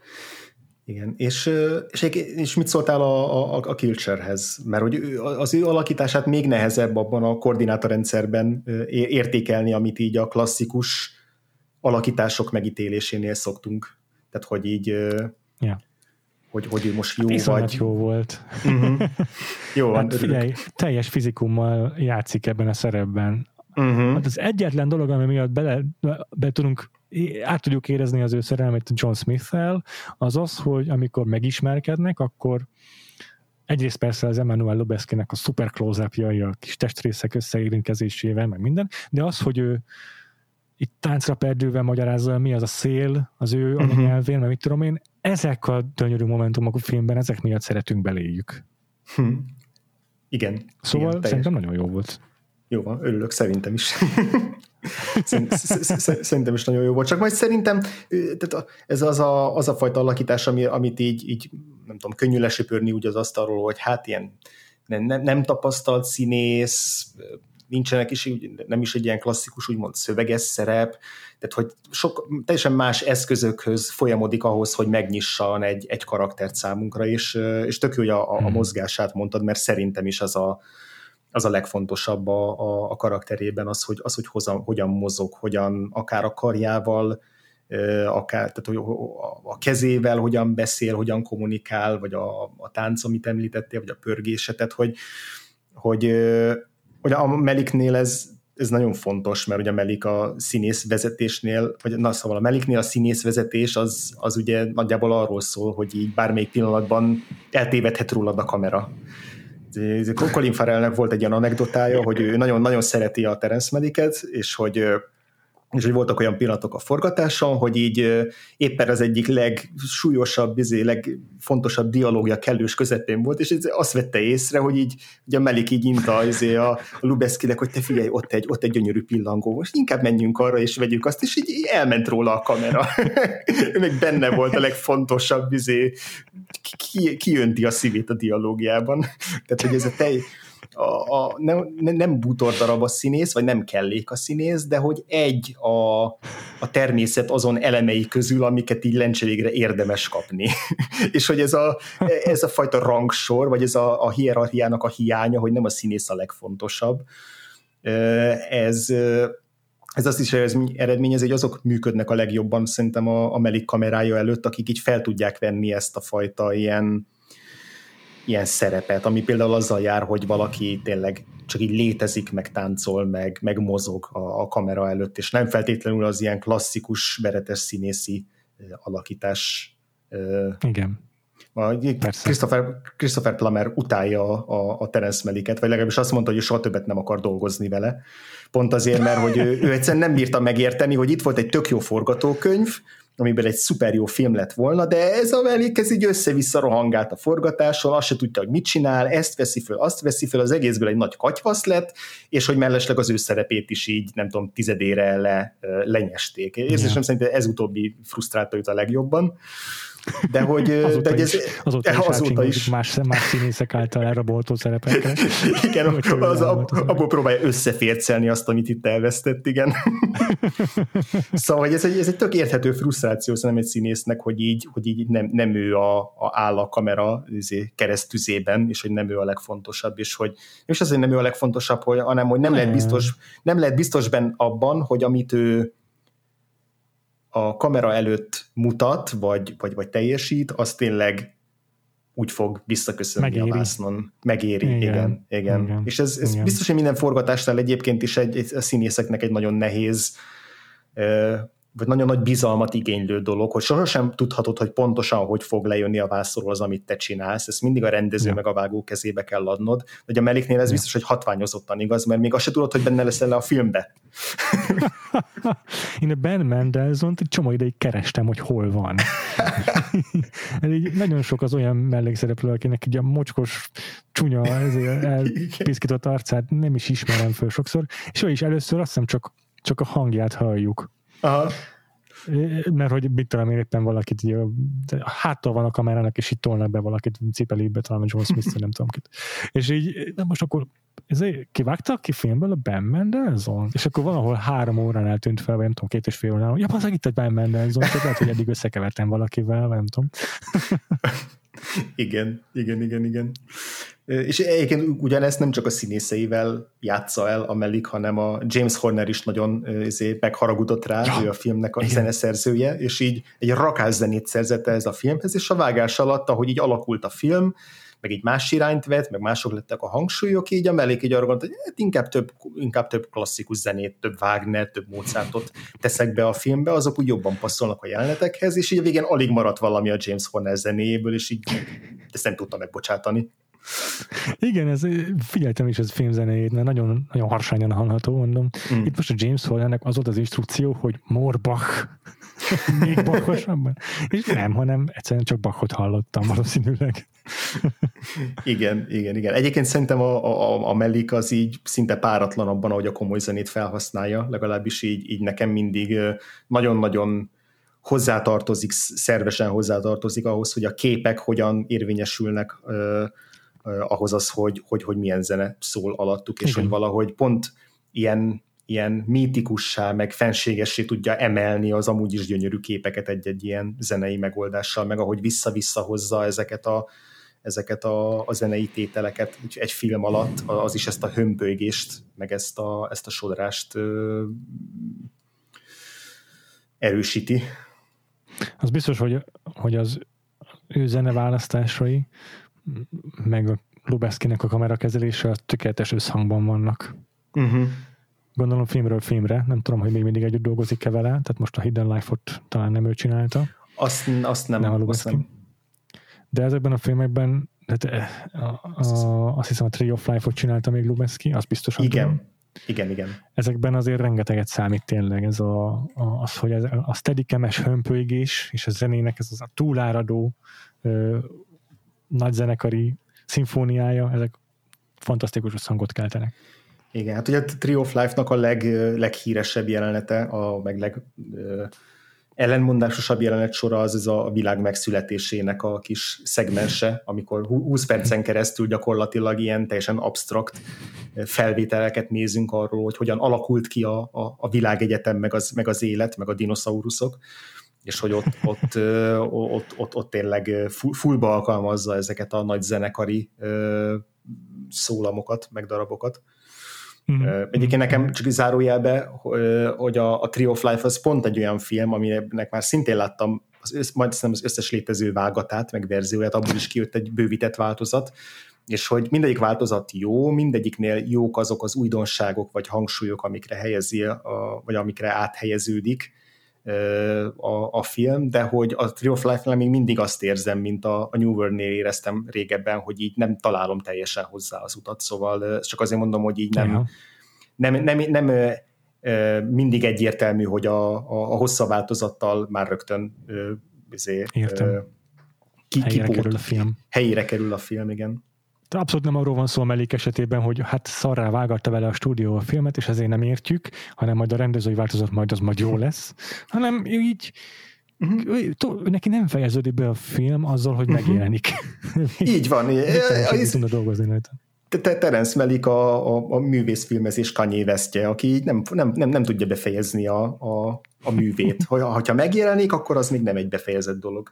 Igen, és, és, és mit szóltál a, a, a Kilcherhez? Mert hogy az ő alakítását még nehezebb abban a koordinátorrendszerben értékelni, amit így a klasszikus alakítások megítélésénél szoktunk. Tehát, hogy így yeah. hogy, hogy ő most jó hát vagy. jó volt. Uh-huh. Jó van, hát figyelj, teljes fizikummal játszik ebben a szerepben. Uh-huh. Hát az egyetlen dolog, ami miatt bele, be tudunk át tudjuk érezni az ő szerelmét John Smith-el, az az, hogy amikor megismerkednek, akkor egyrészt persze az Emmanuel Lubezkinek a szuper close-upjai, a kis testrészek összeérintkezésével, meg minden, de az, hogy ő itt táncra perdővel magyarázza, mi az a szél az ő uh-huh. anyanyelvén, mert mit tudom én, ezek a gyönyörű momentumok a filmben, ezek miatt szeretünk beléjük. Hm. Igen. Szóval igen, szerintem nagyon jó volt. Jó van, örülök, szerintem is. Szerintem is nagyon jó volt. Csak majd szerintem tehát ez az a, az a fajta alakítás, ami, amit így, így nem tudom, könnyű lesöpörni úgy az asztalról, hogy hát ilyen nem, nem, nem tapasztalt színész, nincsenek is, nem is egy ilyen klasszikus, úgymond szöveges szerep, tehát hogy sok, teljesen más eszközökhöz folyamodik ahhoz, hogy megnyissan egy, egy karaktert számunkra, és, és tök jó, hogy a, a mozgását mondtad, mert szerintem is az a, az a legfontosabb a, a, a karakterében, az, hogy, az, hogy hozam, hogyan mozog, hogyan akár a karjával, akár tehát, hogy a kezével hogyan beszél, hogyan kommunikál, vagy a, a tánc, amit említettél, vagy a pörgése, tehát hogy, hogy Ugye a Meliknél ez, ez nagyon fontos, mert ugye a Melik a színészvezetésnél, vagy na szóval a Meliknél a színészvezetés az, az ugye nagyjából arról szól, hogy így bármelyik pillanatban eltévedhet rólad a kamera. Colin Farrellnek volt egy ilyen anekdotája, hogy ő nagyon-nagyon szereti a Terence Malicket, és hogy és hogy voltak olyan pillanatok a forgatáson, hogy így éppen az egyik legsúlyosabb, legfontosabb dialógia kellős közepén volt, és azt vette észre, hogy így ugye a Malik így inta a Lubezkinek, hogy te figyelj, ott egy, ott egy gyönyörű pillangó, most inkább menjünk arra, és vegyük azt, és így elment róla a kamera. Ő meg benne volt a legfontosabb, izé, ki, kiönti a szívét a dialógiában. Tehát, hogy ez a tej... A, a, nem, nem bútordarab a színész, vagy nem kellék a színész, de hogy egy a, a természet azon elemei közül, amiket így lencselégre érdemes kapni. És hogy ez a, ez a fajta rangsor, vagy ez a, a hierarchiának a hiánya, hogy nem a színész a legfontosabb, ez, ez azt is eredményez, hogy azok működnek a legjobban szerintem a, a Malik kamerája előtt, akik így fel tudják venni ezt a fajta ilyen ilyen szerepet, ami például azzal jár, hogy valaki tényleg csak így létezik, meg táncol, meg, meg mozog a, a kamera előtt, és nem feltétlenül az ilyen klasszikus, beretes színészi alakítás. Igen. Christopher, Christopher Plummer utálja a, a Terence Malicket, vagy legalábbis azt mondta, hogy soha többet nem akar dolgozni vele. Pont azért, mert hogy ő, ő egyszerűen nem bírta megérteni, hogy itt volt egy tök jó forgatókönyv, amiben egy szuper jó film lett volna, de ez a Malik, ez így össze-vissza rohangált a forgatáson, azt se tudta, hogy mit csinál, ezt veszi föl, azt veszi föl, az egészből egy nagy katyvasz lett, és hogy mellesleg az ő szerepét is így, nem tudom, tizedére le, lenyesték. Érzésem szerint ez utóbbi frusztrálta őt a legjobban. De hogy, azóta de hogy is, ez, azóta, azóta is, is. Más, más színészek által elraboltó szerepekre. Igen, az, ab, abból próbálja összefércelni azt, amit itt elvesztett, igen. Szóval hogy ez, egy, ez egy tök érthető frusztráció szerintem egy színésznek, hogy így, hogy így nem, nem ő a, a áll a kamera keresztüzében, és hogy nem ő a legfontosabb, és hogy és az, hogy nem ő a legfontosabb, hogy, hanem hogy nem, lehet biztos, nem lehet biztos benne abban, hogy amit ő a kamera előtt mutat, vagy, vagy, vagy teljesít, az tényleg úgy fog visszaköszönni Megéri. a vásznon. Megéri, igen. igen, igen. igen. És ez, ez igen. biztos, hogy minden forgatásnál egyébként is egy, egy, a színészeknek egy nagyon nehéz, vagy nagyon nagy bizalmat igénylő dolog, hogy sosem tudhatod, hogy pontosan hogy fog lejönni a vászonról az, amit te csinálsz. Ezt mindig a rendező ja. meg a vágó kezébe kell adnod. De a Maliknél ez ja. biztos, hogy hatványozottan igaz, mert még azt se tudod, hogy benne leszel le a filmbe. Én a Ben Mendelsohn-t egy csomó ideig kerestem, hogy hol van. Így nagyon sok az olyan mellékszereplő, akinek így a mocskos, csúnya, elpiszkított arcát nem is ismerem föl sokszor, és ő is először azt hiszem csak, csak a hangját halljuk. Aha. Mert hogy mit tudom én éppen valakit így, háttal van a kamerának, és itt tolnak be valakit cipelébe, talán a John Smith, nem tudom kit. És így, de most akkor ezért kivágtak ki filmből a Ben Mendelsohn? És akkor valahol három óránál tűnt fel, vagy nem tudom, két és fél óránál, ja, az itt egy Ben Mendelsohn, tehát lehet, hogy eddig összekevertem valakivel, nem tudom. Igen, igen, igen, igen. És egyébként ugyanezt nem csak a színészeivel játsza el a Malik, hanem a James Horner is nagyon megharagudott rá, ja, ő a filmnek a igen. zeneszerzője, és így egy rakás zenét szerzett ez a filmhez, és a vágás alatt, ahogy így alakult a film, meg így más irányt vett, meg mások lettek a hangsúlyok, így a Malik így arra gondolt, hogy hát inkább több, inkább több klasszikus zenét, több Wagner, több Mozartot teszek be a filmbe, azok úgy jobban passzolnak a jelenetekhez, és így a végén alig maradt valami a James Horner zenéjéből, és így ezt nem tudta megbocsátani. Igen, ez, figyeltem is ez filmzenejét, mert nagyon, nagyon harsányan hallható, mondom. Mm. Itt most a James Hornernek az volt az instrukció, hogy more Bach, még Bachosabban. És nem, hanem egyszerűen csak Bachot hallottam valószínűleg. Igen, igen, igen. Egyébként szerintem a, a, a Malik az így szinte páratlan abban, ahogy a komoly zenét felhasználja, legalábbis így, így nekem mindig nagyon-nagyon hozzátartozik, szervesen hozzátartozik ahhoz, hogy a képek hogyan érvényesülnek uh, uh, ahhoz az, hogy, hogy, hogy milyen zene szól alattuk, és igen. hogy valahogy pont ilyen, ilyen mítikussá, meg fenségessé tudja emelni az amúgy is gyönyörű képeket egy-egy ilyen zenei megoldással, meg ahogy vissza-vissza hozza ezeket a, ezeket a, a zenei tételeket egy film alatt, az is ezt a hömpölygést, meg ezt a, ezt a sodrást uh, erősíti. Az biztos, hogy, hogy az ő zeneválasztásai, meg a Lubeskinek a kamerakezelése a tökéletes összhangban vannak. Uh-huh. Gondolom filmről filmre, nem tudom, hogy még mindig együtt dolgozik-e vele, tehát most a Hidden Life-ot talán nem ő csinálta. Azt, azt nem. nem a Lubeski. Nem. De ezekben a filmekben, tehát, a, a, azt hiszem a Tree of Life-ot csinálta még Lubeski, az biztosan igen. tudom. Igen, igen. Ezekben azért rengeteget számít tényleg ez a, a, az, hogy ez, a steadikemes hömpölygés, és a zenének ez az a túláradó ö, nagyzenekari szimfóniája, ezek fantasztikus hangot keltenek. Igen, hát ugye a Tree of Life-nak a leg, leghíresebb jelenete, a meg leg ö, ellenmondásosabb jelenet sora az ez a világ megszületésének a kis szegmense, amikor húsz percen keresztül gyakorlatilag ilyen teljesen absztrakt felvételeket nézünk arról, hogy hogyan alakult ki a, a, a világegyetem, meg az, meg az élet, meg a dinoszauruszok, és hogy ott, ott, ott, ott, ott tényleg fullba alkalmazza ezeket a nagy zenekari szólamokat, meg darabokat. Mm-hmm. Egyébként nekem csak zárójelbe, hogy a, a Tree of Life az pont egy olyan film, aminek már szintén láttam az, össz, majd az összes létező vágatát, meg verzióját, abból is kijött egy bővített változat, és hogy mindegyik változat jó, mindegyiknél jók azok az újdonságok, vagy hangsúlyok, amikre helyezi, a, vagy amikre áthelyeződik a, a film, de hogy a Tree of Life-nál még mindig azt érzem, mint a, a New World-nél éreztem régebben, hogy így nem találom teljesen hozzá az utat, szóval csak azért mondom, hogy így nem, nem, nem, nem, nem mindig egyértelmű, hogy a, a, a hosszabb változattal már rögtön azért, ki, helyére kipót, kerül a film. Helyére kerül a film, igen. De abszolút nem arról van szó a Malik esetében, hogy hát szarrá vágatta vele a stúdió a filmet, és ezért nem értjük, hanem majd a rendezői változat majd az majd jó lesz, hanem így uh-huh. neki nem fejeződik be a film azzal, hogy uh-huh. megjelenik. Így van. Tudna dolgozni rajta. Terence Malick a, a, a művészfilmezés Kanye Westje, aki így nem, nem, nem, nem tudja befejezni a, a, a művét. Ha, ha megjelenik, akkor az még nem egy befejezett dolog.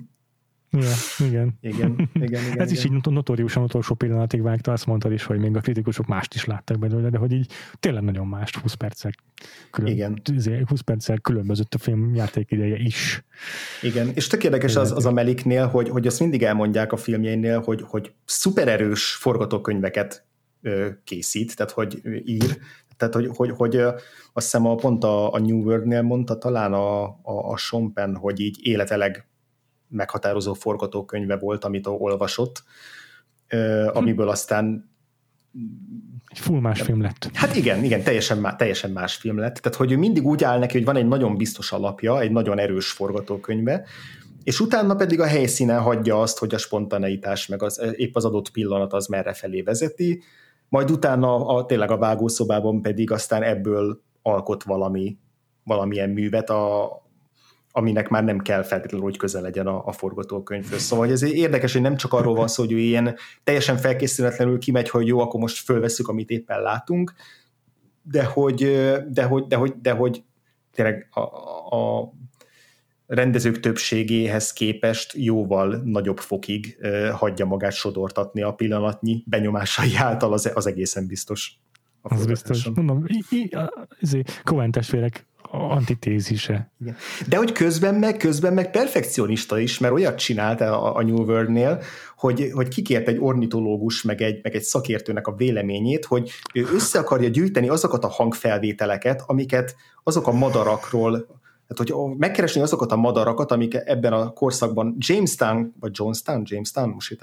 Ja, igen. Igen, igen, igen. Ez is igen. így notóriusan utolsó pillanatig vágta, azt mondtad is, hogy még a kritikusok mást is láttak belőle, de hogy így tényleg nagyon mást, húsz perccel, külön, igen. húsz perccel különbözött a film játékideje is. Igen, és tök érdekes az, az a Malicknél, hogy, hogy azt mindig elmondják a filmjeinél, hogy, hogy szupererős forgatókönyveket ö, készít, tehát hogy ír, tehát hogy, hogy, hogy azt hiszem a, pont a, a New World-nél mondta talán a, a, a Sean Penn, hogy így életeleg meghatározó forgatókönyve volt, amit olvasott, amiből aztán egy full más film lett. Hát igen, igen, teljesen, má, teljesen más film lett. Tehát, hogy ő mindig úgy áll neki, hogy van egy nagyon biztos alapja, egy nagyon erős forgatókönyve, és utána pedig a helyszínen hagyja azt, hogy a spontaneitás, meg az, épp az adott pillanat az merre felé vezeti, majd utána a, tényleg a vágószobában pedig aztán ebből alkot valami, valamilyen művet, a aminek már nem kell feltétlenül, hogy közel legyen a, a forgatókönyvhöz. Szóval ez érdekes, hogy nem csak arról van szó, hogy ő ilyen teljesen felkészületlenül kimegy, hogy jó, akkor most fölvesszük, amit éppen látunk, de hogy, de hogy, de hogy, de hogy tényleg a, a rendezők többségéhez képest jóval nagyobb fokig hagyja magát sodortatni a pillanatnyi benyomásai által, az, az egészen biztos. Az biztos. Mondom, Coen testvérek antitézise. Igen. De hogy közben meg, közben meg perfekcionista is, mert olyat csinált a, a New World-nél, hogy, hogy kikért egy ornitológus, meg egy, meg egy szakértőnek a véleményét, hogy ő össze akarja gyűjteni azokat a hangfelvételeket, amiket azok a madarakról, tehát hogy megkeresni azokat a madarakat, amik ebben a korszakban Jamestown, vagy Jonestown, Jamestown, most itt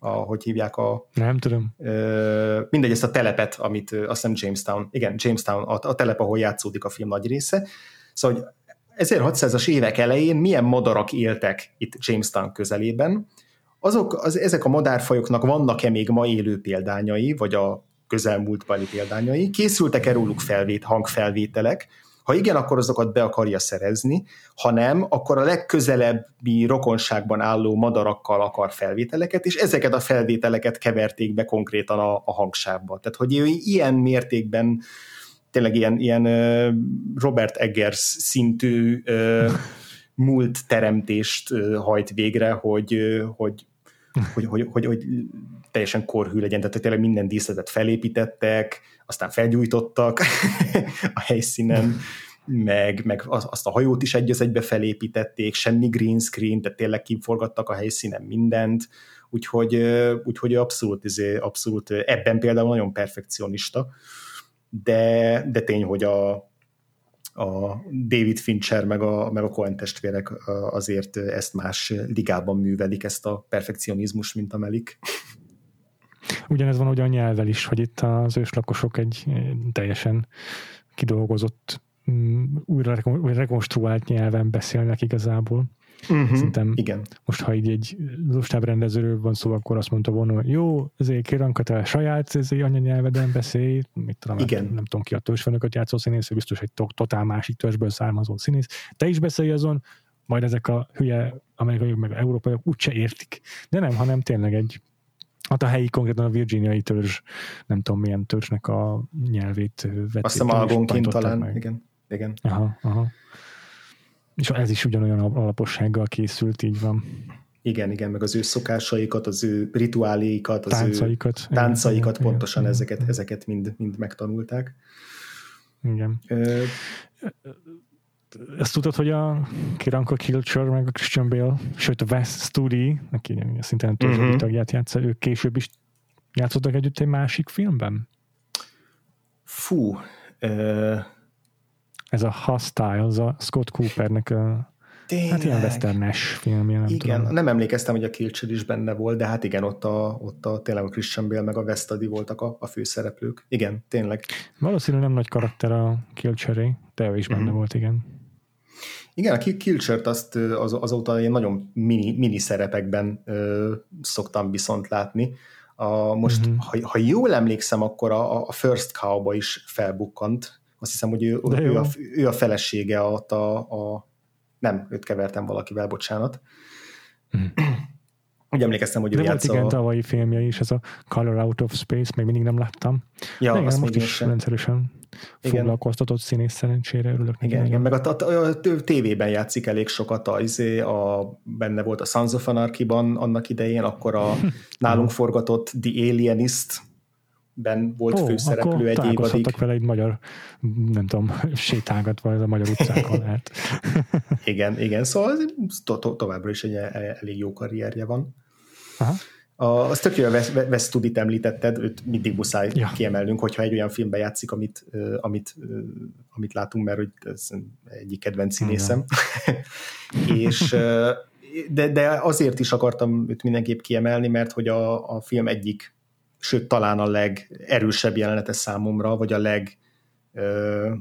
a, hogy hívják a... Nem tudom. Ö, mindegy, ezt a telepet, amit azt hiszem Jamestown, igen, Jamestown, a, a telep, ahol játszódik a film nagy része. Szóval, hogy ezerhatszázas évek elején milyen madarak éltek itt Jamestown közelében. Azok, az, ezek a madárfajoknak vannak-e még ma élő példányai, vagy a közelmúltbeli példányai? Készültek-e róluk felvét, hangfelvételek? Ha igen, akkor azokat be akarja szerezni, ha nem, akkor a legközelebbi rokonságban álló madarakkal akar felvételeket, és ezeket a felvételeket keverték be konkrétan a, a hangsávba. Tehát, hogy ilyen mértékben tényleg ilyen, ilyen Robert Eggers szintű múlt teremtést hajt végre, hogy, hogy, hogy, hogy, hogy, hogy teljesen korhű legyen, tehát tényleg minden díszletet felépítettek, aztán felgyújtottak a helyszínen, meg, meg azt a hajót is egy az egybe felépítették, semmi green screen, tehát tényleg kiforgattak a helyszínen mindent, úgyhogy, úgyhogy abszolút, abszolút ebben például nagyon perfekcionista, de, de tény, hogy a, a David Fincher meg a, meg a Coen testvérek azért ezt más ligában művelik, ezt a perfekcionizmus, mint a Melik. Ugyanez van ugye a nyelvvel is, hogy itt az őslakosok egy teljesen kidolgozott, újra rekonstruált nyelven beszélnek igazából. Uh-huh, Szerintem igen. most, ha így egy lustább rendezőről van szó, akkor azt mondta volna, hogy jó, ezért Kiranka, te saját ezért anyanyelveden beszélj, mit tudom, igen. nem tudom ki a törzsfőnököt játszó színész, biztos egy totál másik törzsből származó színész. Te is beszélj azon, majd ezek a hülye amerikaiak meg európaiak úgyse értik. De nem, hanem tényleg egy hát a helyi, konkrétan a virginiai törzs, nem tudom milyen törzsnek a nyelvét vették. Azt hiszem Algonquin talán, meg. igen. igen. Aha, aha. És ez is ugyanolyan alapossággal készült, így van. Igen, igen, meg az ő szokásaikat, az ő rituáléikat, az táncaikat, ő táncaikat igen, pontosan igen, ezeket, igen. ezeket mind, mind megtanulták. Igen. Ö... Ezt tudod, hogy a Kiranka Kilcher, meg a Christian Bale, sőt a Wes Studi, aki szintén törzsödi uh-huh. tagját játsza, ők később is játszottak együtt egy másik filmben? Fú. Ö... Ez a Hostile, az a Scott Coopernek a Tényleg. Hát ilyen westernes filmje, nem igen, tudom. nem emlékeztem, hogy a Kilcher is benne volt, de hát igen, ott a, ott a tényleg a Christian Bale meg a Wes Studi voltak a, a főszereplők. Igen, tényleg. Valószínűleg nem nagy karakter a Kilcheré, de ő is benne uh-huh. volt, igen. Igen, a Kilchert azt az, azóta ilyen nagyon mini, mini szerepekben ö, szoktam viszont látni. A, most, uh-huh. ha, ha jól emlékszem, akkor a, a First Cow-ba is felbukkant. Azt hiszem, hogy ő, ő, a, ő a felesége ott a, a nem, őt kevertem valakivel, bocsánat. Mm. Úgy emlékeztem, hogy ő de játsza... volt igen, tavalyi filmje is, ez a Color Out of Space, még mindig nem láttam. Ja, igen, azt most is sem. rendszeresen igen. foglalkoztatott színész, szerencsére örülök. Igen, igen, igen, meg a, a, a tévében játszik elég sokat, a, a, benne volt a Sons of Anarchy-ban annak idején, akkor a nálunk forgatott The Alienist ben volt oh, főszereplő egy évadig. vele egy magyar, nem tudom, sétálgatva ez a magyar utcákon lehet. igen, igen, szóval to- to- továbbra is egy elég jó karrierje van. Aha. A, az tök jó, a Wes Studit említetted, őt mindig muszáj ja. kiemelnünk, hogyha egy olyan filmben játszik, amit, uh, amit, uh, amit látunk, mert hogy ez egyik kedvenc színészem. És uh, de, de azért is akartam őt mindenképp kiemelni, mert hogy a, a film egyik sőt, talán a legerősebb jelenete számomra, vagy a leg... Ö,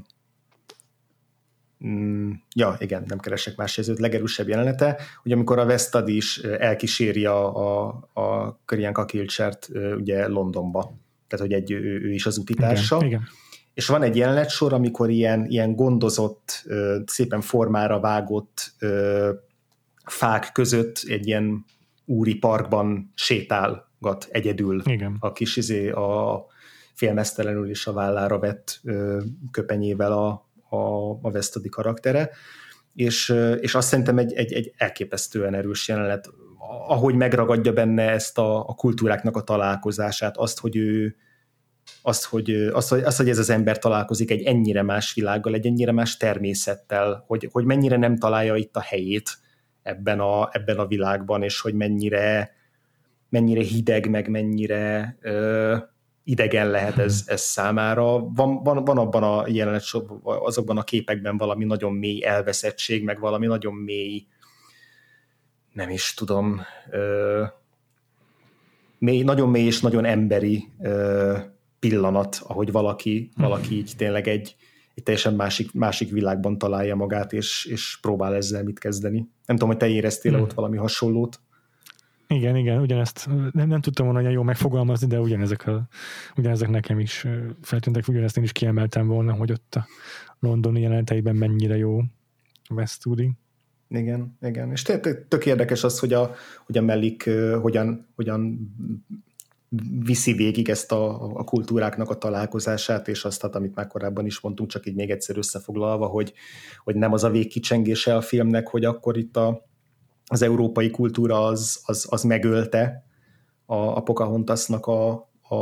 mm, ja, igen, nem keresek más jelzőt, legerősebb jelenete, hogy amikor a Wes Studi is elkíséri a, a, a Kiranka Kilchert ugye Londonba, tehát hogy egy, ő, ő is az utitársa. Igen, igen. És van egy jelenet-sor, amikor ilyen, ilyen gondozott, szépen formára vágott fák között egy ilyen úri parkban sétál egyedül. Igen. A kis izé a félmeztelenül is a vállára vett ö, köpenyével a, a, a Wes Studi karaktere, és, és azt szerintem egy, egy, egy elképesztően erős jelenet, ahogy megragadja benne ezt a, a kultúráknak a találkozását, azt, hogy ő azt hogy, azt, hogy, azt, hogy ez az ember találkozik egy ennyire más világgal, egy ennyire más természettel, hogy, hogy mennyire nem találja itt a helyét ebben a, ebben a világban, és hogy mennyire mennyire hideg, meg mennyire ö, idegen lehet ez, ez számára. Van, van, van abban a jelenet, azokban a képekben valami nagyon mély elveszettség, meg valami nagyon mély, nem is tudom, ö, mély, nagyon mély és nagyon emberi ö, pillanat, ahogy valaki, valaki így tényleg egy, egy teljesen másik, másik világban találja magát, és, és próbál ezzel mit kezdeni. Nem tudom, hogy te éreztél hmm. ott valami hasonlót? Igen, igen, ugyanezt nem, nem tudtam volna olyan jól megfogalmazni, de ugyanezek, a, ugyanezek nekem is feltűntek, ugyanezt én is kiemeltem volna, hogy ott a londoni jeleneteiben mennyire jó Westwoodi. Igen, igen. És tök érdekes az, hogy a, hogy a Melick hogyan, hogyan viszi végig ezt a, a kultúráknak a találkozását, és azt, hát, amit már korábban is mondtunk, csak így még egyszer összefoglalva, hogy, hogy nem az a végkicsengése a filmnek, hogy akkor itt a, az európai kultúra az, az, az megölte a, a Pocahontasnak a, a,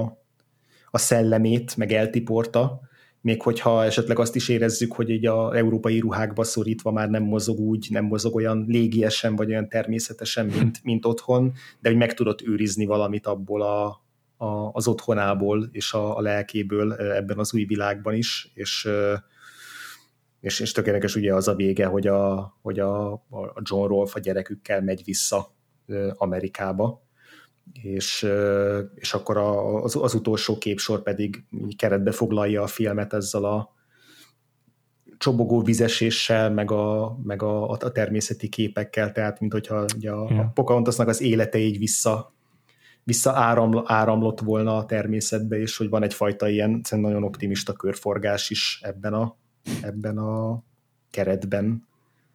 a szellemét, meg eltiporta, még hogyha esetleg azt is érezzük, hogy így az európai ruhákba szorítva már nem mozog úgy, nem mozog olyan légiesen, vagy olyan természetesen, mint, mint otthon, de hogy meg tudott őrizni valamit abból a, a, az otthonából és a, a lelkéből ebben az új világban is, és, és, és tökéletes ugye az a vége, hogy a, hogy a, a John Rolfe a gyerekükkel megy vissza Amerikába, és, és akkor az, az utolsó képsor pedig keretbe foglalja a filmet ezzel a csobogó vizeséssel, meg a, meg a, a természeti képekkel, tehát mint hogyha ugye a, yeah. a Pocahontasnak az élete így vissza, vissza áram, áramlott volna a természetbe, és hogy van egyfajta ilyen nagyon optimista körforgás is ebben a, ebben a keretben.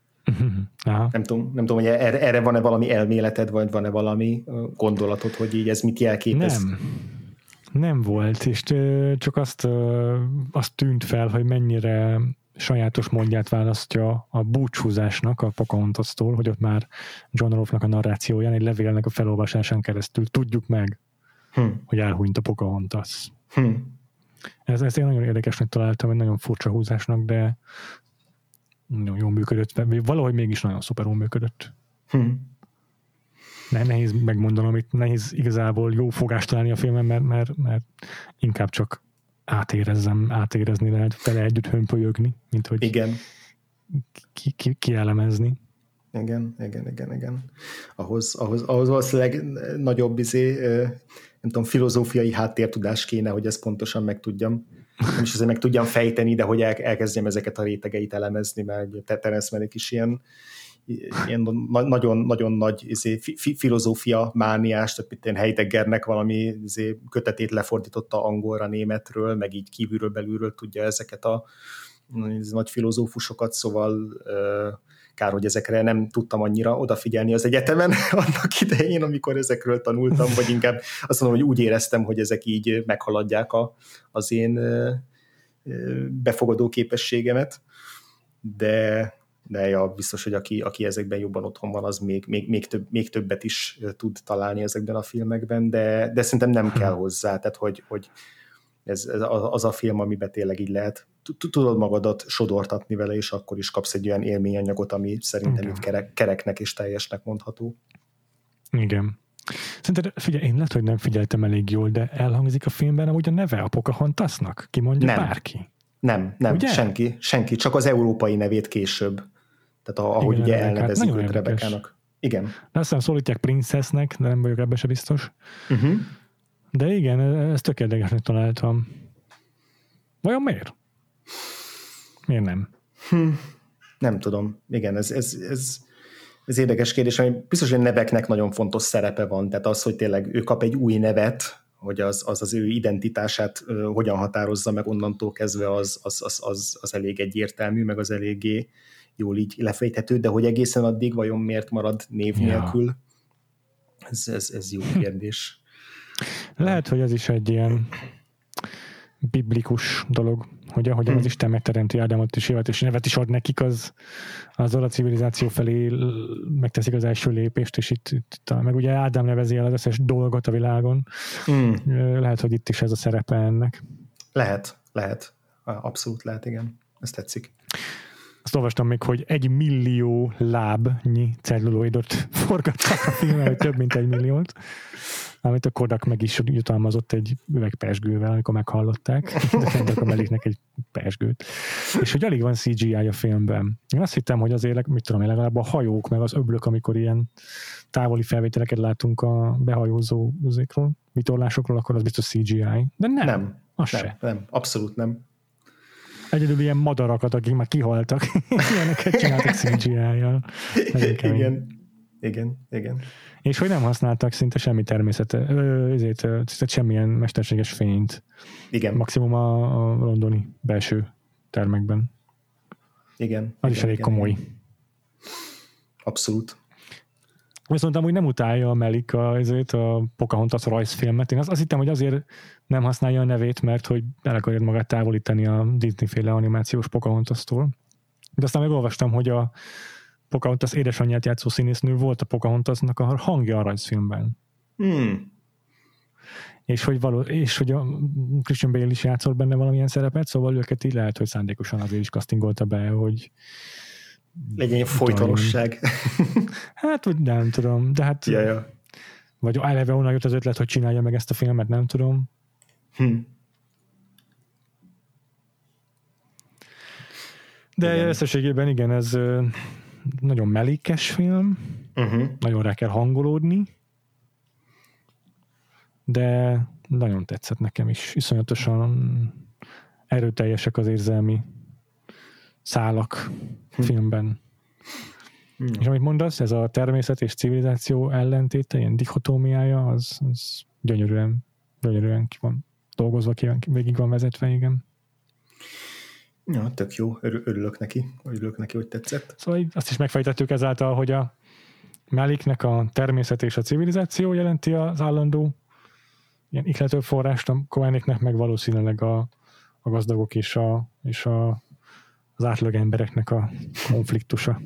Nem tudom, nem tudom, hogy erre, erre van-e valami elméleted, vagy van-e valami gondolatod, hogy így ez mit jelképez? Nem, nem volt, és csak azt, azt tűnt fel, hogy mennyire sajátos módját választja a búcsúzásnak a Pocahontas-tól, hogy ott már John Rolfe-nak a narrációján, egy levélnek a felolvasásán keresztül tudjuk meg, hm. hogy elhunyt a Pocahontas. Hm. Ez, ezt én nagyon érdekesnek találtam, egy nagyon furcsa húzásnak, de nagyon jól működött, valahogy mégis nagyon szuperul működött. Hmm. Ne, nehéz megmondanom, itt nehéz igazából jó fogást találni a filmen, mert, mert, mert inkább csak átérezzem, átérezni lehet, vele együtt hömpölyögni, mint hogy igen. Ki, ki, kielemezni. Igen, igen, igen, igen. Ahhoz, ahhoz, ahhoz valószínűleg nagyobb izé, nem tudom, filozófiai háttértudás kéne, hogy ezt pontosan megtudjam. Nem is azért meg tudjam fejteni, de hogy el, elkezdjem ezeket a rétegeit elemezni, mert Terence Malick is ilyen, ilyen nagyon, nagyon nagy izé, fi, filozófia mániás, tehát mint Heideggernek valami izé, kötetét lefordította angolra, németről, meg így kívülről, belülről tudja ezeket a nagy filozófusokat, szóval kár, hogy ezekre nem tudtam annyira odafigyelni az egyetemen annak idején, amikor ezekről tanultam, vagy inkább azt mondom, hogy úgy éreztem, hogy ezek így meghaladják a, az én befogadó képességemet, de, de ja, biztos, hogy aki, aki ezekben jobban otthon van, az még, még, még, több, még többet is tud találni ezekben a filmekben, de, de szerintem nem kell hozzá, tehát hogy, hogy ez, ez az a film, amiben tényleg így lehet tudod magadat sodortatni vele, és akkor is kapsz egy olyan élményanyagot, ami szerintem itt kerek, kereknek és teljesnek mondható. Igen. Szerintem, figyelj, én lehet, hogy nem figyeltem elég jól, de elhangzik a filmben amúgy a neve a Pocahontasnak? Ki mondja nem. bárki? Nem, nem, ugye? senki, senki, csak az európai nevét később. Tehát ahogy igen, ugye elnevezik őt Rebekának. Igen. De azt hiszem szólítják Princessnek, de nem vagyok ebben se biztos. Uh-huh. De igen, ezt tök érdekesnek találtam. Vajon miért? Miért nem? Hm, nem tudom. Igen, ez, ez, ez, ez érdekes kérdés, ami biztos, hogy neveknek nagyon fontos szerepe van. Tehát az, hogy tényleg ő kap egy új nevet, hogy az az, az ő identitását uh, hogyan határozza meg onnantól kezdve, az, az, az, az, az elég egyértelmű, meg az eléggé jól így lefejthető, de hogy egészen addig vajon miért marad név ja. nélkül? Ez, ez, ez jó kérdés. Lehet, hogy ez is egy ilyen biblikus dolog, hogy ahogyan hmm. az Isten megteremti Ádámot és Évát, és nevet is ad nekik, az, az a civilizáció felé megteszik az első lépést, és itt, itt meg ugye Ádám nevezi el az összes dolgot a világon. Hmm. Lehet, hogy itt is ez a szerepe ennek. Lehet, lehet. Abszolút lehet, igen. Ez tetszik. Azt olvastam még, hogy egy millió lábnyi celluloidot forgattak a filmben, hogy több mint egy milliót. Amit a Kodak meg is jutalmazott egy üveg pezsgővel, amikor meghallották, de fentek a Maliknek egy pezsgőt. És hogy alig van cé gé í a filmben. Én azt hittem, hogy azért, mit tudom én, legalább a hajók, meg az öblök, amikor ilyen távoli felvételeket látunk a behajózó üzékről, vitorlásokról, akkor az biztos cé gé í. De nem. Nem, az nem, se. nem, abszolút nem. Egyedül ilyen madarakat, akik már kihaltak, ilyeneket csináltak cé gé í-jal. Igen, igen, igen. És hogy nem használtak szinte semmi természete, ezért, semmilyen mesterséges fényt. Igen. Maximum a, a londoni belső termekben. Igen. Az igen, is elég igen, komoly. Igen. Abszolút. Viszont amúgy nem utálja a Malik a, ezért a Pocahontas rajzfilmet. Én azt, azt hittem, hogy azért nem használja a nevét, mert hogy el akarja magát távolítani a Disney-féle animációs Pocahontas-tól. De aztán megolvastam, hogy a Pocahontas édesanyját játszó színésznő volt a Pocahontasnak a hangja a rajzfilmben. Hmm. És hogy, való, és hogy a Christian Bale is játszott benne valamilyen szerepet, szóval őket így lehet, hogy szándékosan azért is castingolta be, hogy legyen folytonosság. Hát, vagy nem tudom, de hát ja, ja. vagy eleve onnan jött az ötlet, hogy csinálja meg ezt a filmet, nem tudom. Hm. De igen. összességében igen, ez nagyon melékes film, uh-huh. nagyon rá kell hangolódni, de nagyon tetszett nekem is. Iszonyatosan erőteljesek az érzelmi szálak hm. filmben. Hm. És amit mondasz, ez a természet és civilizáció ellentéte, ilyen dichotómiája, az, az gyönyörűen, gyönyörűen ki van dolgozva, ki van, végig van vezetve, igen. Ja, tök jó. Örülök neki. Örülök neki, hogy tetszett. Szóval azt is megfejtettük ezáltal, hogy a Maliknek a természet és a civilizáció jelenti az állandó ilyen ihlető forrást, a Coenéknek meg valószínűleg a, a gazdagok és, a, és a, az átlag embereknek a konfliktusa.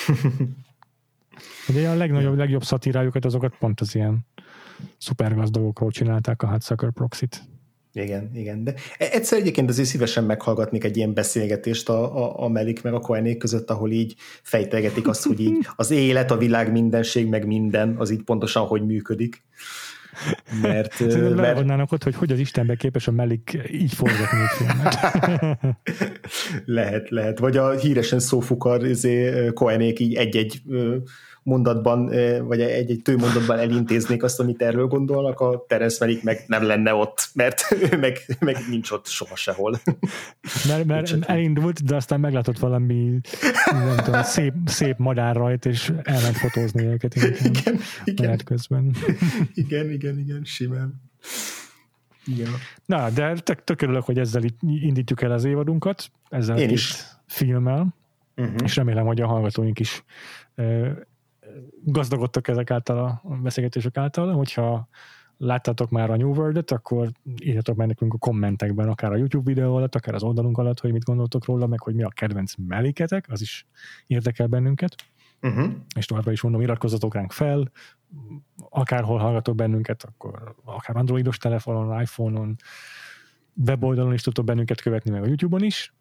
Ugye a legnagyobb, legjobb szatírájukat azokat pont az ilyen szupergazdagokról csinálták, a Hudsucker Proxy-t. Igen, igen. De egyszer egyébként azért szívesen meghallgatnék egy ilyen beszélgetést a, a, a Malik meg a Coenék között, ahol így fejtegetik azt, hogy így az élet, a világ, mindenség, meg minden, az így pontosan hogy működik. Mert, Szerintem mert... leadnának ott, hogy hogy az Istenben képes a Malik így forgatni egy filmet. lehet, lehet. Vagy a híresen szófukar Coenék így egy-egy mondatban, vagy egy-egy tőmondatban elintéznék azt, amit erről gondolnak, a Terence Malick meg nem lenne ott, mert meg, meg nincs ott soha sehol. Mert, mert elindult, de aztán meglátott valami nem tudom, szép, szép madár rajt, és elment fotózni őket. Igen, igen. Közben. igen, igen, igen, simán. Igen. Na, de tök, tök örülök, hogy ezzel indítjuk el az évadunkat, ezzel Én a is. filmmel, uh-huh. és remélem, hogy a hallgatóink is gazdagodtak ezek által a beszélgetések által, hogyha láttátok már a New World-et, akkor írjatok meg nekünk a kommentekben, akár a YouTube videó alatt, akár az oldalunk alatt, hogy mit gondoltok róla, meg hogy mi a kedvenc melléketek, az is érdekel bennünket. Uh-huh. És továbbra is mondom, iratkozzatok ránk fel, akárhol hallgatok bennünket, akkor akár androidos telefonon, iPhone-on, weboldalon is tudtok bennünket követni, meg a YouTube-on is.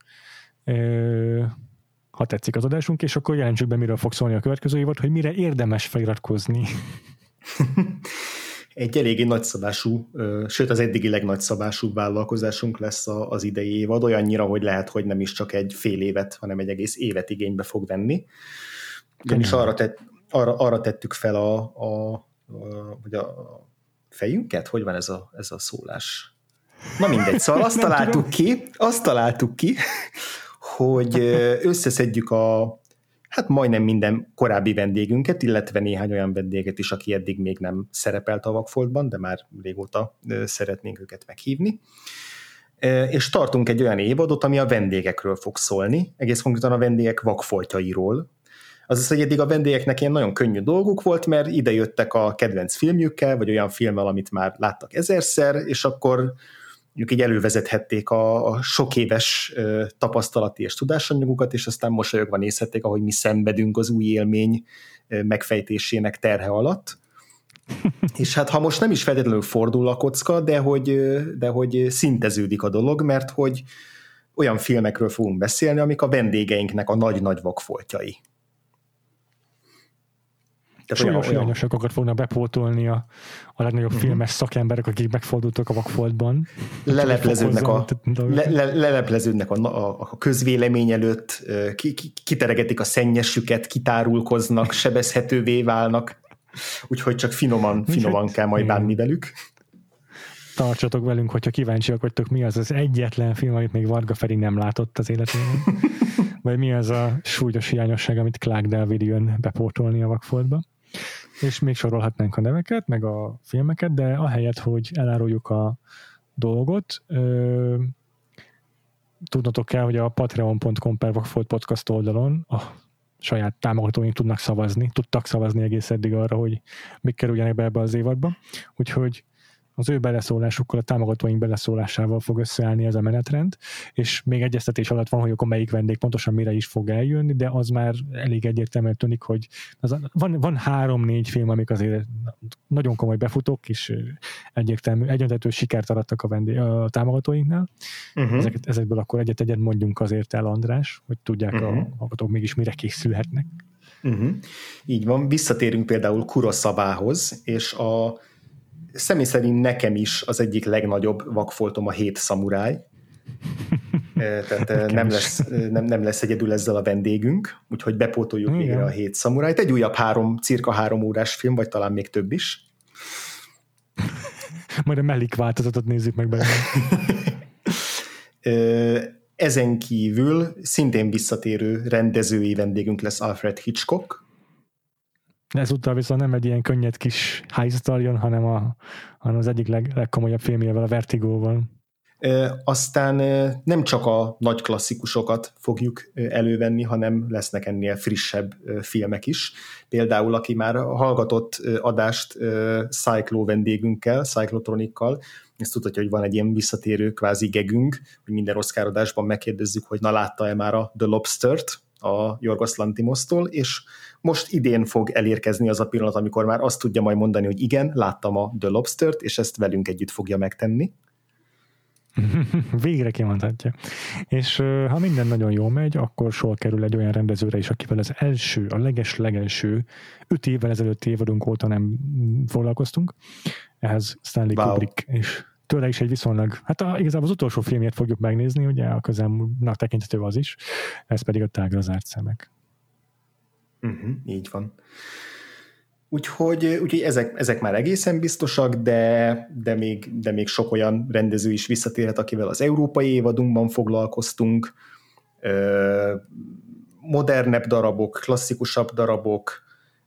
Ha tetszik az adásunk, és akkor jelentsük be, miről fog szólni a következő évad, hogy mire érdemes feliratkozni. Egy eléggé nagyszabású, sőt az eddigi legnagyszabású vállalkozásunk lesz az idei évad, olyannyira, hogy lehet, hogy nem is csak egy fél évet, hanem egy egész évet igénybe fog venni. Ugyanis arra, tett, arra, arra tettük fel a, a, a, a, a fejünket? Hogy van ez a, ez a szólás? Na mindegy, szóval azt találtuk ki, azt találtuk ki, hogy összeszedjük a, hát majdnem minden korábbi vendégünket, illetve néhány olyan vendéget is, aki eddig még nem szerepelt a Vagfoltban, de már régóta szeretnénk őket meghívni. És tartunk egy olyan évadot, ami a vendégekről fog szólni, egész konkrétan a vendégek vagfoltjairól. Azaz, hogy eddig a vendégeknek ilyen nagyon könnyű dolguk volt, mert ide jöttek a kedvenc filmjükkel, vagy olyan filmmel, amit már láttak ezerszer, és akkor ők így elővezethették a, a sok éves ö, tapasztalati és tudásanyagukat, és aztán mosolyogva nézhették, ahogy mi szenvedünk az új élmény ö, megfejtésének terhe alatt. És hát ha most nem is feltétlenül fordul a kocka, de hogy, de hogy szinteződik a dolog, mert hogy olyan filmekről fogunk beszélni, amik a vendégeinknek a nagy-nagy vagfoltjai. Súlyos hiányosságokat fognak bepótolni a, a legnagyobb uh-huh. filmes szakemberek, akik megfordultak a Vakfoltban. Lelepleződnek a, le, le, lelepleződnek a, a, a közvélemény előtt, ki, ki, kiteregetik a szennyesüket, kitárulkoznak, sebezhetővé válnak, úgyhogy csak finoman, finoman kell majd bánni velük. Tartsatok velünk, hogyha kíváncsiak vagytok, mi az az egyetlen film, amit még Varga Feri nem látott az életében. Vagy mi az a súlyos hiányosság, amit Clark David jön bepótolni a Vakfoltba. És még sorolhatnánk a neveket, meg a filmeket, de ahelyett, hogy eláruljuk a dolgot, ö, tudnotok kell, hogy a patreon pont com per Vakfolt podcast oldalon a saját támogatóink tudnak szavazni, tudtak szavazni egész eddig arra, hogy mik kerüljenek be ebbe az évadba. Úgyhogy az ő beleszólásukkal, a támogatóink beleszólásával fog összeállni ez a menetrend, és még egyeztetés alatt van, hogy akkor melyik vendég pontosan mire is fog eljönni, de az már elég egyértelműen tűnik, hogy az, van, van három-négy film, amik azért nagyon komoly befutók, és egyértelmű, egyöntető sikert arattak a, vendég, a támogatóinknál. Uh-huh. Ezeket, ezekből akkor egyet-egyet mondjunk azért el, András, hogy tudják uh-huh. a hallgatók mégis mire készülhetnek. Uh-huh. Így van, visszatérünk például Kurosawához, és a személy szerint nekem is az egyik legnagyobb vakfoltom a Hét szamuráj. Tehát nem lesz, nem, nem lesz egyedül ezzel a vendégünk, úgyhogy bepótoljuk végre a Hét szamurájt. Egy újabb három, cirka három órás film, vagy talán még több is. Majd a mellik változatot nézzük meg belőle. Ezen kívül szintén visszatérő rendezői vendégünk lesz Alfred Hitchcock. Ezúttal viszont nem egy ilyen könnyed kis heist jön, hanem, a, hanem az egyik leg, legkomolyabb filmjével, a Vertigóval. E, aztán nem csak a nagy klasszikusokat fogjuk elővenni, hanem lesznek ennél frissebb filmek is. Például, aki már hallgatott adást Cyclo vendégünkkel, Cyclotronikkal, ezt tudhatja, hogy van egy ilyen visszatérő kvázi gegünk, hogy minden Oscar adásban megkérdezzük, hogy na látta-e már a The Lobstert a Yorgos Lanthimostól, és most idén fog elérkezni az a pillanat, amikor már azt tudja majd mondani, hogy igen, láttam a The Lobstert, és ezt velünk együtt fogja megtenni. Végre kimondhatja. És ha minden nagyon jól megy, akkor sor kerül egy olyan rendezőre is, akivel az első, a leges-legelső öt évvel ezelőtti évadunk óta nem foglalkoztunk. Ehhez Stanley wow. Kubrick, és tőle is egy viszonylag, hát a, igazából az utolsó filmjét fogjuk megnézni, ugye a közelmúltnak tekinthető az is, ez pedig a Tágra zárt szemek. Uh-huh, így van. Úgyhogy, úgyhogy ezek, ezek már egészen biztosak, de, de, még, de még sok olyan rendező is visszatérhet, akivel az európai évadunkban foglalkoztunk. Modernebb darabok, klasszikusabb darabok,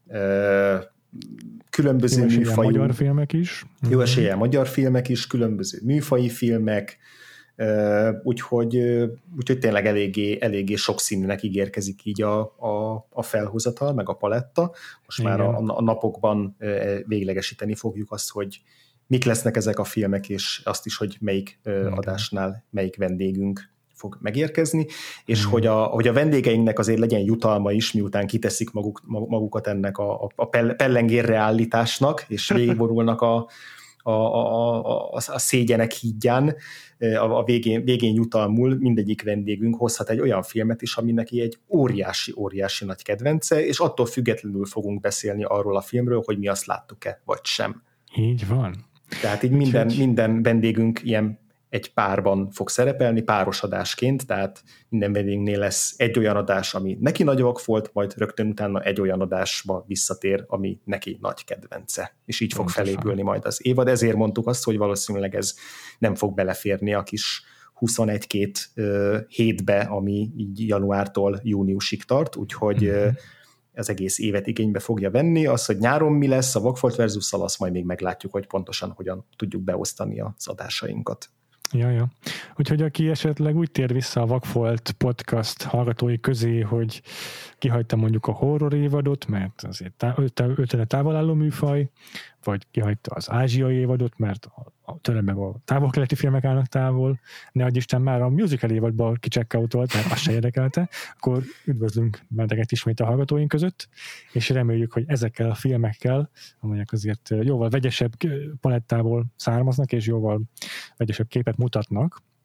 különböző jó műfajú... magyar filmek is. Jó eséllyel magyar filmek is, különböző műfaji filmek, úgyhogy, úgyhogy tényleg eléggé, eléggé sokszínűnek ígérkezik így a, a, a felhozatal, meg a paletta. Most igen. Már a, a napokban véglegesíteni fogjuk azt, hogy mik lesznek ezek a filmek, és azt is, hogy melyik igen. adásnál melyik vendégünk fog megérkezni, és hmm. hogy, a, hogy a vendégeinknek azért legyen jutalma is, miután kiteszik maguk, magukat ennek a, a pellengérre állításnak, és végigborulnak a, a, a, a, a szégyenek hídján, a, a végén, végén jutalmul mindegyik vendégünk hozhat egy olyan filmet is, ami neki egy óriási, óriási nagy kedvence, és attól függetlenül fogunk beszélni arról a filmről, hogy mi azt láttuk-e, vagy sem. Így van. Tehát így minden, minden vendégünk ilyen egy párban fog szerepelni, páros adásként, tehát minden vendégnél lesz egy olyan adás, ami neki nagy vakfolt, majd rögtön utána egy olyan adásba visszatér, ami neki nagy kedvence. És így fog Pontosan. felépülni majd az évad. Ezért mondtuk azt, hogy valószínűleg ez nem fog beleférni a kis huszonegy-két uh, hétbe, ami így januártól júniusig tart, úgyhogy mm-hmm. uh, az egész évet igénybe fogja venni. Az, hogy nyáron mi lesz a Vakfolt verzusszal, azt majd még meglátjuk, hogy pontosan hogyan tudjuk beosztani az adásainkat. Ja, ja. Úgyhogy aki esetleg úgy tér vissza a Vakfolt podcast hallgatói közé, hogy kihagyta mondjuk a horror évadot, mert azért tőle távol álló műfaj, vagy kihagyta az ázsiai évadot, mert tőle meg a távol-keleti filmek állnak távol, ne adj Isten már a musical évadban kicsekkautolt, mert azt se érdekelte, akkor üdvözlünk benneteket ismét a hallgatóink között, és reméljük, hogy ezekkel a filmekkel, amelyek azért jóval vegyesebb palettából származnak, és jóval vegyesebb képet mutatnak,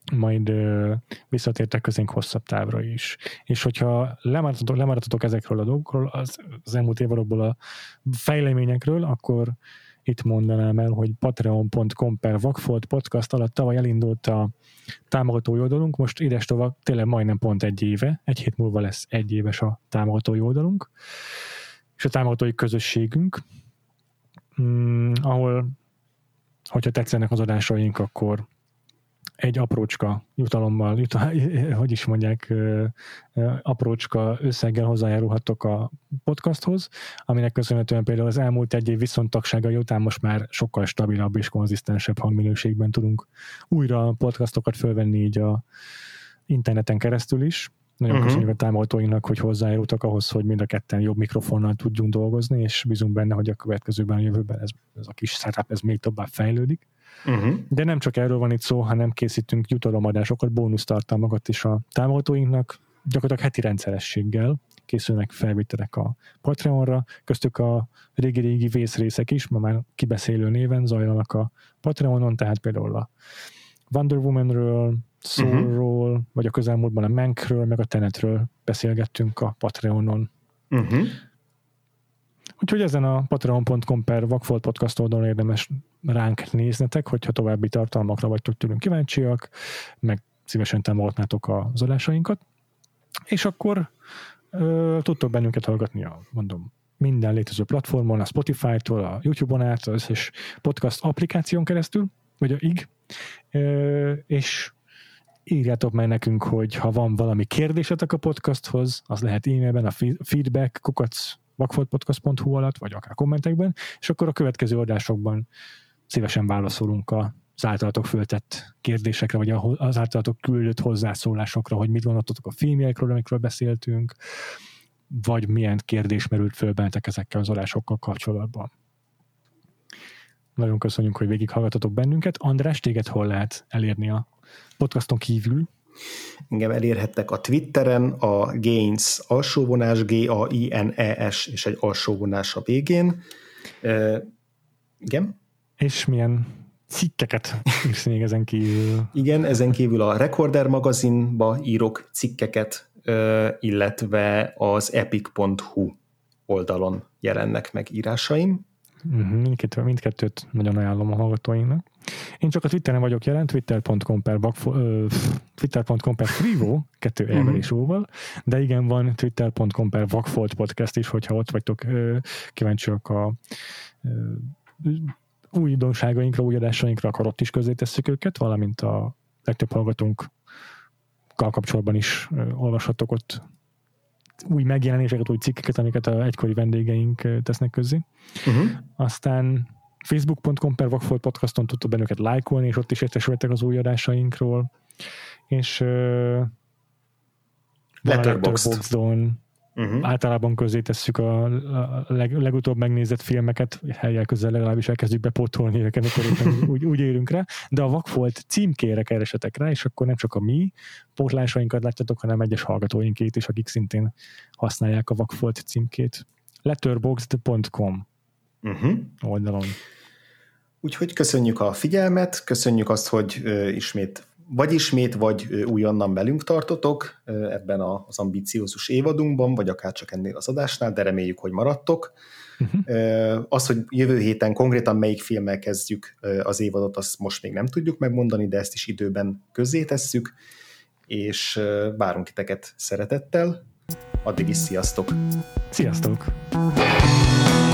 majd ö, visszatértek közénk hosszabb távra is. És hogyha lemaradtatok, lemaradtatok ezekről a dolgokról, az, az elmúlt évadokból a fejleményekről, akkor itt mondanám el, hogy patreon pont com per Vagfolt podcast alatt tavaly elindult a támogatói oldalunk, most idestova tényleg majdnem pont egy éve, egy hét múlva lesz egy éves a támogatói oldalunk, és a támogatói közösségünk, mm, ahol, hogyha tetszenek az adásaink, akkor egy aprócska jutalommal, jutal, hogy is mondják, aprócska összeggel hozzájárulhattok a podcasthoz, aminek köszönhetően például az elmúlt egy év viszontagságai után most már sokkal stabilabb és konzisztensebb hangminőségben tudunk újra podcastokat fölvenni így a interneten keresztül is. Nagyon uh-huh. köszönjük a támogatóinknak, hogy hozzájárultak ahhoz, hogy mind a ketten jobb mikrofonnal tudjunk dolgozni, és bízunk benne, hogy a következőben, a jövőben ez, ez a kis setup ez még tovább fejlődik. Uh-huh. De nem csak erről van itt szó, hanem készítünk jutalomadásokat, bónusztartalmakat is a támogatóinknak, gyakorlatilag heti rendszerességgel készülnek felvételek a Patreonra, köztük a régi-régi vészrészek is, ma már kibeszélő néven zajlanak a Patreonon, tehát például a Wonder Womanről, Soulról, uh-huh. vagy a közelmúltban a Mankről, meg a Tenetről beszélgettünk a Patreonon. Uh-huh. Úgyhogy ezen a patreon pont com per Vagfolt podcast oldalon érdemes ránk néznetek, hogyha további tartalmakra vagytok tőlünk kíváncsiak, meg szívesen támogatnátok az adásainkat. És akkor ö, tudtok bennünket hallgatni a, mondom, minden létező platformon, a Spotify-tól, a YouTube-on át, az összes podcast applikáción keresztül, vagy a I G, ö, és írjátok meg nekünk, hogy ha van valami kérdésetek a podcasthoz, az lehet e-mailben, a feedback, kukac, vagfoltpodcast pont hu alatt, vagy akár kommentekben, és akkor a következő adásokban szívesen válaszolunk az általatok föltett kérdésekre, vagy az általatok küldött hozzászólásokra, hogy mit gondoltatok a filmjekről, amikről beszéltünk, vagy milyen kérdés merült föl bennetek ezekkel az adásokkal kapcsolatban. Nagyon köszönjük, hogy végighallgatatok bennünket. András, téged hol lehet elérni a podcaston kívül? Engem elérhettek a Twitteren, a Gaines alsóvonás, G A I N E S és egy alsóvonás a végén. Uh, igen? És milyen cikkeket írsz még ezen kívül? Igen, ezen kívül a Recorder magazinba írok cikkeket, uh, illetve az epic pont hu oldalon jelennek meg írásaim. Uh-huh, mindkettőt, mindkettőt nagyon ajánlom a hallgatóinknak. Én csak a Twitteren vagyok jelen, twitter pont com per twitter pont com per Frivo, kettő elvel és óval, de igen, van twitter pont com per Vagfolt podcast is, hogyha ott vagytok kíváncsiak a új újdonságainkra, új adásainkra, akkor ott is közé tesszük őket, valamint a legtöbb hallgatónkkal kapcsolatban is olvashatok ott új megjelenéseket, új cikkeket, amiket a egykori vendégeink tesznek közzé. Uh-huh. Aztán facebook pont com per Vagfolt podcaston tudtok bennünket lájkolni, és ott is értesültek az új adásainkról. És uh, Letterboxdon uh-huh. általában közé tesszük a, a leg, legutóbb megnézett filmeket, helyjel közel legalábbis elkezdjük bepótolni őket, amikor úgy, úgy érünk rá, de a Vagfolt címkére keresetek rá, és akkor nem csak a mi pótlásainkat látjátok, hanem egyes hallgatóinkét is, akik szintén használják a Vagfolt címkét. letterboxd pont com uh-huh. oldalon. Úgyhogy köszönjük a figyelmet, köszönjük azt, hogy uh, ismét vagy ismét, vagy uh, újonnan velünk tartotok uh, ebben az ambiciózus évadunkban, vagy akár csak ennél az adásnál, de reméljük, hogy maradtok. Uh-huh. Uh, az, hogy jövő héten konkrétan melyik filmmel kezdjük uh, az évadot, azt most még nem tudjuk megmondani, de ezt is időben közzétesszük, és uh, várunk titeket szeretettel. Addig is sziasztok! Sziasztok!